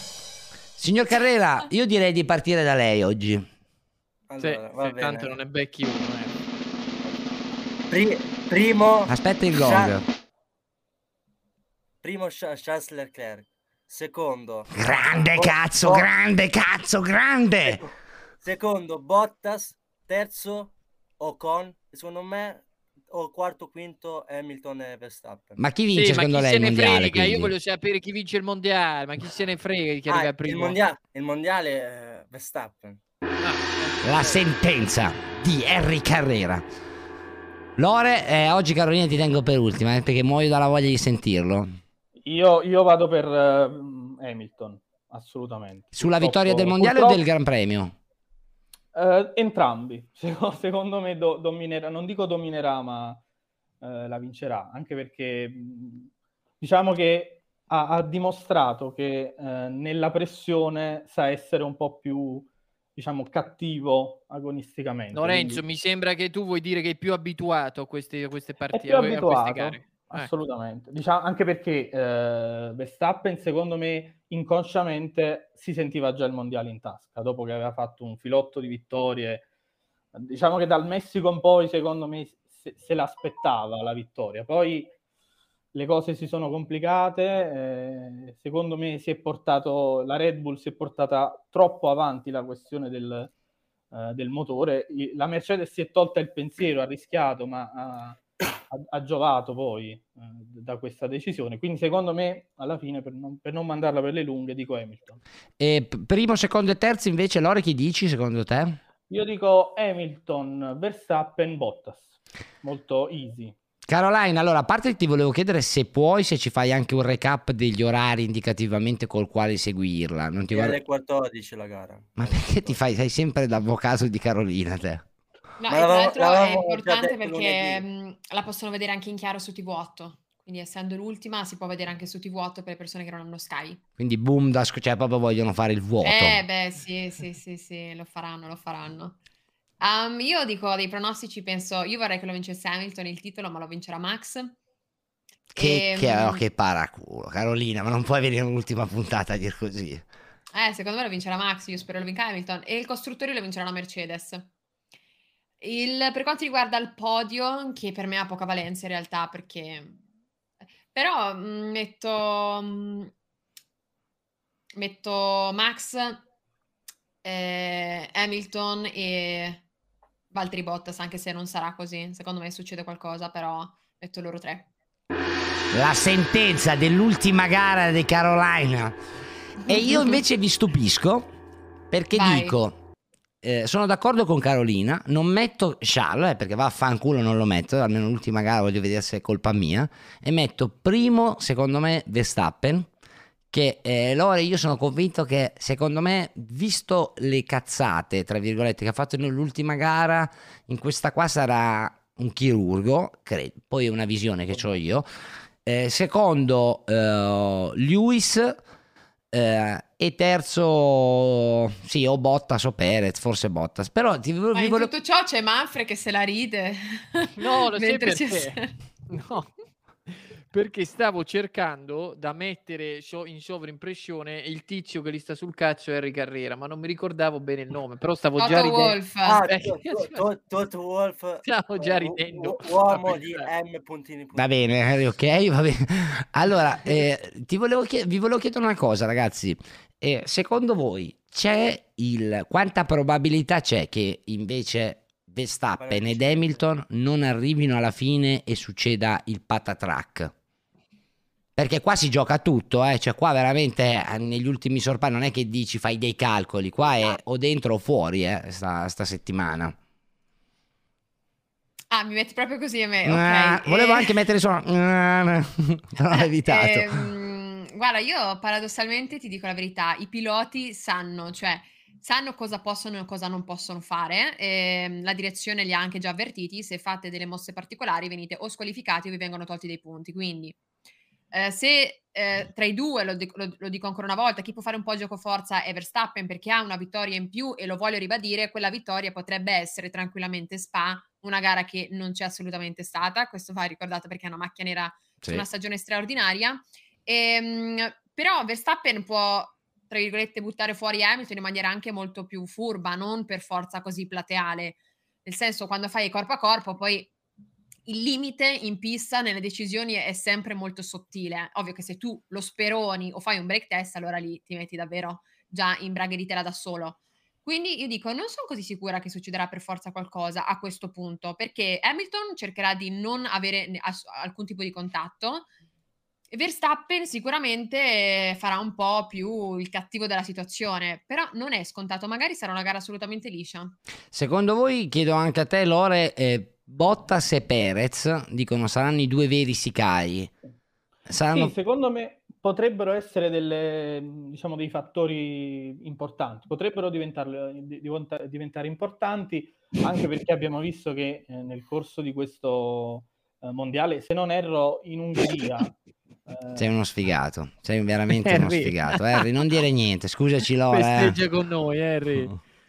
Signor Carrera, io direi di partire da lei oggi. Sì, Allora, va sì, tanto bene. non ne becchi uno. eh. Pri- primo Aspetta il Cha- gong. primo Cha- Charles Leclerc, secondo Grande Bo- cazzo, Bo- grande cazzo, grande! secondo Bottas, terzo Ocon, secondo me o quarto quinto Hamilton e Verstappen. Ma chi Sì, vince ma secondo chi lei se il ne mondiale? frega? Quindi? Io voglio sapere chi vince il mondiale, ma chi se ne frega di chi Ah, arriva il primo? mondiale, il mondiale è Verstappen. La sentenza di Harry Carrera. Lore, eh, oggi Carolina ti tengo per ultima, eh, perché muoio dalla voglia di sentirlo. Io, io vado per eh, Hamilton, assolutamente. Sulla Purtroppo- vittoria del mondiale o purtroppo- del Gran Premio? Eh, entrambi, Seco- secondo me do- dominerà, non dico dominerà, ma eh, la vincerà, anche perché mh, diciamo che ha, ha dimostrato che eh, nella pressione sa essere un po' più, diciamo, cattivo agonisticamente. Lorenzo, quindi mi sembra che tu vuoi dire che è più abituato a queste, a queste è partite, più a queste abituato, gare. Ecco. assolutamente. Diciamo, anche perché eh, Verstappen, secondo me, inconsciamente si sentiva già il mondiale in tasca, dopo che aveva fatto un filotto di vittorie. Diciamo che dal Messico in poi, secondo me, se, se l'aspettava la vittoria. Poi le cose si sono complicate, eh, secondo me si è portato, la Red Bull si è portata troppo avanti la questione del, eh, del motore. I- La Mercedes si è tolta il pensiero, ha rischiato, ma ha, ha- ha giovato poi eh, da questa decisione. Quindi secondo me, alla fine, per non, per non mandarla per le lunghe, dico Hamilton. E p- primo, secondo e terzo invece, Lore, chi dici secondo te? Io dico Hamilton, Verstappen, Bottas. Molto easy. Caroline, allora, a parte che ti volevo chiedere se puoi, se ci fai anche un recap degli orari indicativamente col quale seguirla. Non ti È guarda... alle quattordici la gara. Ma perché ti fai, sei sempre l'avvocato di Carolina te? No, Ma e tra l'avevo- l'altro è l'avevo già importante detto perché lunedì. mh, la possono vedere anche in chiaro su T V otto. Quindi essendo l'ultima si può vedere anche su T V otto per le persone che non hanno Sky. Quindi boom, da sc- cioè proprio vogliono fare il vuoto. Eh beh, sì, sì, sì, sì, lo faranno, lo faranno. Um, io dico dei pronostici, penso, io vorrei che lo vincesse Hamilton il titolo, ma lo vincerà Max. Che, E, che, oh, mm, che paraculo, Carolina, ma non puoi venire l'ultima puntata a dire così. eh, secondo me lo vincerà Max, io spero lo vinca Hamilton. E il costruttori lo vincerà la Mercedes. Il, per quanto riguarda il podio, che per me ha poca valenza in realtà, perché... Però mm, metto... mm, metto Max, eh, Hamilton e Valtteri Bottas, anche se non sarà così. Secondo me succede qualcosa, però metto loro tre. La sentenza dell'ultima gara di Carolina. E io invece vi stupisco perché Vai. dico, eh, sono d'accordo con Carolina, non metto Charles, eh, perché va a fanculo, non lo metto, almeno l'ultima gara voglio vedere se è colpa mia, e metto primo, secondo me, Verstappen, che eh, Lore, io sono convinto che, secondo me, visto le cazzate, tra virgolette, che ha fatto nell'ultima gara, in questa qua sarà un chirurgo, credo, poi è una visione che ho io. Eh, secondo eh, Lewis, eh, e terzo sì, o Bottas o Perez, forse Bottas, però ti, Ma vi in volevo... tutto ciò c'è Manfred che se la ride. No, lo sai Mentre ci- perché? No, perché stavo cercando da mettere so- in sovraimpressione il tizio che gli sta sul cazzo, Harry Carrera, ma non mi ricordavo bene il nome, però stavo Toto già ridendo. Wolff. Ah, Eh, To- To- To- Toto Wolff, Stavo già u- ridendo. u- uomo a di pensare. M puntini Va bene, Harry, ok, va bene. Allora, eh, ti volevo chied- vi volevo chiedere una cosa, ragazzi. Eh, secondo voi c'è il... quanta probabilità c'è che invece Verstappen ed Hamilton non arrivino alla fine e succeda il patatrack? Perché qua si gioca tutto, eh? Cioè qua veramente eh, negli ultimi sorpassi non è che dici fai dei calcoli, qua è o dentro o fuori, eh, sta, sta settimana. Ah, mi metti proprio così a me, Ah, ok. volevo Eh, anche mettere solo però ho evitato. ehm, guarda, io paradossalmente ti dico la verità, i piloti sanno, cioè sanno cosa possono e cosa non possono fare, ehm, la direzione li ha anche già avvertiti, se fate delle mosse particolari venite o squalificati o vi vengono tolti dei punti, quindi eh, se eh, tra i due, lo, dico- lo- lo dico ancora una volta, chi può fare un po' gioco forza è Verstappen perché ha una vittoria in più e lo voglio ribadire, quella vittoria potrebbe essere tranquillamente Spa, una gara che non c'è assolutamente stata, questo va ricordato perché è una macchia nera su Sì. una stagione straordinaria, Ehm, però Verstappen può, tra virgolette, buttare fuori Hamilton in maniera anche molto più furba, non per forza così plateale, nel senso quando fai corpo a corpo poi il limite in pista nelle decisioni è sempre molto sottile. Ovvio che se tu lo speroni o fai un break test, allora lì ti metti davvero già in braghe di tela da solo. Quindi io dico, non sono così sicura che succederà per forza qualcosa a questo punto, perché Hamilton cercherà di non avere ne- ass- alcun tipo di contatto. E Verstappen sicuramente farà un po' più il cattivo della situazione, però non è scontato, magari sarà una gara assolutamente liscia. Secondo voi, chiedo anche a te Lore, eh, Bottas e Perez dicono saranno i due veri sicai? Saranno... Sì, secondo me potrebbero essere delle, diciamo, dei fattori importanti, potrebbero diventarle- di- diventa- diventare importanti anche perché abbiamo visto che eh, nel corso di questo eh, mondiale, se non erro, in Ungheria. eh, Sei uno sfigato, sei veramente uno Harry. sfigato. Harry, non dire niente, scusaci Lore. eh. Festeggia con noi, Harry.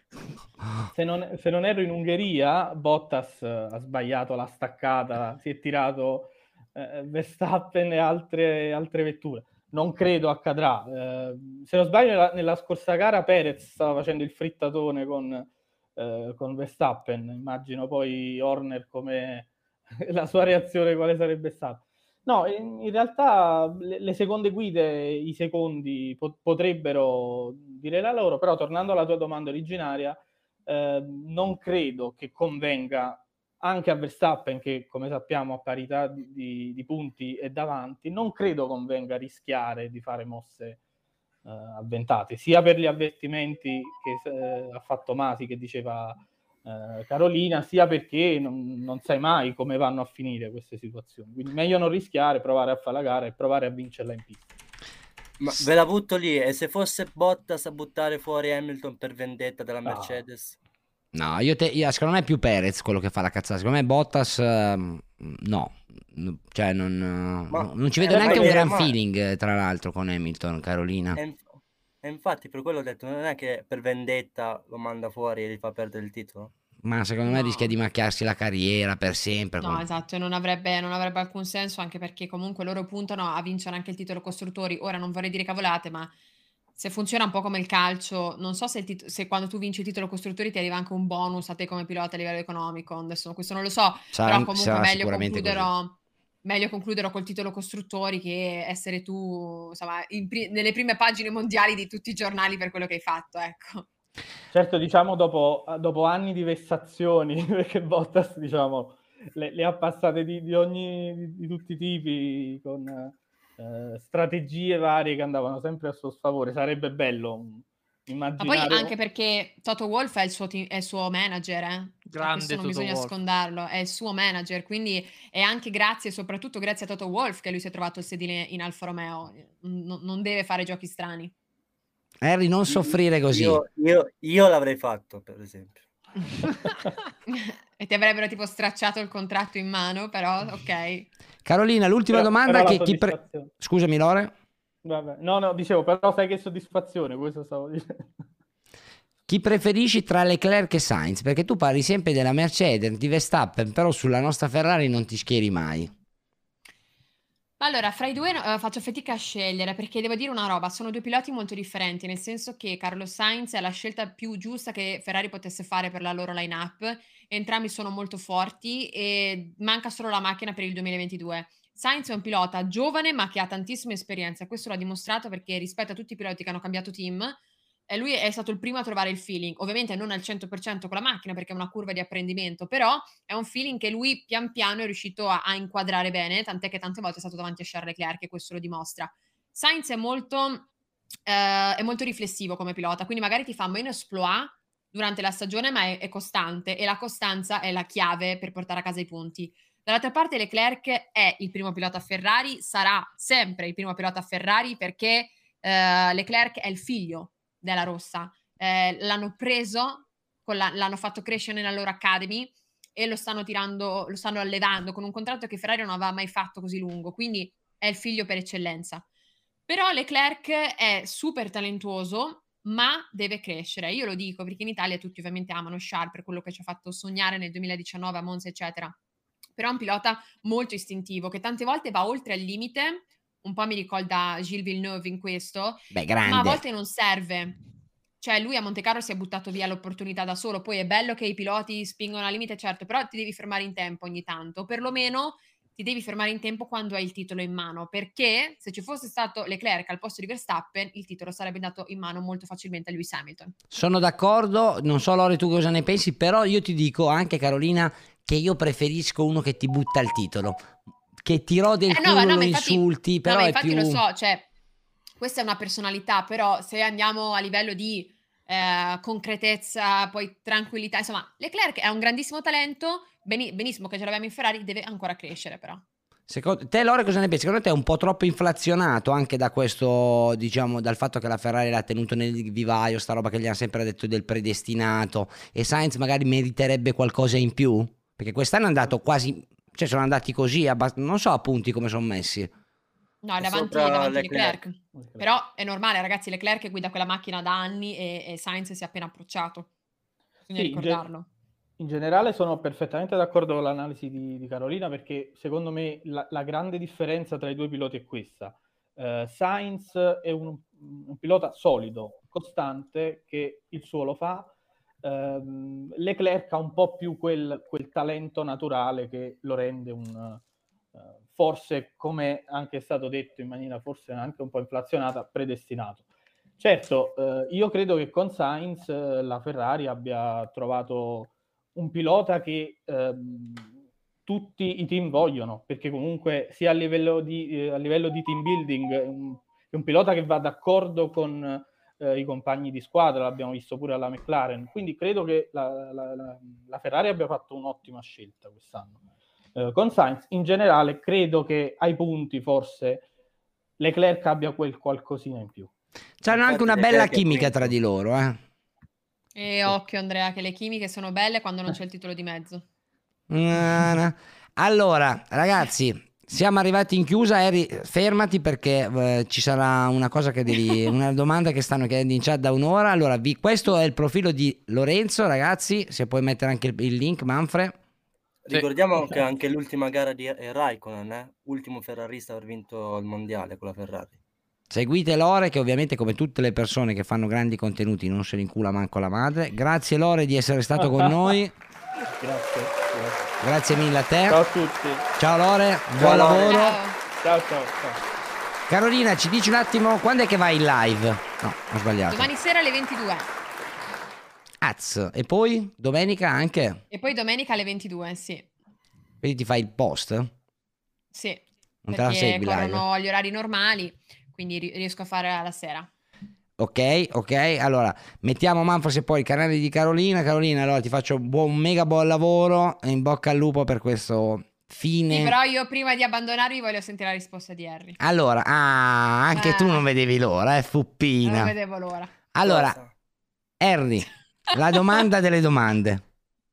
Se non, se non erro in Ungheria, Bottas eh, ha sbagliato la staccata, si è tirato eh, Verstappen e altre, altre vetture. Non credo accadrà. Eh, se non sbaglio, nella, nella scorsa gara Perez stava facendo il frittatone con, eh, con Verstappen. Immagino poi Horner come la sua reazione quale sarebbe stata. No, in, in realtà le, le seconde guide, i secondi po- potrebbero dire la loro, però tornando alla tua domanda originaria, eh, non credo che convenga anche a Verstappen, che come sappiamo a parità di, di- di punti è davanti, non credo convenga rischiare di fare mosse eh, avventate, sia per gli avvertimenti che eh, ha fatto Masi, che diceva eh, Carolina, sia perché non, non sai mai come vanno a finire queste situazioni. Quindi meglio non rischiare, provare a fare la gara e provare a vincerla in pista. Ma ve la butto lì, e se fosse Bottas a buttare fuori Hamilton per vendetta della Mercedes? No, io te, io- secondo me è più Perez quello che fa la cazzata. Secondo me Bottas ehm, no, N- cioè non, eh, Ma- non ci vedo eh, neanche un ma- gran ma- feeling eh, tra l'altro con Hamilton, Carolina. E, inf- e infatti per quello ho detto, non è che per vendetta lo manda fuori e gli fa perdere il titolo? Ma secondo me No. rischia di macchiarsi la carriera per sempre. No, esatto, non avrebbe, non avrebbe alcun senso, anche perché comunque loro puntano a vincere anche il titolo costruttori. Ora non vorrei dire cavolate, ma se funziona un po' come il calcio, non so se, il tit- se quando tu vinci il titolo costruttori ti arriva anche un bonus a te come pilota a livello economico. Adesso questo non lo so, Sarà- però comunque sarà meglio sicuramente concluderò, meglio concluderò col titolo costruttori che essere tu, insomma, in pri- nelle prime pagine mondiali di tutti i giornali per quello che hai fatto, ecco. Certo, diciamo dopo, dopo anni di vessazioni, perché Bottas, diciamo, le, le ha passate di, di ogni di, di tutti i tipi, con eh, strategie varie che andavano sempre a suo sfavore. Sarebbe bello mm, Ma poi immaginare. anche perché Toto Wolff è il suo, team- è il suo manager, eh? Grande Questo non Toto bisogna Wolff. scondarlo, è il suo manager, quindi è anche grazie, soprattutto grazie a Toto Wolff che lui si è trovato il sedile in Alfa Romeo, N- non deve fare giochi strani. Harry, non soffrire così. Io, io, io l'avrei fatto, per esempio. E ti avrebbero tipo stracciato il contratto in mano, però ok. Carolina, l'ultima Però- domanda però la che chi pre- soddisfazione. Scusami Lore, Vabbè. No, no, dicevo, però sai che soddisfazione, questo stavo dicendo. chi preferisci tra Leclerc e Sainz? Perché tu parli sempre della Mercedes, di Verstappen, però sulla nostra Ferrari non ti schieri mai. Allora, fra i due eh, faccio fatica a scegliere perché devo dire una roba, sono due piloti molto differenti, nel senso che Carlos Sainz è la scelta più giusta che Ferrari potesse fare per la loro line-up, entrambi sono molto forti e manca solo la macchina per il duemilaventidue. Sainz è un pilota giovane ma che ha tantissima esperienza, questo l'ha dimostrato perché rispetto a tutti i piloti che hanno cambiato team, eh, lui è stato il primo a trovare il feeling, ovviamente non al cento per cento con la macchina perché è una curva di apprendimento, però è un feeling che lui pian piano è riuscito a, a inquadrare bene, tant'è che tante volte è stato davanti a Charles Leclerc e questo lo dimostra. Sainz è molto, eh, è molto riflessivo come pilota, quindi magari ti fa meno exploit durante la stagione, ma è, è costante e la costanza è la chiave per portare a casa i punti. Dall'altra parte Leclerc è il primo pilota a Ferrari, sarà sempre il primo pilota a Ferrari perché eh, Leclerc è il figlio della rossa. Eh, l'hanno preso, con la- l'hanno fatto crescere nella loro academy e lo stanno tirando, lo stanno allevando con un contratto che Ferrari non aveva mai fatto così lungo, quindi è il figlio per eccellenza. Però Leclerc è super talentuoso, ma deve crescere. Io lo dico perché in Italia tutti ovviamente amano Charles per quello che ci ha fatto sognare nel duemiladiciannove a Monza, eccetera. Però è un pilota molto istintivo che tante volte va oltre al limite, un po' mi ricorda Gilles Villeneuve in questo, Beh, ma a grande. volte non serve. Cioè lui a Montecarlo si è buttato via l'opportunità da solo, poi è bello che i piloti spingono al limite, certo, però ti devi fermare in tempo ogni tanto, o perlomeno ti devi fermare in tempo quando hai il titolo in mano, perché se ci fosse stato Leclerc al posto di Verstappen, il titolo sarebbe dato in mano molto facilmente a Lewis Hamilton. Sono d'accordo, non so Lore tu cosa ne pensi, però io ti dico anche Carolina che io preferisco uno che ti butta il titolo, che ti rode il Eh, no, culo, no, lo ma infatti- insulti, No, però ma è infatti più... lo so, cioè, questa è una personalità, però se andiamo a livello di eh, concretezza, poi tranquillità, insomma, Leclerc è un grandissimo talento, beni- benissimo che ce l'abbiamo in Ferrari, deve ancora crescere però. Secondo te Lore cosa ne pensi? Secondo te è un po' troppo inflazionato anche da questo, diciamo, dal fatto che la Ferrari l'ha tenuto nel vivaio, sta roba che gli hanno sempre detto del predestinato, e Sainz magari meriterebbe qualcosa in più? Perché quest'anno è andato quasi, cioè sono andati così, abbast- non so a punti come sono messi. No, è È davanti, sopra davanti Leclerc. Leclerc. Però è normale, ragazzi, Leclerc guida quella macchina da anni e, e Sainz si è appena approcciato. Bisogna Sì, in, ge- ricordarlo. in generale sono perfettamente d'accordo con l'analisi di, di Carolina perché secondo me la, la grande differenza tra i due piloti è questa. Eh, Sainz è un, un pilota solido, costante, che il suo lo fa. Ehm, Leclerc ha un po' più quel, quel talento naturale che lo rende un... eh, forse, come anche è stato detto in maniera forse anche un po' inflazionata, predestinato. Certo, eh, io credo che con Sainz eh, la Ferrari abbia trovato un pilota che ehm, tutti i team vogliono, perché comunque sia a livello di, eh, a livello di team building è un, è un pilota che va d'accordo con eh, i compagni di squadra, l'abbiamo visto pure alla McLaren, quindi credo che la, la, la, la Ferrari abbia fatto un'ottima scelta quest'anno. Eh, con Sainz in generale credo che ai punti forse Leclerc abbia quel qualcosina in più. C'hanno anche una bella chimica tra di loro, eh. E occhio Andrea, che le chimiche sono belle quando non c'è il titolo di mezzo. Mm, allora, ragazzi, Siamo arrivati in chiusa. Harry, fermati perché eh, ci sarà una cosa che devi una domanda che stanno chiedendo in chat da un'ora. Allora, vi, questo è il profilo di Lorenzo, ragazzi, se puoi mettere anche il, il link, Manfred. Ricordiamo che anche l'ultima gara di eh, Raikkonen, eh? ultimo ferrarista a aver vinto il mondiale con la Ferrari. Seguite Lore, che ovviamente come tutte le persone che fanno grandi contenuti non se ne incula manco la madre. Grazie Lore di essere stato con noi. Grazie. Grazie mille a te. Ciao a tutti. Ciao Lore, Ciao, buon Lore. lavoro. Ciao, ciao, ciao. Carolina, ci dici un attimo quando è che vai in live? No, ho sbagliato. Domani sera alle ventidue. Az. E poi domenica anche? E poi domenica alle ventidue, sì. Quindi ti fai il post? Sì. Non te la Perché segui live? corrono gli orari normali, quindi ri- riesco a fare alla sera. Ok, ok, allora mettiamo Manfred e poi il canale di Carolina. Carolina, allora ti faccio un buon, mega buon lavoro e in bocca al lupo per questo fine. Sì, però io prima di abbandonarvi voglio sentire la risposta di Harry. Allora, ah, anche Eh. tu non vedevi l'ora, eh, fuppina. Non vedevo l'ora. Allora, Harry, la domanda delle domande.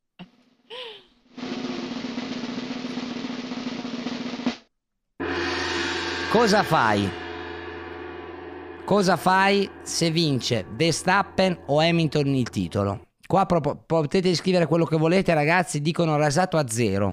Cosa fai? Cosa fai se vince Verstappen o Hamilton il titolo? Qua pro- potete scrivere quello che volete, ragazzi, dicono rasato a zero.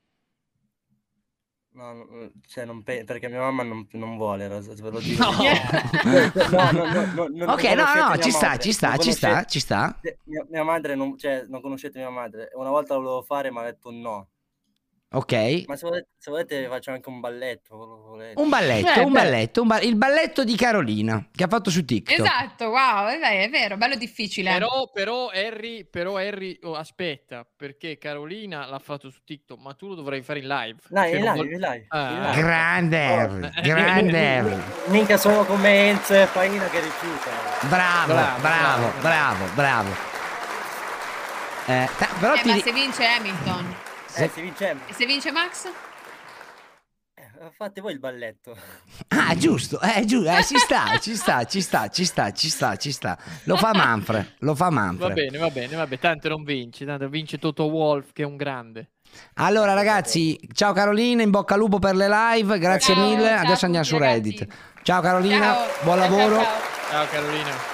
No, no, cioè non pe- perché mia mamma non, non vuole, ras- ve lo dico. No. No, no, no, no, non Ok, no, conoscete no, mia ci sta, madre, ci sta, non ci sta, conoscete- ci sta. Mia, mia madre, non, cioè, non conoscete mia madre. Una volta lo volevo fare, ma ha detto no. Ok. Ma se volete, se volete faccio anche un balletto. quello che volete. Un balletto, Eh, un beh. balletto, un ba- il balletto di Carolina che ha fatto su TikTok. Esatto, wow, è vero, è vero, bello difficile. Però, però Harry, però Harry oh, aspetta, perché Carolina l'ha fatto su TikTok, ma tu lo dovrai fare in live. Dai, Cioè, in non live, vol- in live, Ah, in live. Grande Harry, grande Harry. Minchia, sono come Enzo e Faina che rifiuta. Bravo, bravo, Bravo, bravo, bravo. Eh, ta- però Eh, ti ma ri- se vince Hamilton Eh, si vince. e se vince Max? Eh, fate voi il balletto. Ah, giusto, eh, giusto, eh, ci sta, ci sta, ci sta, ci sta, ci sta, ci sta. Lo fa Manfred, lo fa Manfred. Va bene, va bene, vabbè, tanto non vince, tanto vince Toto Wolff che è un grande. Allora ragazzi, ciao Carolina, in bocca al lupo per le live, grazie Ciao, mille. ciao a Adesso andiamo tutti, su ragazzi. Reddit. Ciao Carolina, Ciao. buon Ciao, lavoro. ciao, Ciao Carolina.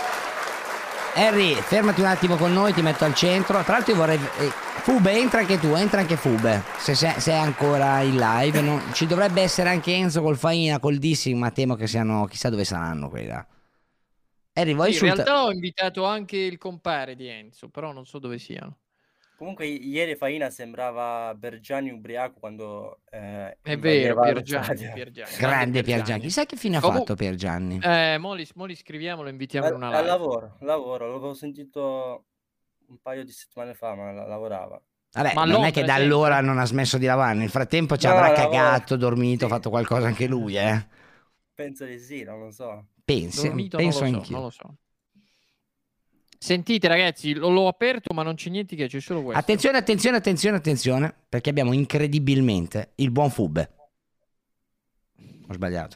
Harry, fermati un attimo con noi, ti metto al centro. Tra l'altro io vorrei... eh, Fube, entra anche tu, entra anche Fube. Se sei, se è ancora in live. Non- Ci dovrebbe essere anche Enzo col Faina, col Dissing, ma temo che siano... Chissà dove saranno quelli là. Harry, vuoi Sì, in insulta- realtà ho invitato anche il compare di Enzo, però non so dove siano. Comunque i- ieri Faina sembrava Bergiani ubriaco quando eh, È vero, invadeva lo Piergianni, stadio. Piergianni. Grande Piergianni. Chissà che fine ha Comu- fatto Piergianni. Eh, mo li, mo li scriviamo, lo invitiamo in Al, una al live. lavoro, lavoro, l'avevo sentito un paio di settimane fa, ma la- lavorava. Vabbè, Ma non è Londra che da sempre? allora non ha smesso di lavorare. Nel frattempo ci No, avrà lavora. cagato, dormito, fatto qualcosa anche lui, eh. Penso di sì, non lo so. Pensi, Dormito, penso non lo so, anch'io. non lo so. Sentite ragazzi, lo- l'ho aperto ma non c'è niente che c'è solo questo. Attenzione, attenzione, attenzione, attenzione, perché abbiamo incredibilmente il buon Fube. Ho sbagliato.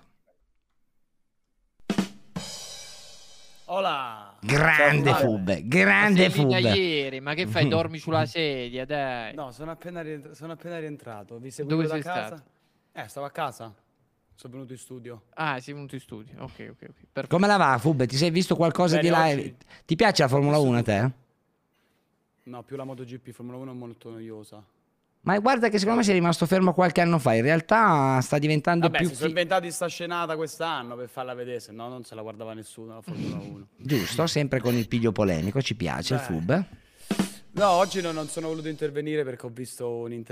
Hola. Grande Ciao, Fube, Ma grande sei lì da Fube. ieri, ma che fai? Dormi sulla sedia, dai. No, sono appena, rientra- sono appena rientrato. Vi seguivo Dove da sei casa. stato? Eh, stavo a casa. Sono venuto in studio. Ah, sei venuto in studio. Ok, ok, ok. Perfetto. Come la va Fube? Ti sei visto qualcosa Bene, di live? oggi- Ti piace la Formula uno a te? No, più la MotoGP, Formula uno è molto noiosa. Ma guarda che secondo me sei rimasto fermo qualche anno fa. In realtà sta diventando Vabbè, più... si sono fi- inventati sta scenata quest'anno per farla vedere, se no non se la guardava nessuno la Formula uno. Giusto, sempre con il piglio polemico, ci piace il Beh. Fube. No, oggi non, non sono voluto intervenire perché ho visto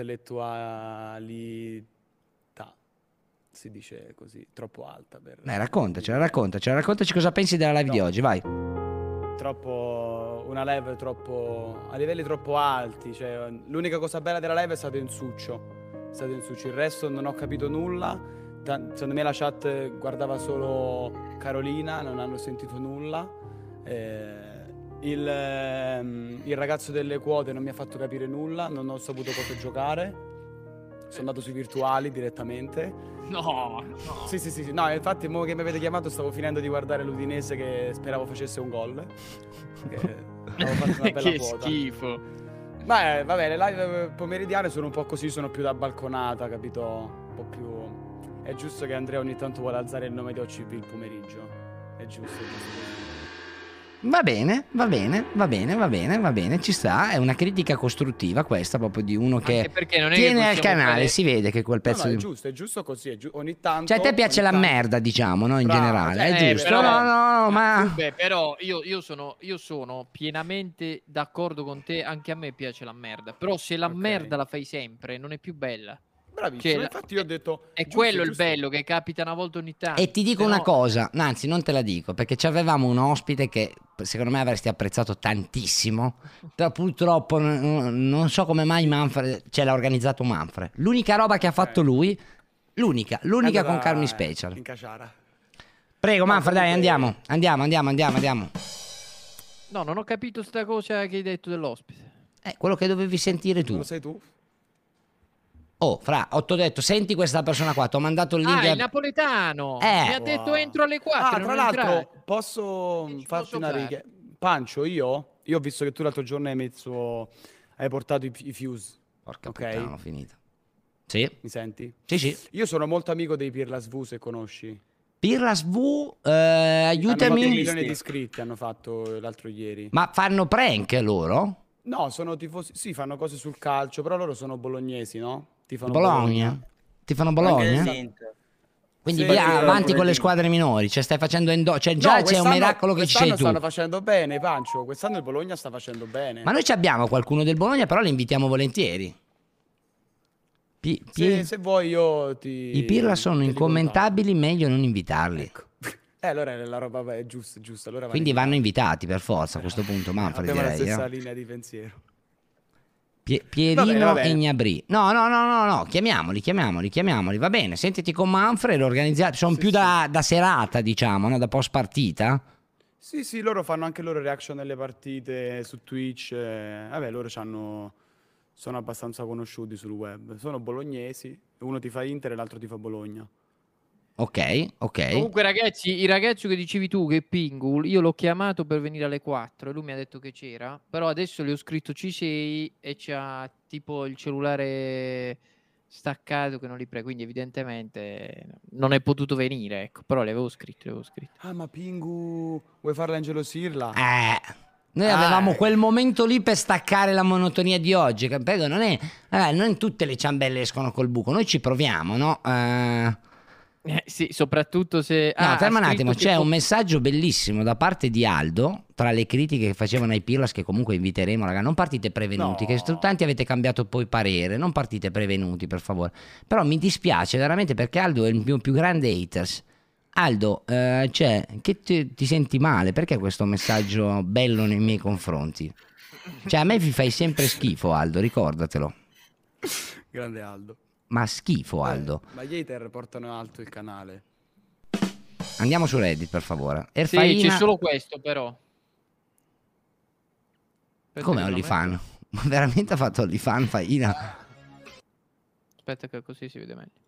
un'intellettualità, si dice così, troppo alta. Per... Dai, raccontacela, raccontacela, raccontaci cosa pensi della live di oggi, vai. Troppo, una live troppo, a livelli troppo alti, cioè, l'unica cosa bella della live è stato Insuccio, è stato Insuccio, il resto non ho capito nulla, Ta- secondo me la chat guardava solo Carolina, non hanno sentito nulla, eh, il, ehm, il ragazzo delle quote non mi ha fatto capire nulla, non ho saputo cosa giocare, sono andato sui virtuali direttamente. No, no. Sì, sì, sì, sì. No, infatti, mo che mi avete chiamato, stavo finendo di guardare l'Udinese che speravo facesse un gol. Che avevo fatto una bella Che quota. schifo. Beh, vabbè, le live pomeridiane sono un po' così, sono più da balconata, capito? Un po' più... È giusto che Andrea ogni tanto vuole alzare il nome di O C P il pomeriggio. È giusto, è giusto. Va bene, va bene, va bene, va bene, va bene, ci sta. È una critica costruttiva questa, proprio di uno che non è tiene che al canale, fare... si vede che quel pezzo No, no, è di... giusto, è giusto così, è giu... ogni tanto... Cioè a te piace la tanto... merda, diciamo, no? In Bravo, generale, cioè, è Eh, giusto. però- No, no, no, ma... Beh, però io, io, sono, io sono pienamente d'accordo con te, anche a me piace la merda, però se la Ok. merda la fai sempre non è più bella. Bravissimo, Cioè, la- infatti io ho detto... È giusto, quello il giusto. bello, che capita una volta ogni tanto. E ti dico se una no- cosa, anzi non te la dico, perché ci avevamo un ospite che secondo me avresti apprezzato tantissimo, però purtroppo n- non so come mai Manfred, ce l'ha organizzato Manfred. L'unica roba che ha fatto lui, l'unica, l'unica Allora, con Carmi Special. In Caciara. Prego No, Manfred, dai, comunque- andiamo, andiamo, andiamo, andiamo, andiamo. No, non ho capito sta cosa che hai detto dell'ospite. Eh, quello che dovevi sentire Non tu. lo sai tu? Oh, fra, ho t'ho detto, senti questa persona qua, ti ho mandato il link. Ah, a- il napoletano! Eh. Mi ha detto entro alle quattro. Ah, non tra è l'altro, entrato. posso ci farti posso una fare? riga? Pancio, io, io ho visto che tu l'altro giorno hai messo, hai portato i, i fuse. Porca Ok. puttana, ho finito. Sì, Mi senti? sì, sì. Io sono molto amico dei Pirlas V, se conosci. Pirlas V, eh, Hanno fatto un aiutami. milione di iscritti, hanno fatto l'altro ieri. Ma fanno prank loro? No, sono tifosi, sì, fanno cose sul calcio, però loro sono bolognesi, no? Tifano Bologna? Ti fanno Bologna? Anche l'Inter. Quindi Sì, via sì, avanti sì. con le squadre minori, cioè stai facendo endo- cioè già No, c'è un quest'anno- miracolo che ci sei quest'anno tu. stanno facendo bene, Pancio. Quest'anno il Bologna sta facendo bene. Ma noi ci abbiamo qualcuno del Bologna, però li invitiamo volentieri. Pi- pi- Se, se vuoi io ti... I Pirla sono te li incommentabili, meglio non invitarli. contatto. Eh, allora la roba è giusta, è giusta. Allora Quindi vanno invitati per forza a questo punto, Manfred, abbiamo la direi. stessa eh. linea di pensiero. Pie- Pierino Va bene, va bene. e Gnabry. No, no, no, no, no, chiamiamoli, chiamiamoli, chiamiamoli. Va bene, sentiti con Manfred, lo organizzate. Sono Sì, più sì. da, da serata, diciamo, no? Da post partita. Sì, sì, loro fanno anche loro reaction nelle partite su Twitch. eh, Vabbè, loro c'hanno... sono abbastanza conosciuti sul web. Sono bolognesi, uno ti fa Inter e l'altro ti fa Bologna. Ok, ok. Comunque, ragazzi, il ragazzo che dicevi tu, che è Pingul, io l'ho chiamato per venire alle quattro e lui mi ha detto che c'era. Però adesso le ho scritto ci sei e c'ha tipo il cellulare staccato che non li prego. Quindi, evidentemente, non è potuto venire. Ecco, però le avevo scritto, le avevo scritto. Ah, ma Pingu, vuoi farla ingelosirla? Eh, noi Ah, avevamo ecco. quel momento lì per staccare la monotonia di oggi. Capito? Non è, eh, non tutte le ciambelle escono col buco. Noi ci proviamo, no? Eh, Eh, sì, soprattutto se... No, ah, ferma ha un scritto attimo, che c'è po- un messaggio bellissimo da parte di Aldo, tra le critiche che facevano ai Pirlas, che comunque inviteremo, raga, non partite prevenuti, No. che st- tanti avete cambiato poi parere, non partite prevenuti, per favore. Però mi dispiace veramente perché Aldo è il mio più grande haters. Aldo, eh, cioè, che ti, ti senti male? Perché questo messaggio bello nei miei confronti? Cioè, a me vi fai sempre schifo, Aldo, ricordatelo. Grande Aldo. Ma schifo, Aldo. Ma gli hater portano alto il canale. Andiamo su Reddit, per favore. Sì, Erfaina... c'è solo questo, però. Aspetta Come che lo OnlyFan? metto. Ma veramente ha fatto OnlyFan, Faina? Aspetta che così si vede meglio.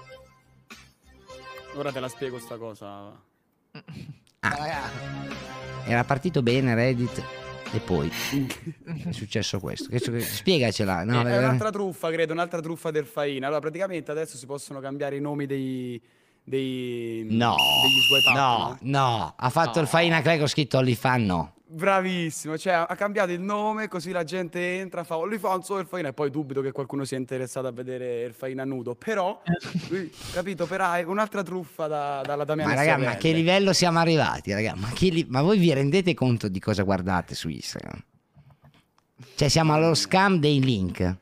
Ora te la spiego sta cosa. Era partito bene Reddit e poi è successo questo. Che- che- Spiegacela. No, è veramente- un'altra truffa, credo, un'altra truffa del Faina. Allora, praticamente adesso si possono cambiare i nomi dei... dei No, degli swipe up, no, no, ha fatto il Faina Clay con scritto OnlyFan, no. Bravissimo, cioè ha cambiato il nome così la gente entra, fa OnlyFans o Erfaina e poi dubito che qualcuno sia interessato a vedere Erfaina nudo, però, lui, capito, però è un'altra truffa da, dalla Damiano Ma raga, ma Sorrelle. che livello siamo arrivati, raga? Ma, che li- ma voi vi rendete conto di cosa guardate su Instagram? Cioè siamo allo scam dei link.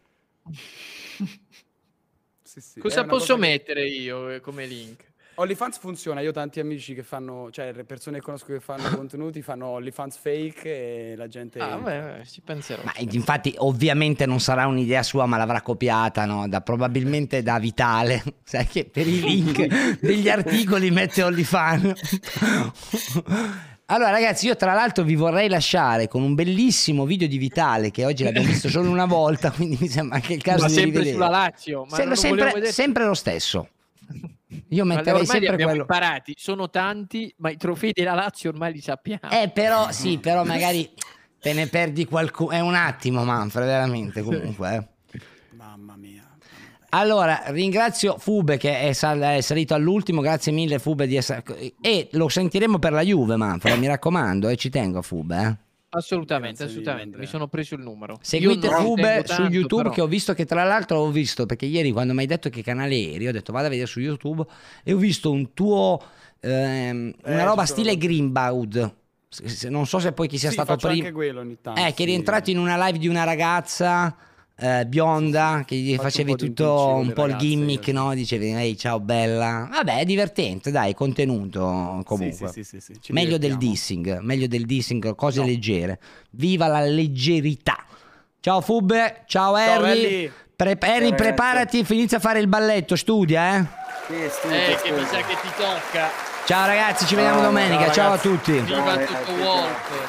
Sì, sì, è Cosa una posso cosa che- mettere io eh, come link? OnlyFans funziona, io ho tanti amici che fanno, cioè le persone che conosco che fanno contenuti fanno OnlyFans fake e la gente... Ah, beh, ci penserò. Ma infatti ovviamente non sarà un'idea sua, ma l'avrà copiata, no? Da, probabilmente da Vitale. Sai che per i link degli articoli mette OnlyFan. Allora ragazzi, io tra l'altro vi vorrei lasciare con un bellissimo video di Vitale che oggi l'abbiamo visto solo una volta, quindi mi sembra anche il caso Ma di sempre rivedere. sulla Lazio, ma Se- non lo sempre, volevo vedere. sempre lo stesso. Io Ma metterei ormai li sempre abbiamo quello. imparati, sono tanti, ma i trofei della Lazio ormai li sappiamo. Eh però sì, però magari te ne perdi qualcuno. È un attimo, Manfred, veramente, comunque. Eh. Mamma mia. Allora, ringrazio Fube che è, sal- è salito all'ultimo, grazie mille Fube di essere... E lo sentiremo per la Juve, Manfred, mi raccomando, e ci tengo a Fube, eh. Assolutamente, assolutamente, mi sono preso il numero. Seguite Io non Fube tengo su tanto, YouTube, però. che ho visto che tra l'altro ho visto, perché ieri quando mi hai detto che canale eri, ho detto vado a vedere su YouTube e ho visto un tuo, ehm, una Eh, roba ci sono stile tutti. Greenbaud. Se- se- Non so se poi chi sia Sì, stato faccio prima. anche quello ogni tanto, Eh, che sì. è rientrato in una live di una ragazza eh, bionda, che gli Faccio un facevi po' di tutto impicci con un le po' il ragazze, gimmick, io, sì. no? Dicevi, ehi, ciao bella. Vabbè, è divertente, dai, contenuto comunque. Sì, sì, sì, sì, sì, ci Meglio del divertiamo. dissing, meglio del dissing, cose leggere. Viva la leggerità. Ciao Fubbe, ciao Harry. Harry. Pre- Harry, ragazzi. preparati, inizia a fare il balletto, studia, eh. Sì, studio, Eh, che studio. mi sa che ti tocca. Ciao ragazzi, ci vediamo Ciao, domenica. ciao, Ciao, a ragazzi. tutti. Viva Ciao, tutto ragazzi, Wolf.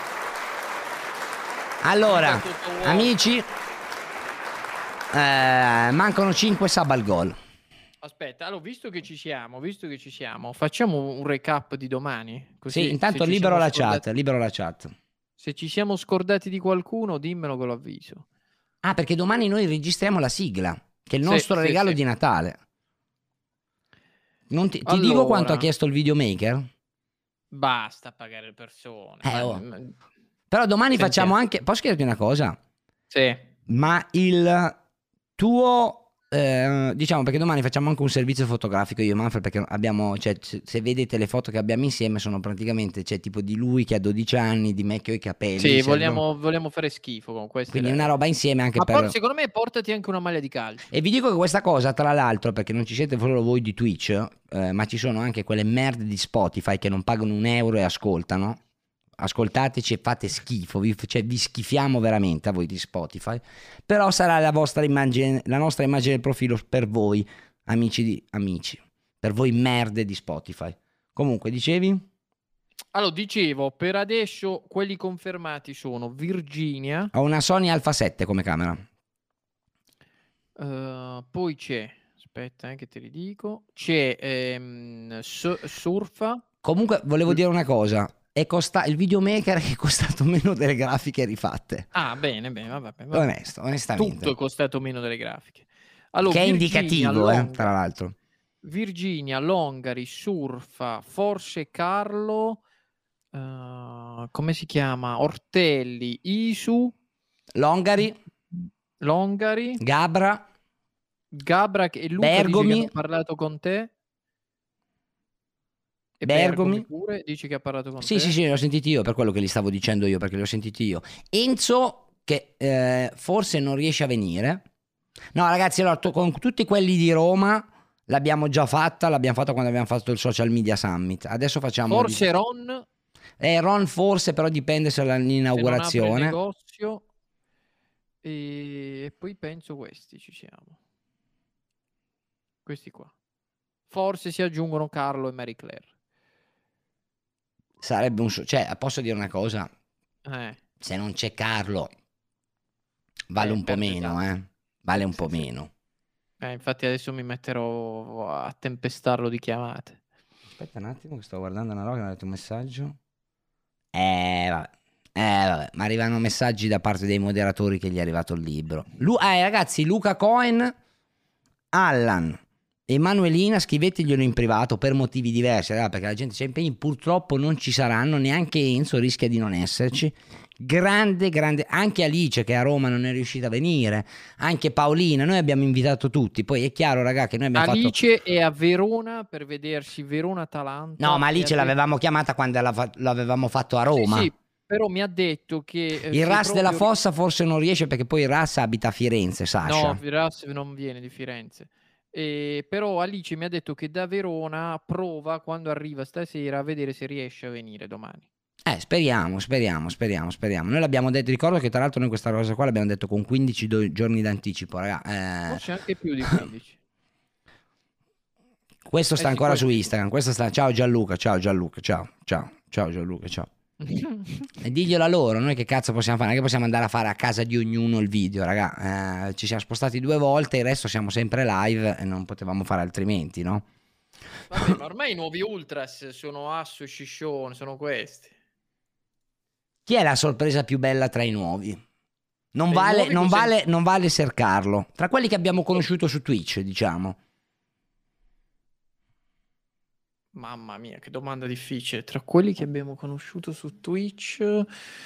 Allora, Viva tutto Wolf. amici, eh, mancano cinque sub al gol. Aspetta, allora, visto che ci siamo, visto che ci siamo, facciamo un recap di domani. Così, Sì, intanto se ci libero siamo la scordati- chat, libero la chat. Se ci siamo scordati di qualcuno, dimmelo che lo avviso. Ah, perché domani noi registriamo la sigla, che è il Sì, nostro sì, regalo sì. di Natale. Non ti, ti Allora. dico quanto ha chiesto il videomaker? Basta pagare le persone. Eh, Ma- oh. ma- Però domani Sentiamo. facciamo anche... Posso chiederti una cosa? Sì. Ma il tuo... eh, diciamo, perché domani facciamo anche un servizio fotografico io e Manfred, perché abbiamo... Cioè, se se vedete le foto che abbiamo insieme sono praticamente... C'è tipo di lui che ha dodici anni, di me che ho i capelli. Sì, cioè, vogliamo, vogliamo fare schifo con questo. Quindi una roba insieme anche Ma per... poi, secondo me portati anche una maglia di calcio. E vi dico che questa cosa, tra l'altro, perché non ci siete solo voi di Twitch, eh, ma ci sono anche quelle merde di Spotify che non pagano un euro e ascoltano. Ascoltateci e fate schifo, vi, cioè, vi schifiamo veramente a voi di Spotify. Però sarà la vostra immagine, la nostra immagine del profilo per voi, amici di amici, per voi merde di Spotify. Comunque, dicevi? Allora, dicevo, per adesso quelli confermati sono Virginia, Ho una Sony Alpha sette come camera. eh, poi c'è, aspetta eh, che te li dico, c'è ehm, Su- Surfa. Comunque, volevo dire una cosa. È costa- il videomaker è costato meno delle grafiche rifatte. Ah, bene, bene, vabbè, vabbè. Onesto, onestamente. Tutto è costato meno delle grafiche. Allora, Che è Virginia, indicativo, eh, Longa- tra l'altro. Virginia, Longari, Surfa, forse Carlo, eh, come si chiama? Ortelli, Isu, Longari, Longari, Gabra, Gabra e Luca Bergomi. dice che hanno parlato con te. E Bergomi. pure dici che ha parlato con Sì, te. sì, sì, li ho sentiti io, per quello che li stavo dicendo io, perché li ho sentiti io. Enzo, che eh, forse non riesce a venire. No, ragazzi, allora, to- con tutti quelli di Roma l'abbiamo già fatta, l'abbiamo fatta quando abbiamo fatto il Social Media Summit. Adesso facciamo... Forse Ron, Eh, Ron forse, però dipende se se non apre il l'inaugurazione. negozio. E... e poi penso questi ci siamo. Questi qua. Forse si aggiungono Carlo e Marie Claire. Sarebbe un... so- Cioè, posso dire una cosa? Eh. Se non c'è Carlo, vale Eh, un po' perde meno, tanto. eh. Vale un po' meno. Eh, infatti adesso mi metterò a tempestarlo di chiamate. Aspetta un attimo che sto guardando una roba, mi ha detto un messaggio. Eh, vabbè. Eh, vabbè, ma arrivano messaggi da parte dei moderatori che gli è arrivato il libro. Lu- eh, ragazzi, Luca Cohen, Allan, Emanuelina, scriveteglielo in privato per motivi diversi, ragazzi, perché la gente c'è impegni, purtroppo non ci saranno, neanche Enzo rischia di non esserci. Grande, grande, anche Alice che a Roma non è riuscita a venire, anche Paolina, noi abbiamo invitato tutti, poi è chiaro, raga, che noi abbiamo Alice fatto... è a Verona per vedersi Verona-Atalanta. No, ma e Alice ha l'avevamo chiamata quando la fa- l'avevamo fatto a detto- Roma. Sì, sì, però mi ha detto che... eh, Il se Ras proprio- della Fossa forse non riesce perché poi il Ras abita a Firenze, Sasha. No, Ras non viene di Firenze. Eh, però Alice mi ha detto che da Verona prova quando arriva stasera a vedere se riesce a venire domani. Eh, speriamo, speriamo, speriamo, speriamo. Noi l'abbiamo detto, ricordo che tra l'altro noi questa cosa qua l'abbiamo detto con quindici do- giorni d'anticipo, raga. Eh, Forse anche più di quindici. questo sta Eh sì, ancora questo su sì. Instagram, questo sta... Ciao Gianluca, ciao Gianluca, ciao, ciao, ciao Gianluca, ciao. E diglielo a loro, noi che cazzo possiamo fare? Non è che possiamo andare a fare a casa di ognuno il video, raga. Eh, ci siamo spostati due volte, il resto siamo sempre live e non potevamo fare altrimenti, no? Vabbè, ma ormai i nuovi Ultras sono Asso e Sciscione, sono questi. Chi è la sorpresa più bella tra i nuovi? Non Beh, vale, nuovi non, cos'è? vale, non vale cercarlo. Tra quelli che abbiamo conosciuto su Twitch, diciamo. Mamma mia, che domanda difficile. Tra quelli che abbiamo conosciuto su Twitch...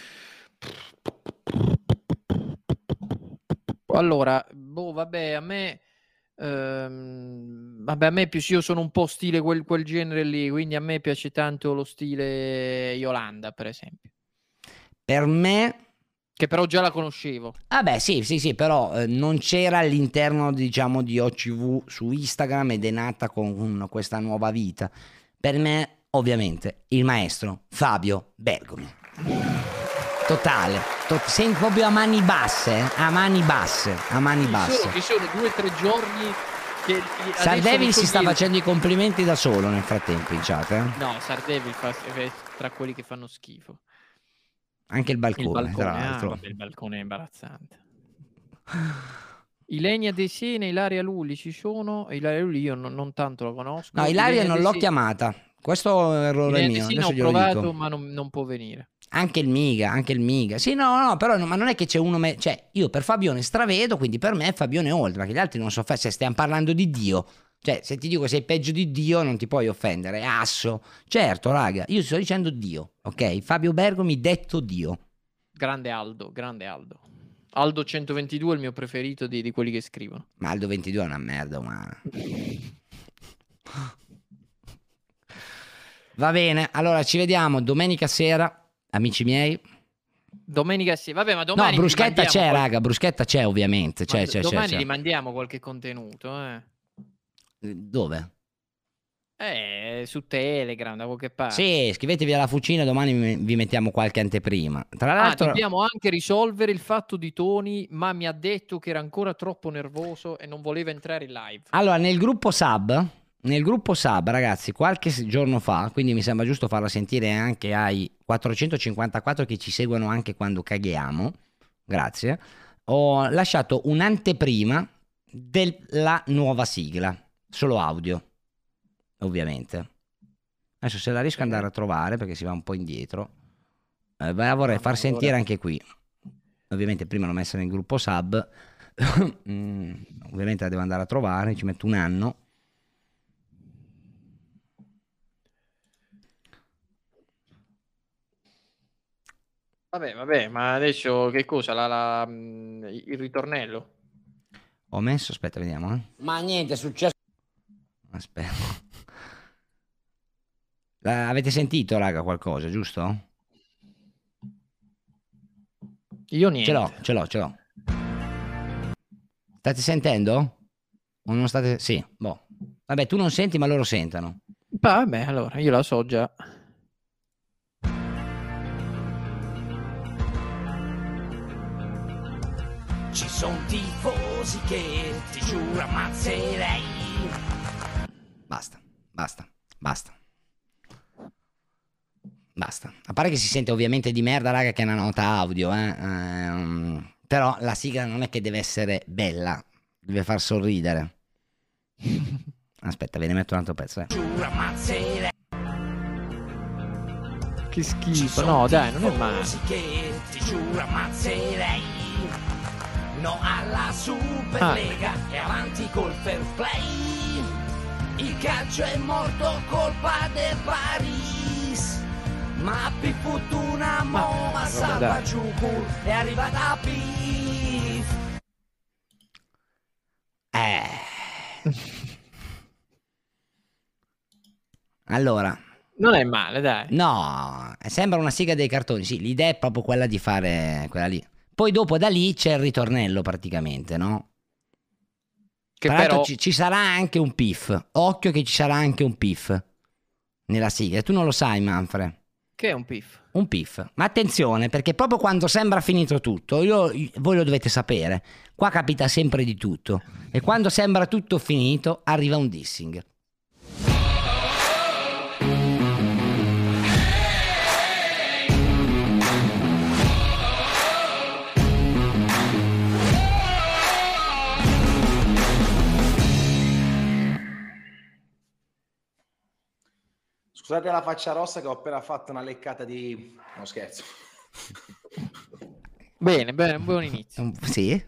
Allora, boh, vabbè, a me... ehm, vabbè, a me più io sono un po' stile quel, quel genere lì, quindi a me piace tanto lo stile Yolanda, per esempio. Per me... Che però già la conoscevo. Ah beh, sì, sì, sì, però eh, non c'era all'interno, diciamo, di O C V su Instagram ed è nata con un- questa nuova vita. Per me, ovviamente, il maestro Fabio Bergomi. Totale. To- senti proprio a mani basse, eh, a mani basse, a mani Ci basse. sono, ci sono due o tre giorni che... adesso Sardevil non so si sta dire- facendo i complimenti da solo nel frattempo in chat, eh? No, Sardevil fa, è tra quelli che fanno schifo. Anche il balcone, Il balcone, tra ah, l'altro. vabbè, il balcone è imbarazzante. Ilenia De Sena, Ilaria Lulli ci sono. Ilaria Lulli io non, non tanto la conosco. No, Ilaria non De l'ho Se- chiamata. Questo è un errore Ilenia De mio. Sena Adesso ho glielo provato, dico. ma non, non può venire. Anche il Miga, anche il Miga. Sì, no, no, però no, ma non è che c'è uno... me- Cioè, io per Fabione stravedo, quindi per me Fabione è oltre, perché gli altri non so fare, se stiamo parlando di Dio. Cioè, se ti dico che sei peggio di Dio non ti puoi offendere. Asso. Certo, raga, io sto dicendo Dio, ok? Fabio Bergomi detto Dio. Grande Aldo, grande Aldo. Aldo centoventidue è il mio preferito di, di quelli che scrivono. Ma Aldo ventidue è una merda umana. Va bene, allora ci vediamo domenica sera, amici miei. Domenica sì, vabbè, ma domani... No, vi bruschetta mandiamo c'è, qual- raga, bruschetta c'è ovviamente. ma C'è, d- c'è, c'è, domani c'è. gli mandiamo qualche contenuto, eh. Dove? Eh, su Telegram, da qualche parte. Sì, iscrivetevi alla Fucina, domani vi- vi mettiamo qualche anteprima. Tra Ah, l'altro... dobbiamo anche risolvere il fatto di Tony, ma mi ha detto che era ancora troppo nervoso e non voleva entrare in live. Allora, nel gruppo sub, nel gruppo sub, ragazzi, qualche s- giorno fa, quindi mi sembra giusto farla sentire anche ai quattrocentocinquantaquattro che ci seguono anche quando caghiamo, grazie, ho lasciato un'anteprima della nuova sigla, solo audio, ovviamente. Adesso se la riesco ad andare a trovare, perché si va un po' indietro, eh, beh, la vorrei far sentire anche qui. Ovviamente prima l'ho messa nel gruppo sub, Mm, ovviamente la devo andare a trovare, ci metto un anno. Vabbè, vabbè, ma adesso che cosa? La, la- mm, il ritornello? Ho messo, aspetta, vediamo. Eh. Ma niente, è successo. Aspetta. La- avete sentito, raga, qualcosa, giusto? Io niente. Ce l'ho, ce l'ho, ce l'ho. State sentendo? O non state... Sì, boh. Vabbè, tu non senti, ma loro sentono. Vabbè, allora, io la so già. Ci sono tifosi che ti giuro ammazzerei. Basta, basta, basta. Basta. A parte che si sente ovviamente di merda, raga, che è una nota audio, eh. Ehm, però la sigla non è che deve essere bella, deve far sorridere. Aspetta, ve ne metto un altro pezzo, eh. Giuro ammazzerei. Che schifo, no, dai, non è male. Tifosi che ti giuro ammazzerei. No alla Superlega Ah. e avanti col fair play. Il calcio è morto colpa del Paris. Ma più fortuna mo ma salva dai. giù è arrivata Pif. Eh. Allora. Non è male, dai. No, sembra una sigla dei cartoni. Sì, l'idea è proprio quella di fare quella lì. Poi dopo da lì c'è il ritornello praticamente, no? Che Tra l'altro però- ci, ci sarà anche un piff. Occhio che ci sarà anche un piff nella sigla. Tu non lo sai, Manfred. Che è un piff? Un piff. Ma attenzione, perché proprio quando sembra finito tutto, io, voi lo dovete sapere, qua capita sempre di tutto. E quando sembra tutto finito, arriva un dissing. Scusate la faccia rossa che ho appena fatto una leccata di... No scherzo. Bene, bene, un buon inizio. Un- Sì?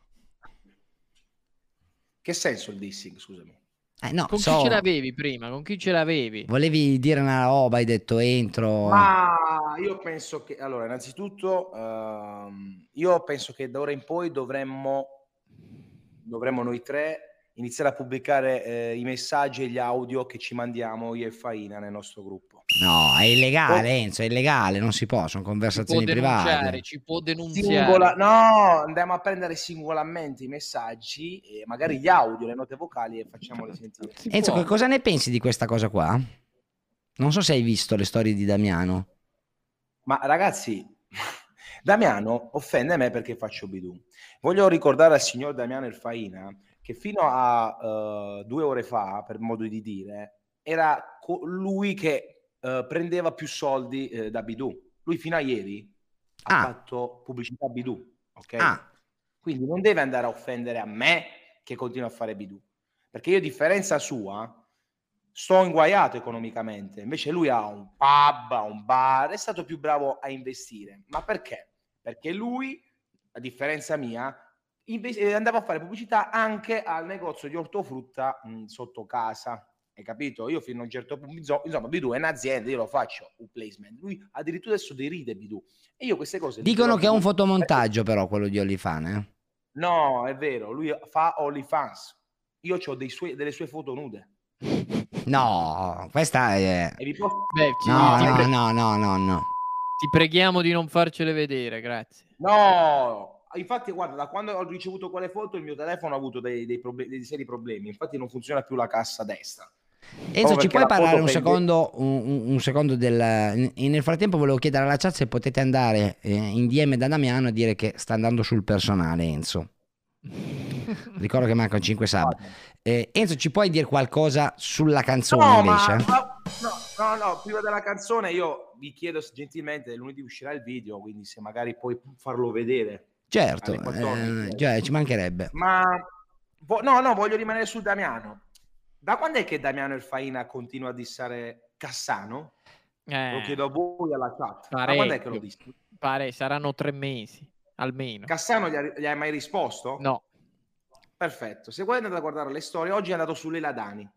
Che senso il dissing, scusami? Eh, no, Con so- chi ce l'avevi prima? Con chi ce l'avevi? Volevi dire una roba, hai detto entro... Ma io penso che, allora, innanzitutto, ehm, io penso che da ora in poi dovremmo, dovremmo noi tre iniziare a pubblicare eh, i messaggi e gli audio che ci mandiamo io e Faina nel nostro gruppo. No, è illegale, Oh. Enzo, è illegale, non si può, sono Ci può conversazioni denunciare, private. ci può denunziare. Singola, no, andiamo a prendere singolarmente i messaggi e magari gli audio, le note vocali e facciamole sentire. Enzo, che cosa ne pensi di questa cosa qua? Non so se hai visto le storie di Damiano. Ma ragazzi, Damiano offende me perché faccio bidù. Voglio ricordare al signor Damiano Erfaina che fino a eh, due ore fa, per modo di dire, era co- lui che eh, prendeva più soldi eh, da bidù. Lui fino a ieri ha Ah. fatto pubblicità bidù, ok? Ah. Quindi non deve andare a offendere a me che continua a fare bidù, perché io a differenza sua sto inguaiato economicamente, invece lui ha un pub, ha un bar, è stato più bravo a investire. Ma perché? Perché lui, a differenza mia, inve- eh, andava a fare pubblicità anche al negozio di ortofrutta mh, sotto casa, hai capito? Io fino a un certo punto, insomma, insomma, Bidù è un'azienda, io lo faccio un placement, lui addirittura adesso deride Bidù e io queste cose le Dicono dirò a che è un Bidù. fotomontaggio però quello di OnlyFans, eh? No, è vero, lui fa OnlyFans, io ho dei suoi- delle sue foto nude. No, questa è... E vi posso... Beh, ci- No, ti, no, pre- no, no, no, no. ti preghiamo di non farcele vedere, grazie. No, infatti guarda, da quando ho ricevuto quelle foto il mio telefono ha avuto dei, dei, proble- dei seri problemi, infatti non funziona più la cassa destra. Enzo, Proprio ci perché puoi la parlare foto un prende- secondo, un, un- un secondo del... in- Nel frattempo volevo chiedere alla chat se potete andare eh, in D M da Damiano a dire che sta andando sul personale, Enzo. Ricordo che mancano cinque sub. Eh, Enzo, ci puoi dire qualcosa sulla canzone No, invece? ma, ma- no, no, no, prima della canzone io vi chiedo se gentilmente, lunedì uscirà il video, quindi se magari puoi farlo vedere. Certo, alle quattordici. eh, già, ci mancherebbe. Ma vo- no, no, voglio rimanere su Damiano. Da quando è che Damiano Erfaina continua a dissare Cassano? Eh, Lo chiedo a voi alla chat. Da parecchio. quando è che lo disse? Pare saranno tre mesi, almeno. Cassano gli, ha- gli hai mai risposto? No. Perfetto. Se voi andate a guardare le storie, oggi è andato su Leila Dani.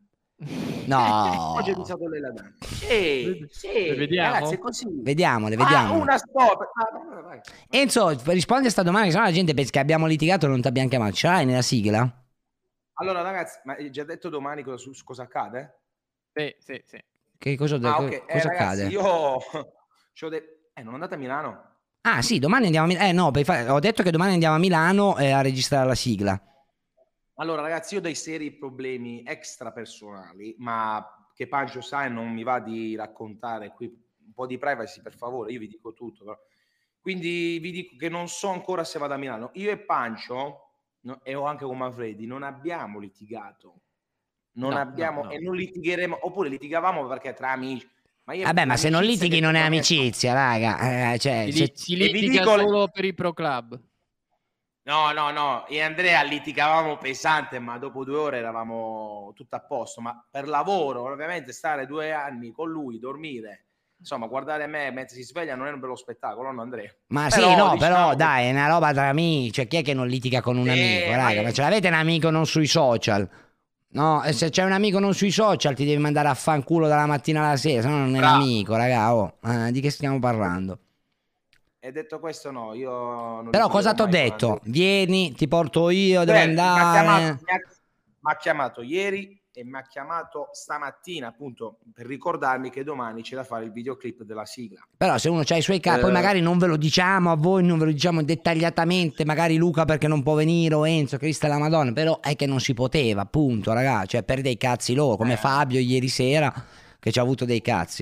No. Oggi è iniziato Leila Dani. Sì, sì. Le vediamo? Ragazzi, è così. Vediamole, Ah, vediamole. una stop. Ah, vai, vai. Enzo, rispondi a sta domanda, che sennò la gente pensa che abbiamo litigato e non ti abbiamo chiamato. Ce l'hai nella sigla? Allora, ragazzi, ma hai già detto domani cosa, su, su cosa accade? Sì, sì, sì. Che cosa, Ah, co- ok. Eh, cosa ragazzi, accade? io c'ho de- eh, non andate a Milano? Ah sì, domani andiamo a Milano. Eh no, per fa- ho detto che domani andiamo a Milano eh, a registrare la sigla. Allora, ragazzi, io ho dei seri problemi extrapersonali, ma che Pancio sa e non mi va di raccontare qui un po' di privacy, per favore, io vi dico tutto. Però. Quindi vi dico che non so ancora se vado a Milano. Io e Pancio, no, e ho anche con Manfredi, non abbiamo litigato. Non No, abbiamo, no, no. e non litigheremo, oppure litigavamo perché tra amici. Ma io- Vabbè, ma se non l'amicizia litighi che non è ti ho amicizia, raga. Eh, cioè, Si, se- li- si e vi litiga dico le- solo per i pro club. No, no, no, io e Andrea litigavamo pesante, ma dopo due ore eravamo tutto a posto, ma per lavoro, ovviamente stare due anni con lui, dormire, insomma, guardare me mentre si sveglia non è un bello spettacolo, no Andrea? Ma Però, sì, no, diciamo però che- dai, è una roba tra amici. Cioè, chi è che non litiga con un Sì, amico, ma raga? è- Ma ce l'avete un amico non sui social? No, e se c'è un amico non sui social ti devi mandare a fanculo dalla mattina alla sera, se no non è un Bravo. amico, raga. Oh, eh, di che stiamo parlando? E detto questo no, io non Però litigherò cosa ti ho mai con detto? Andrea. Vieni, ti porto io, devo Beh, mi ha andare. chiamato- mi ha- mi ha chiamato ieri e mi ha chiamato stamattina appunto per ricordarmi che domani c'è da fare il videoclip della sigla. Però se uno ha i suoi casi, poi Eh. magari non ve lo diciamo a voi, non ve lo diciamo dettagliatamente, magari Luca perché non può venire o Enzo, Cristo e la Madonna, però è che non si poteva, appunto, ragazzi, cioè per dei cazzi loro, come Eh. Fabio ieri sera che ci ha avuto dei cazzi.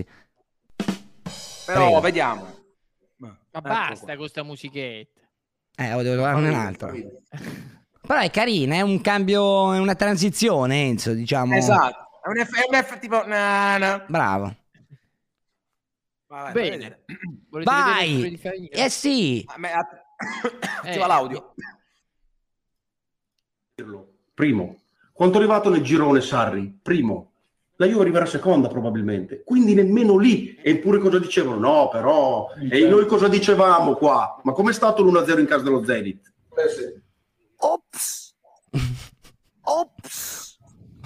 Però Prego. vediamo. Ma Ecco basta qua. con questa musichetta. Eh, devo trovare un'altra. Però è carina, è un cambio, è una transizione, Enzo, diciamo. Esatto, è un F, è un F tipo na, na. Bravo. Vai, vai, Bene. fai vedere. Volete vedere le storie Vai! di Faina? Eh sì! A me- a- Eh, Attiva l'audio. Primo, quanto è arrivato nel girone Sarri? Primo, la Juve arriverà seconda probabilmente, quindi nemmeno lì. E pure cosa dicevano? No, però, e noi cosa dicevamo qua? Ma com'è stato l'uno a zero in casa dello Zenit? Eh sì. Ops! Ops!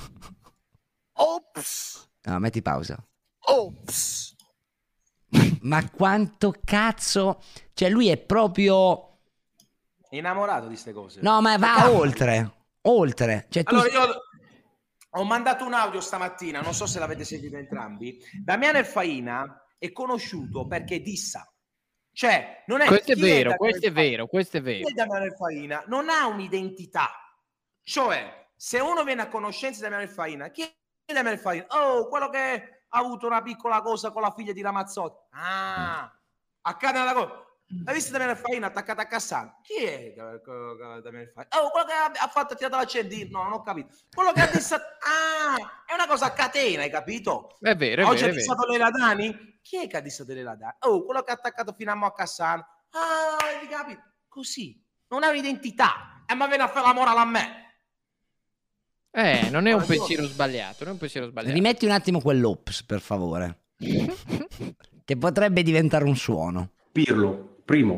Ops! No, metti pausa. Ops! Ma quanto cazzo... Cioè lui è proprio... Innamorato di queste cose. No, ma va Cazzo. oltre. Oltre. Cioè, tu... Allora io ho mandato un audio stamattina, non so se l'avete sentito entrambi. Damiano Erfaina è conosciuto perché dissa. Cioè, non è Questo è chi vero, Damiano questo è Erfaina? vero, questo è Chi vero. è Damiano Erfaina? Non ha un'identità. Cioè, se uno viene a conoscenza di Damiano Erfaina, chi è Damiano Erfaina? Oh, quello che ha avuto una piccola cosa con la figlia di Ramazzotti. Ah, accade una cosa. Hai visto Damiano Erfaina attaccato a Cassano? Chi è Damiano Erfaina? Oh, quello che ha fatto, ha tirato l'accendino. No, non ho capito. Quello che ha detto... Ah, è una cosa a catena, hai capito? È vero, è Oggi vero, ha è dissato Leila Dani? Chi è che ha dissato Leila Dani? Oh, quello che ha attaccato fino a mo' a Cassano. Ah, hai capito? Così. Non ha un'identità. E ma viene a fare la morale a me. Eh, non è un pensiero sbagliato, non è un pensiero sbagliato. Rimetti un attimo quell'ops, per favore. Che potrebbe diventare un suono. Pirlo, primo.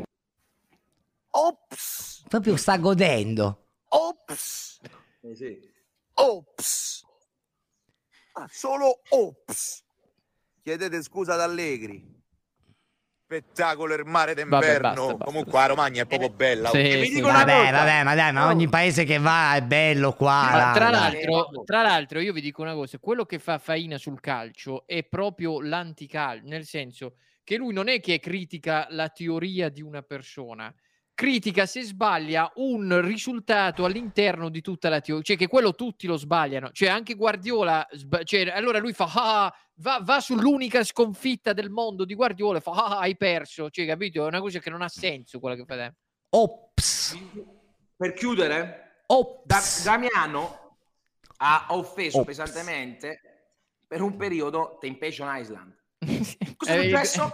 Ops! Proprio sta godendo. Ops! Eh sì. Ops! Ah, solo ops! Chiedete scusa ad Allegri. Spettacolo il mare d'inverno. Vabbè, basta, basta. Comunque la Romagna è proprio bella. Sì, E vi sì. dico una Vabbè, cosa. vabbè, ma dai, ma ogni paese che va è bello qua. Ma là, tra, là. l'altro, tra l'altro, io vi dico una cosa: quello che fa Faina sul calcio è proprio l'anticalcio, nel senso che lui non è che critica la teoria di una persona, critica se sbaglia un risultato all'interno di tutta la teoria, cioè che quello tutti lo sbagliano, cioè anche Guardiola, sba- cioè, allora lui fa ah, va, va sull'unica sconfitta del mondo di Guardiola e fa ah, hai perso, cioè capito? È una cosa che non ha senso quella che fa te. Ops. Per chiudere, Ops. Da- Damiano ha offeso Ops. pesantemente per un periodo Temptation Island. Cosa è Eh, successo?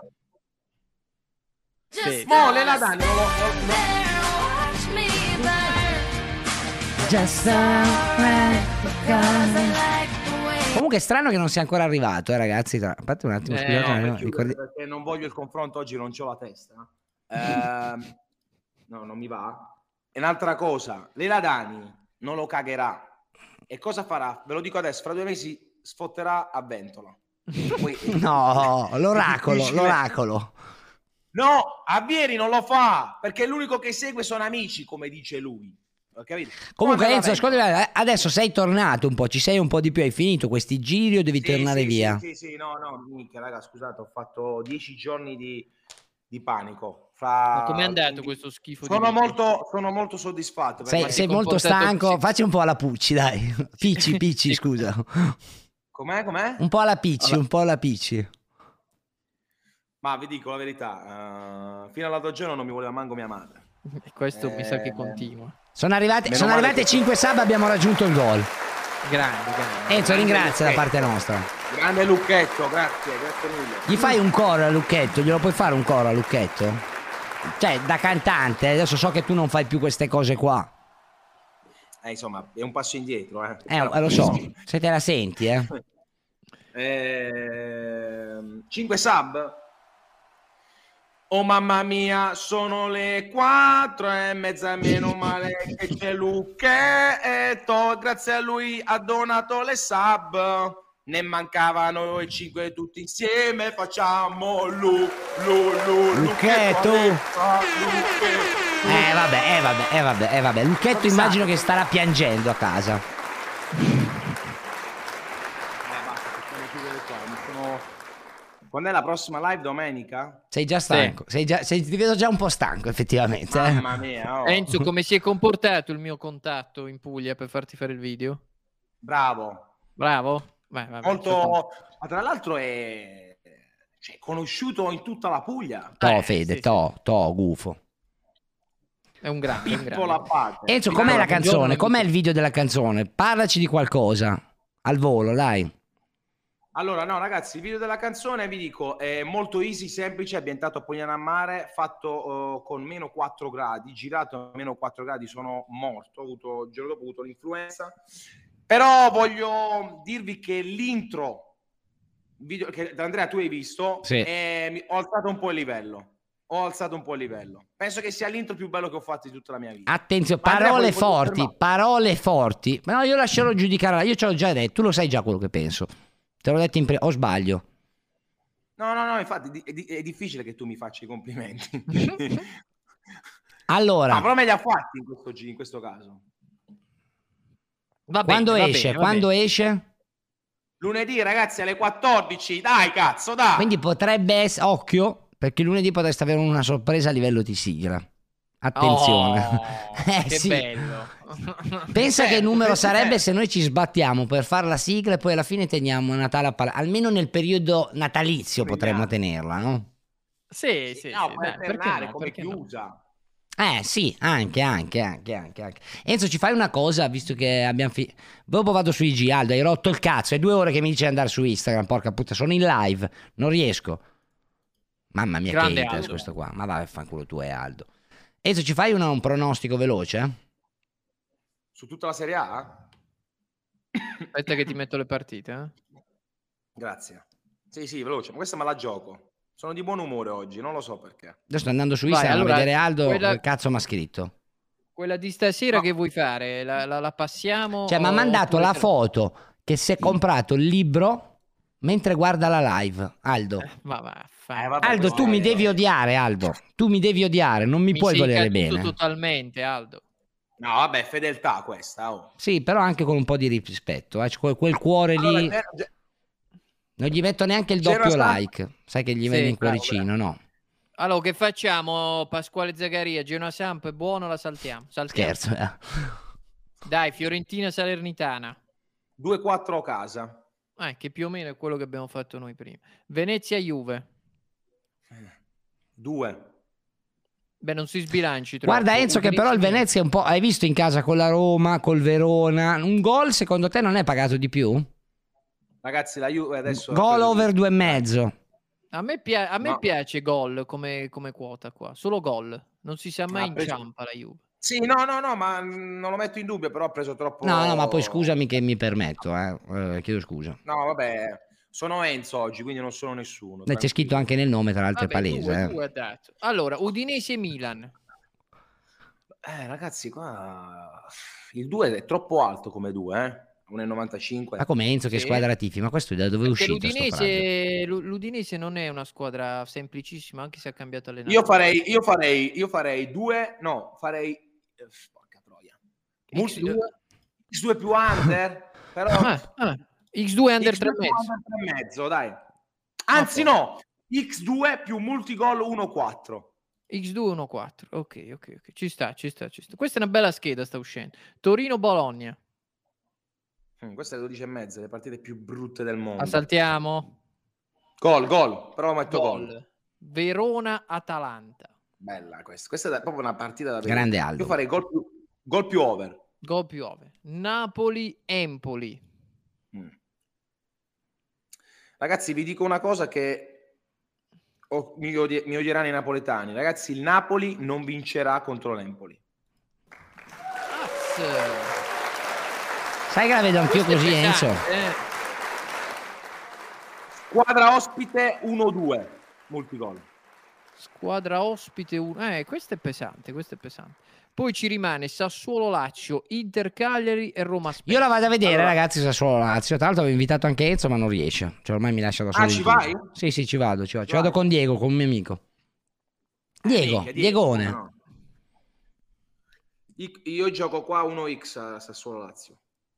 Sì. Mo Leila Dani non lo- non- Just Comunque è strano che non sia ancora arrivato, eh, ragazzi. Tra... Aspetta un attimo, Eh, scusate, no, no, per ricordi- chiudere, perché non voglio il confronto oggi, non c'ho la testa. Ehm, no, non mi va. E un'altra cosa, Leila Dani non lo cagherà. E cosa farà? Ve lo dico adesso, fra due mesi sfotterà a Ventola. Poi- No, l'oracolo, Difficile. l'oracolo. No, a Vieri non lo fa, perché l'unico che segue sono amici, come dice lui. Ho capito? Comunque Quando Enzo, va Ventola- ascolta, adesso sei tornato un po', ci sei un po' di più, hai finito questi giri o devi Sì, tornare sì, via? Sì, sì, sì, no, no, minchia, raga, scusate, ho fatto dieci giorni di, di panico. Fra... Ma com'è andato questo schifo di Sono video? molto, sono molto soddisfatto. Sei, perché- sei molto stanco, facci un po' alla Pucci, dai. Picci, Picci, scusa. Com'è, com'è? Un po' alla Picci, un po' alla Picci. Ma vi dico la verità, eh, fino all'altro giorno non mi voleva manco mia madre. Questo mi sa che Eh, continua. Sono arrivate, Meno sono male arrivate che- cinque sub, abbiamo raggiunto il gol. Grande, grande. Enzo, ringrazia da parte nostra. Grande Lucchetto, grazie, grazie mille. Gli fai un coro a Lucchetto? Glielo puoi fare un coro a Lucchetto? Cioè, da cantante, adesso so che tu non fai più queste cose qua. Eh, insomma, è un passo indietro, eh. Eh, eh, lo so, se te la senti, eh. Ehm, cinque sub. Oh mamma mia, sono le quattro e mezza, meno male che c'è Lucchetto, grazie a lui ha donato le sub, ne mancavano i cinque tutti insieme, facciamo Lu, Lu, Lu, Lucchetto. Lucchetto. Eh vabbè, eh vabbè, eh vabbè, eh vabbè. Lucchetto immagino che starà piangendo a casa. Quando è la prossima live? Domenica? Sei già stanco, sei già, sei, ti vedo già un po' stanco effettivamente. eh. Mamma mia, oh. Enzo, come si è comportato il mio contatto in Puglia per farti fare il video? Bravo. Bravo? Vai, vai, vai, Molto... Ma tra l'altro è cioè, conosciuto in tutta la Puglia. To, Fede, to, to, gufo. È un grande, è un Pippo L'Abate. Enzo, com'è Allora, la canzone? buongiorno, Com'è il video della canzone? Parlaci di qualcosa. Al volo, dai. Allora, no, ragazzi, il video della canzone vi dico è molto easy, semplice, ambientato a Pogliano a Mare, fatto uh, con meno quattro gradi, girato a meno quattro gradi, sono morto, ho avuto, il giorno dopo ho avuto l'influenza. Però voglio dirvi che l'intro video che Andrea tu hai visto, Sì. e mi- ho alzato un po' il livello. Ho alzato un po' il livello. Penso che sia l'intro più bello che ho fatto di tutta la mia vita. Attenzione, Ma Andrea, parole puoi- puoi forti, confermare? parole forti. Ma no, io lascerò giudicare, io ce l'ho già detto, tu lo sai già quello che penso. Te l'ho detto in pre... o sbaglio? No, no, no, infatti è, di- è difficile che tu mi faccia i complimenti. Allora, No, però me li ha fatti in questo, gi- in questo caso. Va quando bene, va esce? bene, va Quando bene. esce? Lunedì, ragazzi, alle quattordici. Dai, cazzo, dai. Quindi potrebbe essere, occhio, perché lunedì potreste avere una sorpresa a livello di sigla. Attenzione. Oh, Eh, che sì. bello. Pensa che Certo, numero pensi sarebbe te. se noi ci sbattiamo per fare la sigla e poi alla fine teniamo Natale a pala- almeno nel periodo natalizio potremmo tenerla, no? Sì, sì, No, sì, puoi dai, perché alternare no, come perché no? chiusa. Eh sì, anche, anche, anche, anche, anche. Enzo, ci fai una cosa, visto che abbiamo fi... Dopo vado su I G, Aldo, hai rotto il cazzo, è due ore che mi dici di andare su Instagram, porca puttana, sono in live, non riesco. Mamma mia, Grande che haters Aldo. questo qua, ma vai, fanculo tu e Aldo. Enzo, ci fai una- un pronostico veloce? Su tutta la Serie A? Aspetta che ti metto le partite. Eh? Grazie. Sì, sì, veloce, ma questa me la gioco. Sono di buon umore oggi, non lo so perché. Adesso sto andando su Vai, Instagram allora, a vedere Aldo, quella- che cazzo mi ha scritto. Quella di stasera che vuoi fare? La, la- la passiamo? Cioè, mi ha o- mandato oppure la te- foto che si è comprato il libro mentre guarda la live. Aldo, Ma va, Eh, vabbè, Aldo, questo tu mi è- devi odiare, Aldo. Tu mi devi odiare, non mi, Mi puoi sei volere caduto bene. totalmente, Aldo. No, vabbè, fedeltà questa. Oh. Sì, però anche con un po' di rispetto. Eh. C'è quel, quel cuore lì. Allora, c'era- c'era- Non gli metto neanche il c'era doppio sta- like. Sai che gli Sì, viene in bravo, cuoricino, no? Allora, che facciamo, Pasquale Zaccaria? Genoa Samp è buono, la saltiamo? Saltiamo. Scherzo, eh. Dai, Fiorentina Salernitana. due quattro a casa. Eh, che più o meno è quello che abbiamo fatto noi prima. Venezia Juve. due. Beh, non si sbilanci troppo. Guarda Enzo che però il Udinese- Venezia è un po'... Hai visto in casa con la Roma, col Verona? Un gol secondo te non è pagato di più? Ragazzi, la Juve adesso... Gol over due e mezzo. A me, pia- a me No. piace gol come, come quota qua. Solo gol. Non si sa mai Ha preso- inciampa la Juve. Sì, no, no, no, ma non lo metto in dubbio, però ha preso troppo... No, no, ma poi scusami che mi permetto, eh. Eh, chiedo scusa. No, vabbè, sono Enzo oggi, quindi non sono nessuno. Beh, c'è scritto anche nel nome, tra l'altro è Vabbè, palese. due, eh. due ha dato. Allora, Udinese Milan. Eh, ragazzi, qua il due è troppo alto come due, eh? uno virgola novantacinque. Ma come Enzo che Sì. squadra tifi? Ma questo da dove è Perché uscito sto fraggio? l'Udinese, l'U- l'Udinese non è una squadra semplicissima, anche se ha cambiato allenatore. Io farei, io farei, io farei due, no, farei... eh, porca troia. Multi- X due? X due più under, però... Ah, ah, X due under X tre due e più mezzo. under tre e mezzo, dai. Anzi no, X due più multigol uno quattro. X due uno quattro. Ok, ok, ok. Ci sta, ci sta, ci sta. Questa è una bella scheda, sta uscendo. Torino Bologna. Mm, queste le dodici e mezza, le partite più brutte del mondo. La saltiamo. Gol, gol, però metto gol. Gol. Verona Atalanta. Bella questa, questa è da- proprio una partita da vedere. Grande Aldo. Io farei gol più, gol più over. Gol più over. Napoli Empoli. Ragazzi, vi dico una cosa che o- mi, odi- mi odieranno i napoletani. Ragazzi, il Napoli non vincerà contro l'Empoli. Sai che la vedo anch'io Questo è così, Enzo? pesante, eh. Squadra ospite uno due, multigol. Squadra ospite uno. Eh, questo è pesante, questo è pesante. Poi ci rimane Sassuolo Lazio, Inter Cagliari e Roma Spezia. Io la vado a vedere, Allora, ragazzi, Sassuolo Lazio. Tra l'altro avevo invitato anche Enzo, ma non riesce. Cioè, ormai mi lascia da solo. Ah, in ci chiuso. vai? Sì, sì, ci vado. Ci vado, ci Vai. vado con Diego, con un mio amico. Diego, Minchia, Diego, Diegone. no. Io, io gioco qua uno x a Sassuolo Lazio.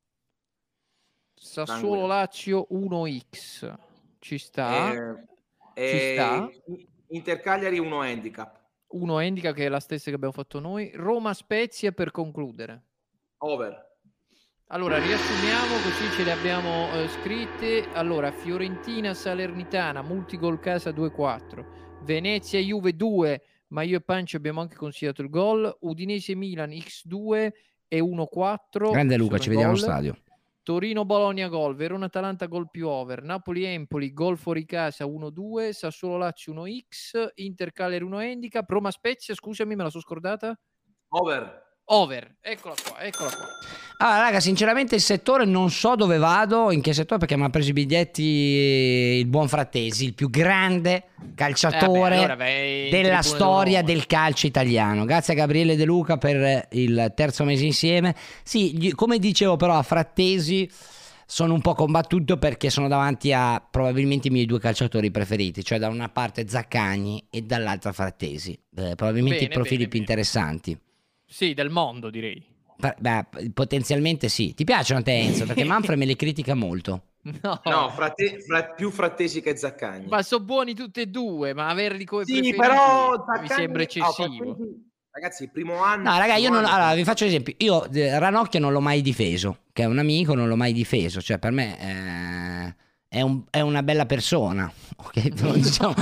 Sassuolo Lazio uno x. Ci sta. Eh, Ci eh, sta. Inter Cagliari uno handicap. Uno indica che è la stessa che abbiamo fatto noi. Roma Spezia per concludere. Over. Allora, riassumiamo così ce le abbiamo eh, scritte. Allora, Fiorentina Salernitana, multigol casa due quattro. Venezia Juve due, ma io e Pancio abbiamo anche consigliato il gol. Udinese Milan X due e uno quattro. Grande Luca, sono ci i vediamo allo gol. stadio. Torino Bologna gol, Verona Atalanta gol più over, Napoli Empoli gol fuori casa uno due, Sassuolo Lazio uno x, Inter Cagliari uno handicap, Roma Spezia, scusami me la sono scordata. Over. Over, eccola qua, eccola qua. Allora, raga, sinceramente il settore non so dove vado, in che settore, perché mi ha preso i biglietti il buon Frattesi, il più grande calciatore Eh, vabbè, allora vai in della tribuna storia d'onore. del calcio italiano. Grazie a Gabriele De Luca per il terzo mese insieme. Sì, gli- come dicevo però a Frattesi sono un po' combattuto perché sono davanti a probabilmente i miei due calciatori preferiti, cioè da una parte Zaccagni e dall'altra Frattesi. Eh, probabilmente Bene, i profili bene, più bene. interessanti. Sì, del mondo direi. Pa- Beh, potenzialmente sì. Ti piacciono a te, Enzo? Perché Manfred me le critica molto. No, No, frate- fra- più Frattesi che Zaccagni. ma sono buoni tutti e due, ma averli come Sì, preferiti però mi Zaccagni- sembra oh, eccessivo. Frattesi- ragazzi, il primo anno... No, raga, io primo non, anno- allora, vi faccio un esempio. Io eh, Ranocchia non l'ho mai difeso, che è un amico, non l'ho mai difeso. Cioè, per me eh, è, un- è una bella persona. Ok? Non diciamo-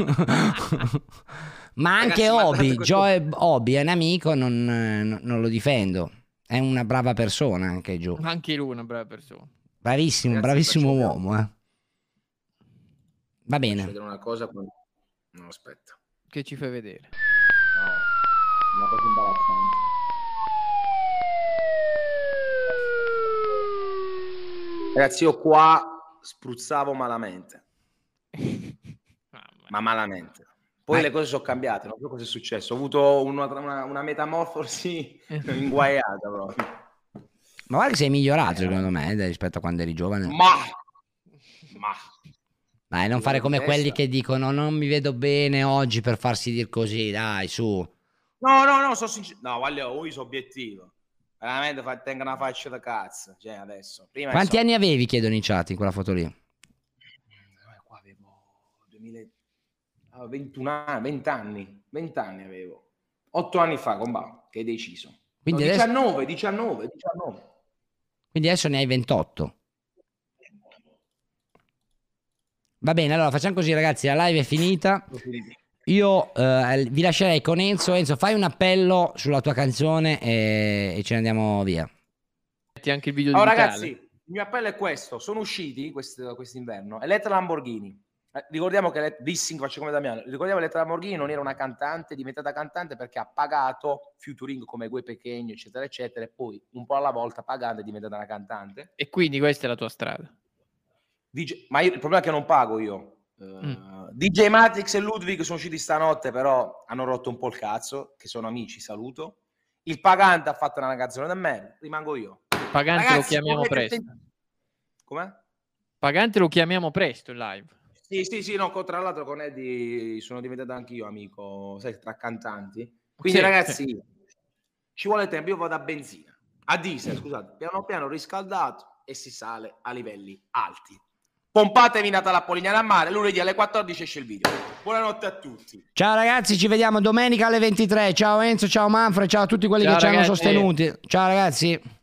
Ma anche Ragazzi, ma Obi, guardate questo- Joe Obi è un amico, non, eh, non- non lo difendo. È una brava persona anche Joe. Ma anche lui è una brava persona. Bravissimo, Ragazzi, bravissimo faccio- uomo, eh. Va Faccio bene. vedere una cosa... quando- No, aspetta. Che ci fai vedere? No, una cosa imbarazzante. Ragazzi, io qua spruzzavo malamente. Ma malamente. Poi Ma- le cose sono cambiate, non so cosa è successo. Ho avuto una, una, una metamorfosi inguaiata proprio. Ma guarda che sei migliorato secondo me eh, rispetto a quando eri giovane. Ma... Ma... Dai, non fare come testa. quelli che dicono non mi vedo bene oggi per farsi dir così, dai, su. No, no, no, sono sincero. No, guarda, io sono obiettivo. Veramente fa- tengo una faccia da cazzo. Cioè, adesso. Prima Quanti so- anni avevi, chiedono in chat, in quella foto lì? Qua avevo duemila... ah, ventuno anni, venti anni, venti anni avevo. otto anni fa, comba, che hai deciso. Quindi No, adesso- diciannove, diciannove, diciannove. Quindi adesso ne hai ventotto. Va bene, allora facciamo così ragazzi, la live è finita. Io eh, vi lascerei con Enzo. Enzo, fai un appello sulla tua canzone e, e ce ne andiamo via. Metti anche il video di Allora, Vitale. ragazzi, il mio appello è questo: sono usciti quest- quest'inverno Eletta Lamborghini. Eh, ricordiamo che Eletta- dissing faccio come Damiano. Ricordiamo che Eletta Lamborghini non era una cantante, è diventata cantante perché ha pagato featuring come Gue Pequeno, eccetera, eccetera, e poi un po' alla volta pagando è diventata una cantante. E quindi questa è la tua strada. D J ma io- il problema è che non pago io. Uh, D J Matrix e Ludwig sono usciti stanotte, però hanno rotto un po' il cazzo, che sono amici, saluto. Il pagante ha fatto una canzone da me, rimango io. Pagante Ragazzi, lo chiamiamo potete presto. sen- Com'è? Pagante lo chiamiamo presto in live. Sì, sì, sì, no, co- tra l'altro con Eddie sono diventato anch'io amico, sai, tra cantanti. Quindi Sì, ragazzi, ci vuole tempo, io vado a benzina, a diesel, scusate, piano piano riscaldato e si sale a livelli alti. Pompatevi Natale a Polignano a Mare, lunedì alle quattordici esce il video. Buonanotte a tutti. Ciao ragazzi, ci vediamo domenica alle ventitré. Ciao Enzo, ciao Manfred, ciao a tutti quelli Ciao, che ci hanno ragazzi. sostenuti. Ciao ragazzi.